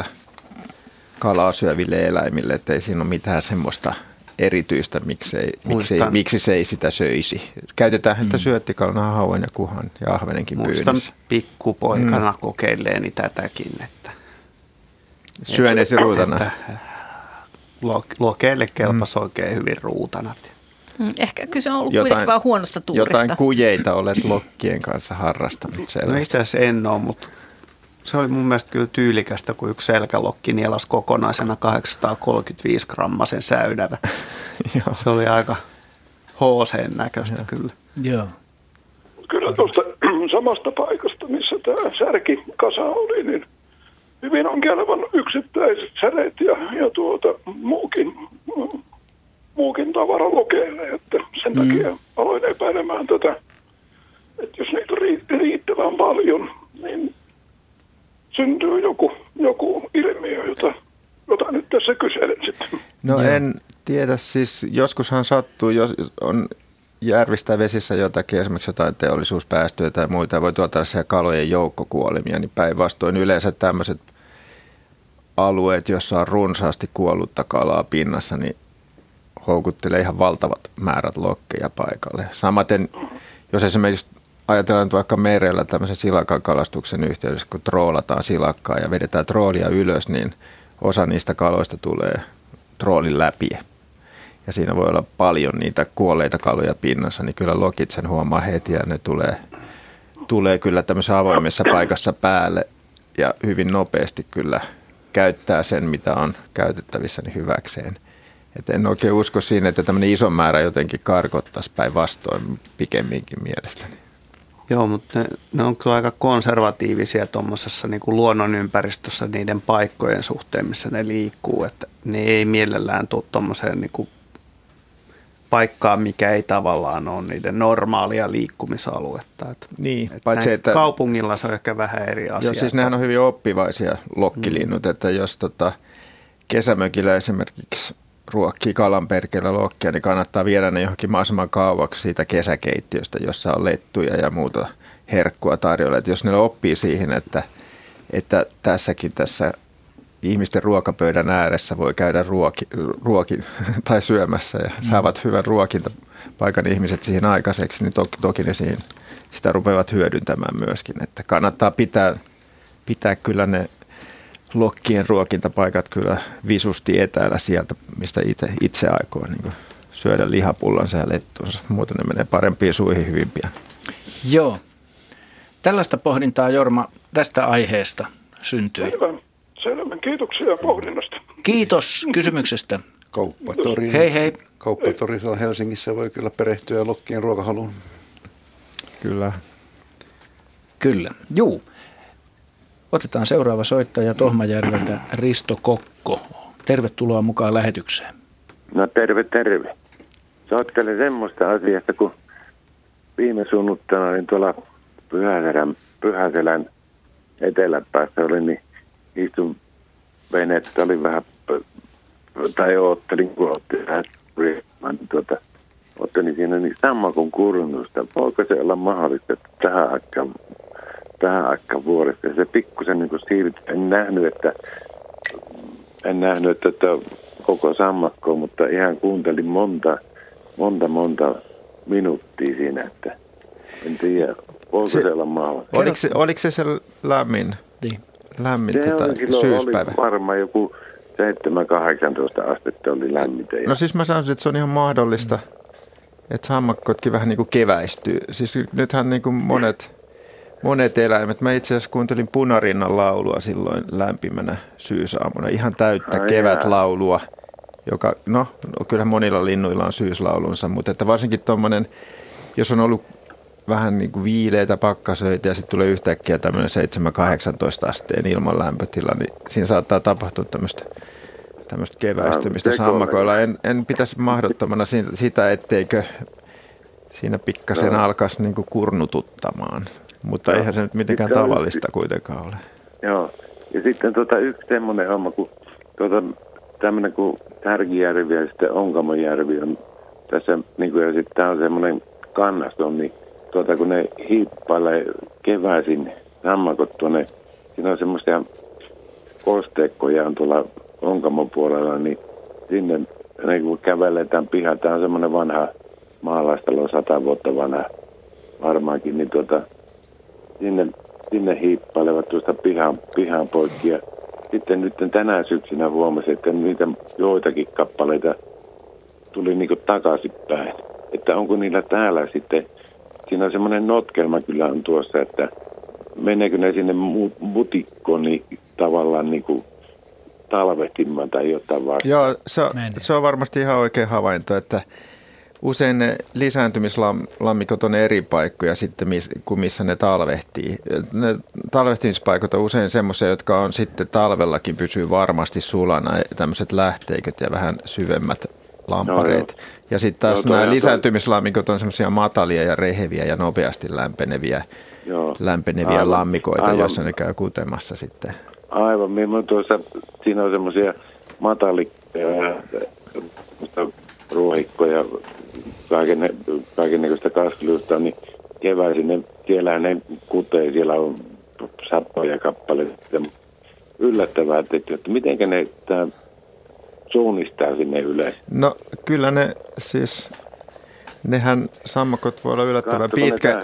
kalaa syöville eläimille, että ei siinä ole mitään semmoista erityistä, miksei, miksei, miksi se ei sitä söisi. Käytetään sitä mm. syöttikalana hauen ja kuhan ja ahvenenkin pyynnissä. Muistan pikkupoikana mm. kokeilleeni tätäkin, että syönesi ruutana. Että lokeille kelpasi mm. oikein hyvin ruutanat. Ehkä kyse on ollut jotain, kuitenkin vaan huonosta tuurista. Jotain kujeita olet lokkien kanssa harrastanut selvästi. No itse asiassa en ole, mutta se oli mun mielestä kyllä tyylikästä, kun yksi selkälokki nielasi kokonaisena kahdeksansataakolmekymmentäviisi grammasen säynävä. Se oli aika hooseen näköistä kyllä. Joo. Kyllä tuosta samasta paikasta, missä tämä särkikasa oli, niin hyvin on kelvannut yksittäiset säreet ja, ja tuota, muukin... muukin tavara lokeille, että sen mm. takia aloin epäilemään tätä, että jos niitä on riittävän paljon, niin syntyy joku, joku ilmiö, jota, jota nyt tässä kyselen sitten. No en tiedä, siis joskushan sattuu, jos on järvistä ja vesissä jotakin, esimerkiksi jotain teollisuuspäästöjä tai muita, voi tulla tällaisia kalojen joukkokuolemia, niin päinvastoin yleensä tämmöiset alueet, joissa on runsaasti kuollutta kalaa pinnassa, niin houkuttelee ihan valtavat määrät lokkeja paikalle. Samaten, jos esimerkiksi ajatellaan vaikka merellä tämmöisen silakakalastuksen yhteydessä, kun troolataan silakkaa ja vedetään troolia ylös, niin osa niistä kaloista tulee troolin läpi. Ja siinä voi olla paljon niitä kuolleita kaloja pinnassa, niin kyllä lokit sen huomaa heti ja ne tulee, tulee kyllä tämmöisessä avoimessa paikassa päälle ja hyvin nopeasti kyllä käyttää sen, mitä on käytettävissä niin hyväkseen. Et en oikein usko siinä, että tämmöinen iso määrä jotenkin karkottaisi päinvastoin pikemminkin mielestäni. Joo, mutta ne, ne on kyllä aika konservatiivisia tuommoisessa niin kuin luonnonympäristössä niiden paikkojen suhteen, missä ne liikkuu. Että ne ei mielellään tule tuommoiseen niin kuin paikkaan, mikä ei tavallaan ole niiden normaalia liikkumisaluetta. Että, niin, että paitsi että kaupungilla se on ehkä vähän eri asia. Joo, siis nehän on hyvin oppivaisia lokkilinnut, mm. että jos tota, kesämökillä esimerkiksi ruokkii kalan perkele lokkia, niin kannattaa viedä ne johonkin mahdollisimman kauaksi siitä kesäkeittiöstä, jossa on lettuja ja muuta herkkua tarjolla. Että jos ne oppii siihen, että, että tässäkin tässä ihmisten ruokapöydän ääressä voi käydä ruoki, ruoki tai syömässä ja mm. saavat hyvän ruokintapaikan ihmiset siihen aikaiseksi, niin toki, toki ne siihen, sitä rupeavat hyödyntämään myöskin. Että kannattaa pitää, pitää kyllä ne lokkien ruokintapaikat kyllä visusti etäällä sieltä, mistä itse, itse aikoo niin syödä lihapullansa ja lettunsa. Muuten ne menee parempiin suihin hyvin pian. Joo. Tällaista pohdintaa, Jorma, tästä aiheesta syntyi. Selvä. Selvä. Kiitoksia pohdinnasta. Kiitos kysymyksestä. Kauppatori. Hei hei. Kauppatorilla Helsingissä voi kyllä perehtyä lokkien ruokahaluun. Kyllä. Kyllä. Juu. Otetaan seuraava soittaja Tohmajärveltä, Risto Kokko. Tervetuloa mukaan lähetykseen. No terve, terve. Soittelen semmoista asiasta, kun viime sunnuntaina olin tuolla Pyhäselän, Pyhäselän eteläpäässä, olin, niin istun venettä, oli vähän, tai oottelin, kun oottelin vähän, niin tuota, ottelin siinä niin sammakon kurnusta. Voiko se olla mahdollista, että tähän aikaan, tähän aikaan vuodesta? Ja se pikkusen niin kuin siirtyi. En nähnyt, että, en nähnyt, että koko sammakkoa, mutta ihan kuuntelin monta, monta, monta minuuttia siinä, että en tiedä, voiko se, se olla mahdollista. Oliko se, oliko se se lämmin, niin. lämmin se tota, syyspäivä? Oli varmaan joku seitsemän kahdeksantoista astetta oli lämmintä. No siis mä sanoisin, että se on ihan mahdollista, että sammakkotkin vähän niin kuin keväistyy. Siis nythän niin kuin monet, monet eläimet, mä itse asiassa kuuntelin Punarinnan laulua silloin lämpimänä syysaamuna, ihan täyttä Ai kevätlaulua, joka, no kyllähän monilla linnuilla on syyslaulunsa, mutta että varsinkin tuommoinen, jos on ollut vähän niin kuin viileitä pakkasöitä ja sitten tulee yhtäkkiä tämmöinen seitsemän kahdeksantoista asteen ilman lämpötila, niin siinä saattaa tapahtua tämmöistä tämmöistä keväistymistä sammakoilla. En, en pitäisi mahdottomana sitä, etteikö siinä pikkasen no. alkaisi niin kuin kurnututtamaan, mutta no. eihän se nyt mitenkään sitten tavallista kuitenkaan ole. Joo, ja sitten tota yksi semmoinen homma, kun tuota, tämmöinen kuin Tärkijärvi ja sitten Onkamojärvi on tässä, niin kuin, ja sitten tämä on semmoinen kannaston, niin tuota, kun ne hiippailee keväisin sammakot tuonne, siinä on semmoisia kosteikkoja on tuolla Onkamon puolella, niin sinne niin kun käveletään pihaan, tämä on semmoinen vanha maalaistalo, sata vuotta vanha varmaankin, niin tuota, sinne, sinne hiippailevat tuosta pihan, pihan poikki. Ja sitten nyt tänä syksynä huomasin, että niitä joitakin kappaleita tuli niin kuin takaisinpäin. Että onko niillä täällä sitten, siinä on semmoinen notkelma kyllä on tuossa, että meneekö ne sinne mutikkoon niin tavallaan niin kuin talvehtimaan tai jotain vastaan. Joo, se on, se on varmasti ihan oikea havainto, että usein ne lisääntymislammikot on eri paikkoja sitten kuin missä ne talvehtii. Ne talvehtimispaikat on usein semmoisia, jotka on sitten talvellakin pysyy varmasti sulana, tämmöiset lähteiköt ja vähän syvemmät lampareet. No, ja sitten taas no, nämä lisääntymislammikot on semmoisia matalia ja reheviä ja nopeasti lämpeneviä, joo. lämpeneviä aivan, lammikoita, aivan. joissa ne käy kutemassa sitten. Aivan, minun tuossa, siinä on semmoisia matalikkoja, ruohikkoja, kaikennäköistä kasvilusta, niin keväisin ne, siellähän ne kutee, siellä on satoja kappaleita. Yllättävää, että, että mitenkä ne tämä suunnistaa sinne ylös? No kyllä ne siis, nehän sammakot voi olla yllättävän pitkä.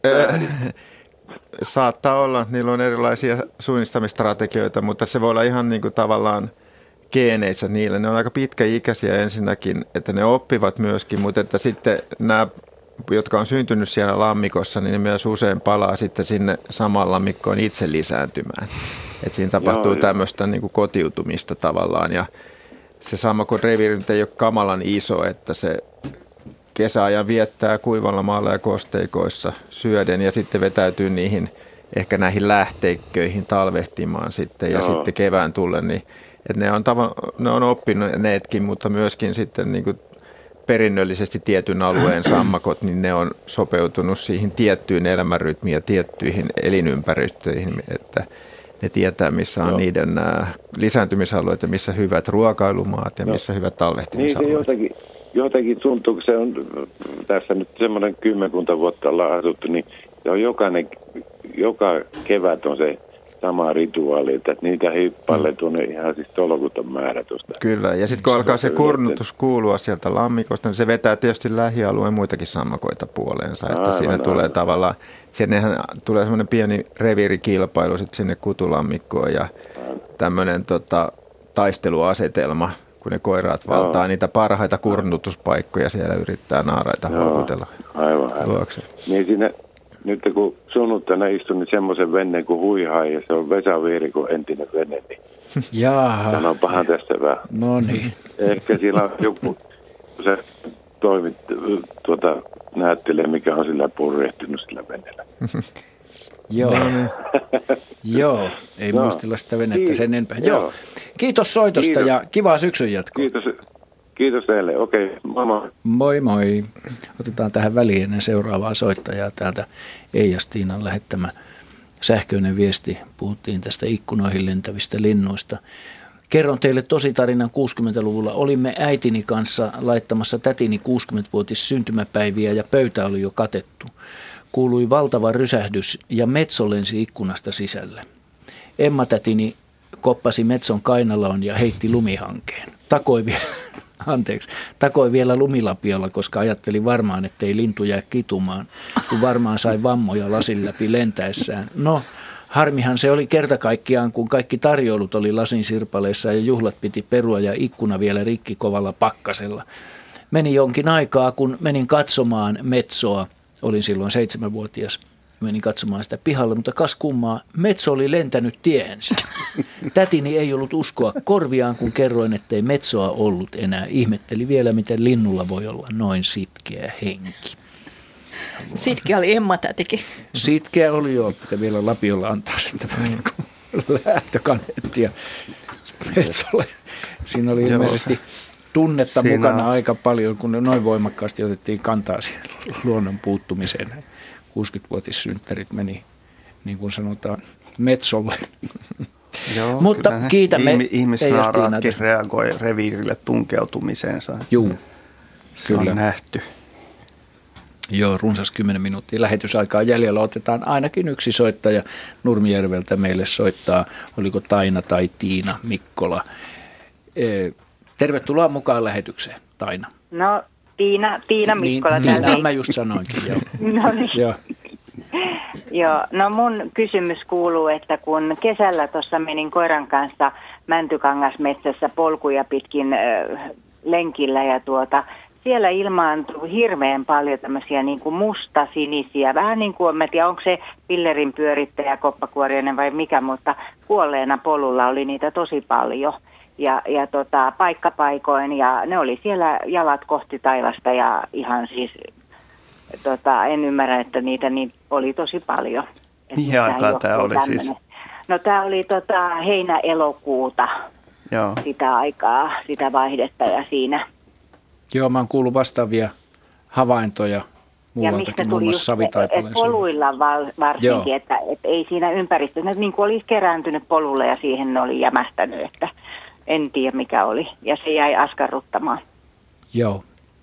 Saattaa olla, niillä on erilaisia suunnistamistrategioita, mutta se voi olla ihan niin kuin tavallaan geeneissä niillä. Ne on aika pitkäikäisiä ensinnäkin, että ne oppivat myöskin, mutta että sitten nämä, jotka on syntynyt siellä lammikossa, niin ne myös usein palaa sitten sinne samaan lammikkoon itse lisääntymään. Että siinä tapahtuu Joo, tämmöistä niin kuin kotiutumista tavallaan ja se sammakon reviiri ei ole kamalan iso, että se kesäajan viettää kuivalla maalla ja kosteikoissa syöden ja sitten vetäytyy niihin, ehkä näihin lähteikköihin talvehtimaan sitten ja Joo. sitten kevään tullen, niin että ne on, tavan, ne on oppineetkin, mutta myöskin sitten niin kuin perinnöllisesti tietyn alueen sammakot, niin ne on sopeutunut siihen tiettyyn elämänrytmiin ja tiettyihin elinympäristöihin, että ne tietää, missä on Joo. niiden nämä lisääntymisalueet ja missä hyvät ruokailumaat ja missä no. hyvät talvehtimisalueet. Niin se jotenkin, jotenkin tuntuu, kun se on tässä nyt semmoinen kymmenkunta vuotta ollaan asuttu, niin se on jokainen, joka kevät on se sama rituaali, että niitä hiippailee mm. tuonne ihan siis tolkuton määrä tuosta. Kyllä, ja sitten kun alkaa se kurnutus kuulua sieltä lammikosta, niin se vetää tietysti lähialueen muitakin sammakoita puoleensa, että aivan, siinä aivan. tulee tavallaan, sinnehän tulee semmoinen pieni reviirikilpailu sitten sinne kutulammikkoon ja tämmöinen tota, taisteluasetelma, kun ne koiraat valtaa Joo. niitä parhaita kurnutuspaikkoja, siellä yrittää naaraita houkutella aivan, aivan. luokse. Niin siinä nyt kun sunnuntaina istun niin semmoisen veneen kuin Huihaa ja se on Vesa Viirikon entinen vene, niin Jaaha. sanopahan tästä vähän. No niin. Ehkä siellä on joku se toimit, tuota, näyttelee, mikä on sillä purjehtinut sillä veneellä. Joo. Joo, ei no. muistella sitä venettä sen enempää. Joo. Joo. Kiitos soitosta Kiitos. Ja kivaa syksyn jatkoa. Kiitos. Kiitos teille. Okei, okay. moi moi. Moi moi. Otetaan tähän väliin ennen seuraavaa soittajaa täältä Eija-Stiinan lähettämä sähköinen viesti. Puhuttiin tästä ikkunoihin lentävistä linnuista. Kerron teille tositarinan kuusikymmentäluvulla. Olimme äitini kanssa laittamassa tätini kuusikymmenvuotis syntymäpäiviä ja pöytä oli jo katettu. Kuului valtava rysähdys ja metso lensi ikkunasta sisälle. Emma-tätini koppasi metson kainaloon ja heitti lumihankeen. Takoi vielä, anteeksi, takoi vielä lumilapiolla, koska ajatteli varmaan, ettei lintu jää kitumaan, kun varmaan sai vammoja lasin läpi lentäessään. No, harmihan se oli kerta kaikkiaan, kun kaikki tarjoulut oli lasin sirpaleissa ja juhlat piti perua ja ikkuna vielä rikki kovalla pakkasella. Meni jonkin aikaa, kun menin katsomaan metsoa. Olin silloin seitsemänvuotias. Menin katsomaan sitä pihalle, mutta kas kummaa, metso oli lentänyt tiehensä. Tätini ei ollut uskoa korviaan, kun kerroin, ettei metsoa ollut enää. Ihmetteli vielä, miten linnulla voi olla noin sitkeä henki. Sitkeä oli Emma-tätikin. Sitkeä oli joo, pitää vielä lapiolla antaa sitten lähtökaneettia metsolle. Siinä oli ilmeisesti tunnetta Siinä mukana aika paljon, kun noin voimakkaasti otettiin kantaa siihen luonnon puuttumiseen. kuusikymmenvuotissynttärit meni, niin kuin sanotaan, metsolle. Joo, mutta kiitämme. Ihmisnaaraatkin reagoi reviirille tunkeutumiseensa. Juu, se kyllä. on nähty. Joo, runsas kymmenen minuuttia lähetysaikaa jäljellä. Otetaan ainakin yksi soittaja Nurmijärveltä meille soittaa. Oliko Taina tai Tiina Mikkola? Tervetuloa mukaan lähetykseen, Taina. No, Tiina, Tiina Mikkola. Niin, Tiina, mä just sanoinkin. Jo. No niin. Joo. Joo, no mun kysymys kuuluu, että kun kesällä tuossa menin koiran kanssa Mäntykangasmetsässä polkuja pitkin äh, lenkillä ja tuota, siellä ilmaantui hirveän paljon tämmöisiä niin kuin mustasinisiä, vähän niin kuin, en tiedä onko se pillerin pyörittäjä, koppakuoriainen vai mikä, mutta kuolleena polulla oli niitä tosi paljon. Ja, ja tota, paikkapaikoin ja ne oli siellä jalat kohti taivasta ja ihan siis tota, en ymmärrä, että niitä niin oli tosi paljon. Mihin aikaan tämä oli tämmönen. Siis? No tämä oli tota, heinä-elokuuta. Joo. Sitä aikaa, sitä vaihdetta ja siinä. Joo, mä oon kuullut vastaavia havaintoja muualtakin, muun muassa Savitaipaleen. Ja poluilla varsinkin, että, että ei siinä ympäristössä, niin kuin olisi kerääntynyt polulle ja siihen ne oli jämähtänyt, että en tiedä mikä oli. Ja se jäi askarruttamaan. Joo.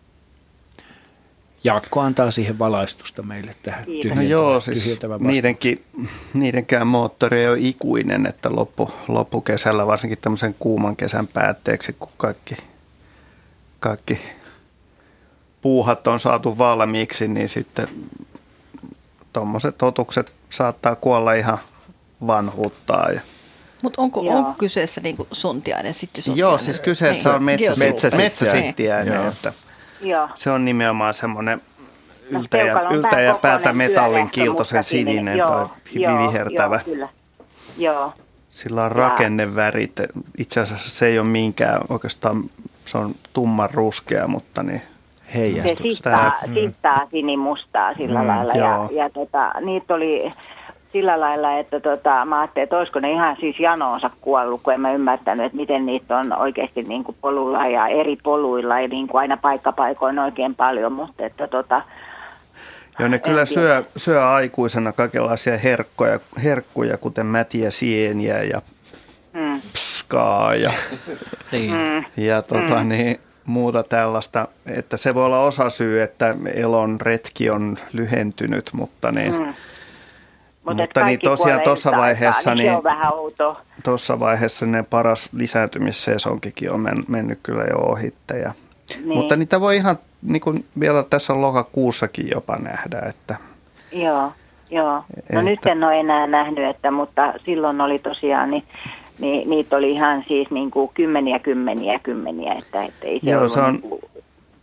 Jaakko antaa siihen valaistusta meille tähän tyhjentävä, no joo, siis niidenkin, niidenkään moottori ei ole ikuinen, että loppu, loppukesällä, varsinkin tämmöisen kuuman kesän päätteeksi, kun kaikki, kaikki puuhat on saatu valmiiksi, niin sitten tuommoiset otukset saattaa kuolla ihan vanhuuttaa. Mutta onko, onko kyseessä niinku sontiainen, sittisontiainen? Joo, siis kyseessä niin. on metsäsittiäinen. Metsäsittiäinen, niin. että Joo. Se on nimenomaan semmoinen yltä ja, yltä ja päätä metallin kiiltoisen sininen tai vihertävä. Joo, kyllä. Joo. Sillä on rakennevärit. Itse asiassa se ei ole minkään, oikeastaan se on tumman ruskea, mutta niin heijastuu. Se sittaa, sittaa sinimustaa sillä mm, lailla. Ja, ja tota, niitä oli sillä lailla, että tota, mä ajattelin, että olisiko ne ihan siis janoonsa kuollut, kun en mä ymmärtänyt, että miten niitä on oikeasti niin kuin polulla ja eri poluilla ja niin kuin aina paikkapaikoin oikein paljon, mutta että tota... Joo, ne kyllä syö, syö aikuisena kaikenlaisia herkkoja, herkkuja, kuten mätiä sieniä ja hmm. pskaa ja, hmm. ja tota, hmm. niin, muuta tällaista. Että se voi olla osasyy, että elon retki on lyhentynyt, mutta niin... Hmm. Mutta, Mutta niin tosiaan tuossa vaiheessa, niin, tuossa vaiheessa ne paras lisääntymisseesonkikin on men, mennyt kyllä jo ohitte. Ja, niin. Mutta niitä voi ihan niin kuin vielä tässä lokakuussakin jopa nähdä. Että, joo, joo. No että, nyt en ole enää nähnyt, että, mutta silloin oli tosiaan, niin, niin niitä oli ihan siis niin kuin kymmeniä, kymmeniä, kymmeniä. Että, että ei se joo, se on, niin kuin...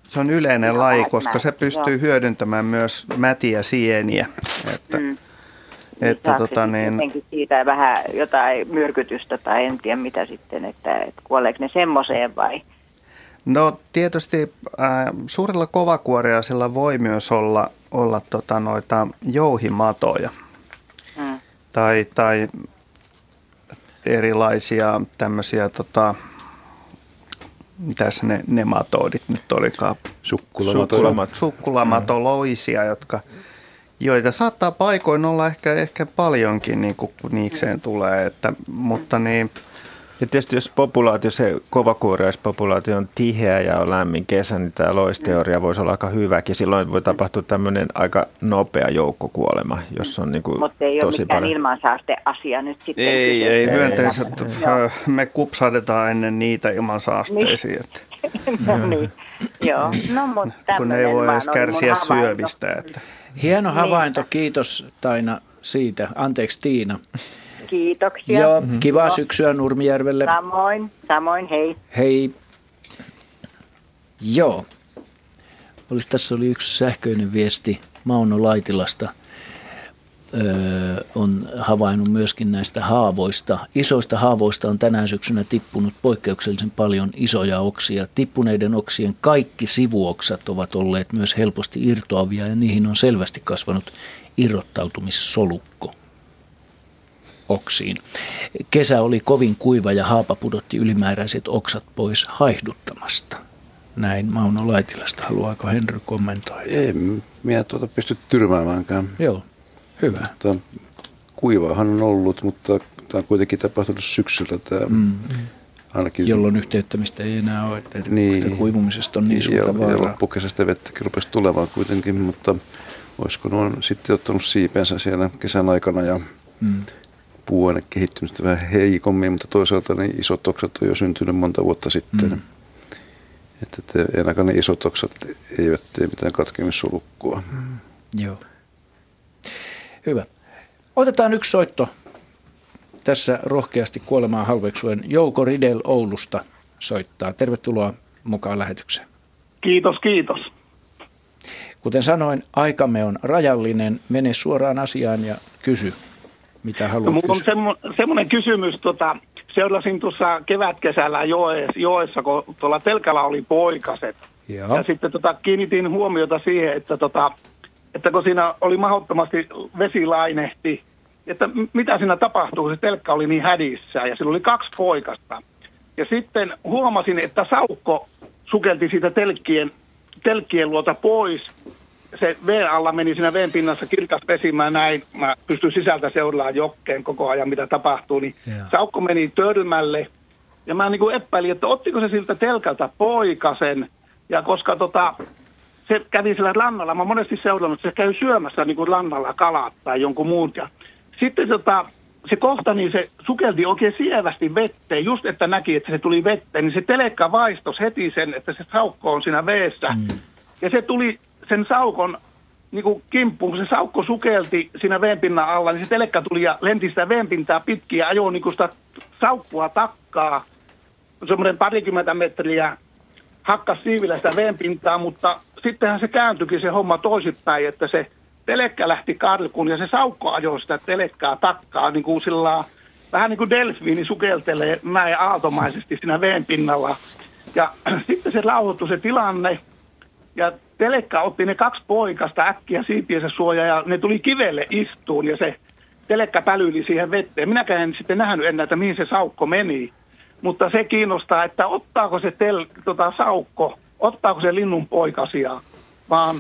se on yleinen no, laji, koska se pystyy joo. hyödyntämään myös mätiä sieniä. Että, mm. että, tota, niin, jotenkin siitä vähän jotain myrkytystä tai en tiedä mitä sitten, että, että kuoleeko ne semmoiseen vai? No tietysti äh, suurilla kovakuoriaisilla voi myös olla, olla tota, noita jouhimatoja mm. tai, tai erilaisia tämmöisiä, tota, mitäs ne nematoidit nyt olikaan? Sukkulamato. Sukkulamatoloisia, jotka, joita saattaa paikoin olla ehkä, ehkä paljonkin, niin kuin niikseen tulee, että, mutta niin. Ja tietysti jos populaatio, se kovakuoriaispopulaatio on tiheä ja on lämmin kesä, niin tämä loisteoria voisi olla aika hyväkin. Silloin voi tapahtua tämmöinen aika nopea joukkokuolema, jos on niin kuin mutta ei tosi ole mikään paljon ilmansaasteasia nyt sitten. Ei, ei, hyönteiset. Me kupsahdetaan ennen niitä ilmansaasteisiin. Niin. no niin, joo. No, mutta kun ei voi edes kärsiä syövistä. Että. Hieno havainto, kiitos Taina siitä. Anteeksi Tiina. Kiitoksia. Joo, kiva no. syksyä Nurmijärvelle. Samoin, samoin, hei. Hei. Joo. Olis, tässä oli yksi sähköinen viesti Mauno Laitilasta. Öö, on havainnut myöskin näistä haavoista. Isoista haavoista on tänä syksynä tippunut poikkeuksellisen paljon isoja oksia. Tippuneiden oksien kaikki sivuoksat ovat olleet myös helposti irtoavia ja niihin on selvästi kasvanut irrottautumissolukko oksiin. Kesä oli kovin kuiva ja haapa pudotti ylimääräiset oksat pois haihduttamasta. Näin Mauno Laitilasta. Haluaako Henry kommentoida? Ei, minä tuota pysty tyrmäämäänkään. Joo, hyvä. Mutta kuivaahan on ollut, mutta tämä on kuitenkin tapahtunut syksyllä. Tämä, mm. ainakin, jolloin yhteyttämistä ei enää ole. Että niin, kuivumisesta on niin suurta vaaraa. Ja loppukesästä vettäkin rupesi tulemaan kuitenkin, mutta olisiko noin sitten ottanut siipensä siellä kesän aikana ja mm. puuaine kehittynyt vähän heikommin, mutta toisaalta niin isot oksat on jo syntynyt monta vuotta sitten. Mm. Että ainakaan ne isot oksat eivät tee mitään katkemissolukkoa. Mm. Joo. Hyvä. Otetaan yksi soitto tässä rohkeasti kuolemaan halveksuen. Jouko Ridel Oulusta soittaa. Tervetuloa mukaan lähetykseen. Kiitos, kiitos. Kuten sanoin, aikamme on rajallinen. Mene suoraan asiaan ja kysy, mitä haluat no, kysyä. Mulla on semmo, semmoinen kysymys. Tota, seurasin tuossa kevätkesällä joessa, joessa, kun tuolla telkällä oli poikaset. Joo. Ja sitten tota, kiinnitin huomiota siihen, että, tota, että kun siinä oli mahdottomasti vesilainehti, että mitä siinä tapahtuu, kun se telkkä oli niin hädissä ja sillä oli kaksi poikasta. Ja sitten huomasin, että saukko sukelti siitä telkkien, telkkien luota pois. Se veen alla meni siinä veen pinnassa kirkas vesi, mä näin, mä pystyn sisältä seuraamaan jokkeen koko ajan, mitä tapahtuu, niin yeah. saukko meni törmälle. Ja mä niin kuin epäilin, että ottiko se siltä telkältä poikasen, ja koska tota, se kävi sillä rannalla, mä monesti seurannut, että se käy syömässä niin kuin rannalla kalat tai jonkun muun. Ja sitten tota, se kohta, niin se sukelti oikein sievästi vetteen, just että näki, että se tuli vetteen, niin se telekka vaistos heti sen, että se saukko on siinä veessä. Mm. Ja se tuli sen saukon niin kuin kimppuun, kun se saukko sukelti siinä veenpinnan alla, niin se telekka tuli ja lenti sitä veenpintaa pitkin ja ajoi niin kuin sitä saukkua takkaa. Semmoinen parikymmentä metriä hakkas siivillä sitä veenpintaa, mutta sittenhän se kääntyikin se homma toisinpäin, että se telekkä lähti karkuun ja se saukko ajoi sitä telekkaa takkaa niin kuin sillä vähän niin kuin delfiini sukeltelee näin aaltomaisesti siinä veenpinnalla. Ja sitten se rauhoittui se tilanne ja telekka otti ne kaksi poikasta äkkiä siipiensä suojaa ja ne tuli kivelle istuun ja se telekka pälyili siihen vetteen. Minäkään en sitten nähnyt enää, että mihin se saukko meni, mutta se kiinnostaa, että ottaako se tel, tota, saukko, ottaako se linnun poikasia, vaan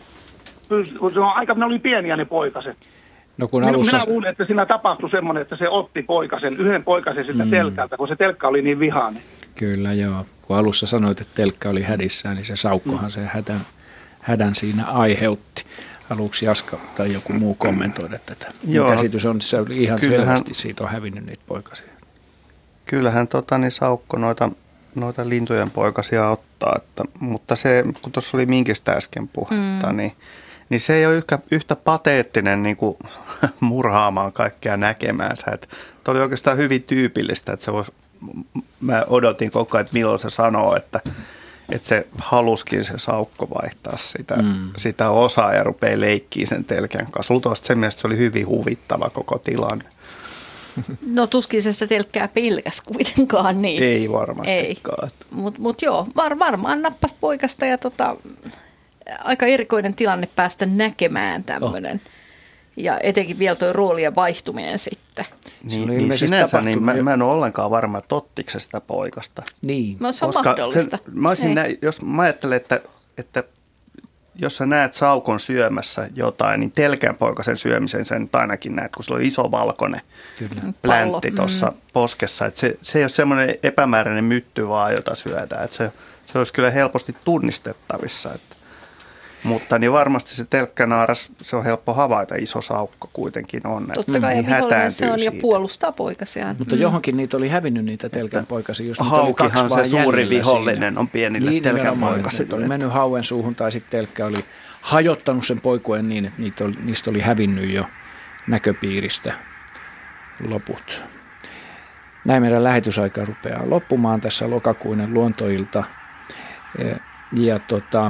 kun se on aika, ne oli pieniä ne poikaset. No kun alussa... Minä luulen, että siinä tapahtui semmoinen, että se otti poikasen, yhden poikasen siltä mm. telkältä, kun se telkka oli niin vihainen. Kyllä joo. Kun alussa sanoit, että telkkä oli hädissään, niin se saukkohan mm. se hädän, hädän siinä aiheutti. Haluatko Jaska tai joku muu kommentoida tätä? Joo. Käsitys on, se oli ihan kyllähän, selvästi siitä on hävinnyt niitä poikasia. Kyllähän tota, niin saukko noita, noita lintujen poikasia ottaa, että, mutta se, kun tuossa oli minkistä äsken puhetta, mm. niin niin se ei ole yhtä, yhtä pateettinen niin kuin murhaamaan kaikkea näkemäänsä. Että toi oli oikeastaan hyvin tyypillistä, että se vois, mä odotin koko ajan, että milloin se sanoo, että että se haluskin se saukko vaihtaa sitä, Mm. sitä osaa ja rupeaa leikkiä sen telkän kanssa. Luultavasti sen mielestä se oli hyvin huvittava koko tilanne. No tuskin se sitä telkkää pilkäs kuitenkaan niin. Ei varmastikaan. Mutta mut joo, var, varmaan nappas poikasta ja tota, aika erikoinen tilanne päästä näkemään tämmöinen. Oh. Ja etenkin vielä tuo roolien vaihtuminen sitten. Niin, niin sinänsä niin mä, mä en ole ollenkaan varma, että ottiko se sitä poikasta. Niin. No, se on mahdollista. Se, mä, nä, jos, mä ajattelen, että, että jos sä näet saukon syömässä jotain, niin telkän poikasen syömisen sen ainakin näet, kun sulla on iso valkoinen pläntti tuossa mm. poskessa. Että se, se ei ole semmoinen epämääräinen mytty vaan, jota syödään. Että se, se olisi kyllä helposti tunnistettavissa. Että. Mutta niin varmasti se telkkänaaras, se on helppo havaita, iso saukko kuitenkin on. Totta kai niin ja vihollinen se on siitä. Ja puolustaa poikasiaan. Mutta mm. johonkin niitä oli hävinnyt niitä telkänpoikasia. Jos haukihan se suuri vihollinen siinä. On pienille niin, telkänpoikasille. Oli mennyt hauen suuhun tai sitten telkkä oli hajottanut sen poikueen niin, että niitä oli, niistä oli hävinnyt jo näköpiiristä loput. Näin meidän lähetysaika rupeaa loppumaan tässä lokakuinen luontoilta. Ja, ja tota...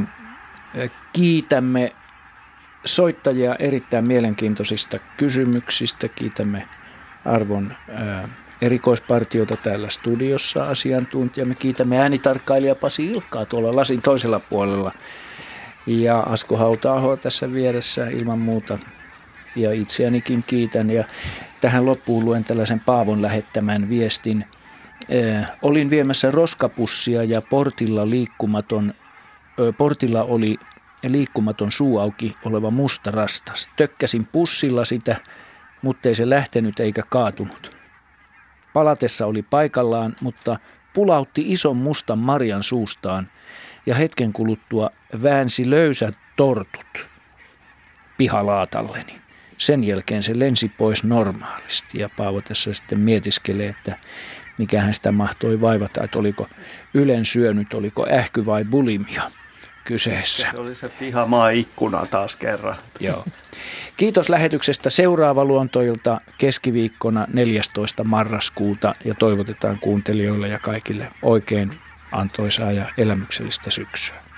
Kiitämme soittajia erittäin mielenkiintoisista kysymyksistä. Kiitämme arvon ää, erikoispartiota täällä studiossa, asiantuntijamme. Kiitämme äänitarkkailija Pasi Ilkkaa tuolla lasin toisella puolella. Ja Asko Hauta-ahoa tässä vieressä ilman muuta. Ja itseänikin kiitän. Ja tähän loppuun luen tällaisen Paavon lähettämän viestin. Ää, olin viemässä roskapussia ja portilla liikkumaton Portilla oli liikkumaton suu auki oleva musta rastas. Tökkäsin pussilla sitä, mutta ei se lähtenyt eikä kaatunut. Palatessa oli paikallaan, mutta pulautti ison mustan marjan suustaan ja hetken kuluttua väänsi löysät tortut pihalaatalleni. Sen jälkeen se lensi pois normaalisti ja Paavo tässä sitten mietiskelee, että mikähän sitä mahtoi vaivata, että oliko ylen syönyt, oliko ähky vai bulimia kyseessä. Se oli se pihamaa ikkuna taas kerran. Joo. Kiitos lähetyksestä. Seuraava luontoilta keskiviikkona neljästoista marraskuuta ja toivotetaan kuuntelijoille ja kaikille oikein antoisaa ja elämyksellistä syksyä.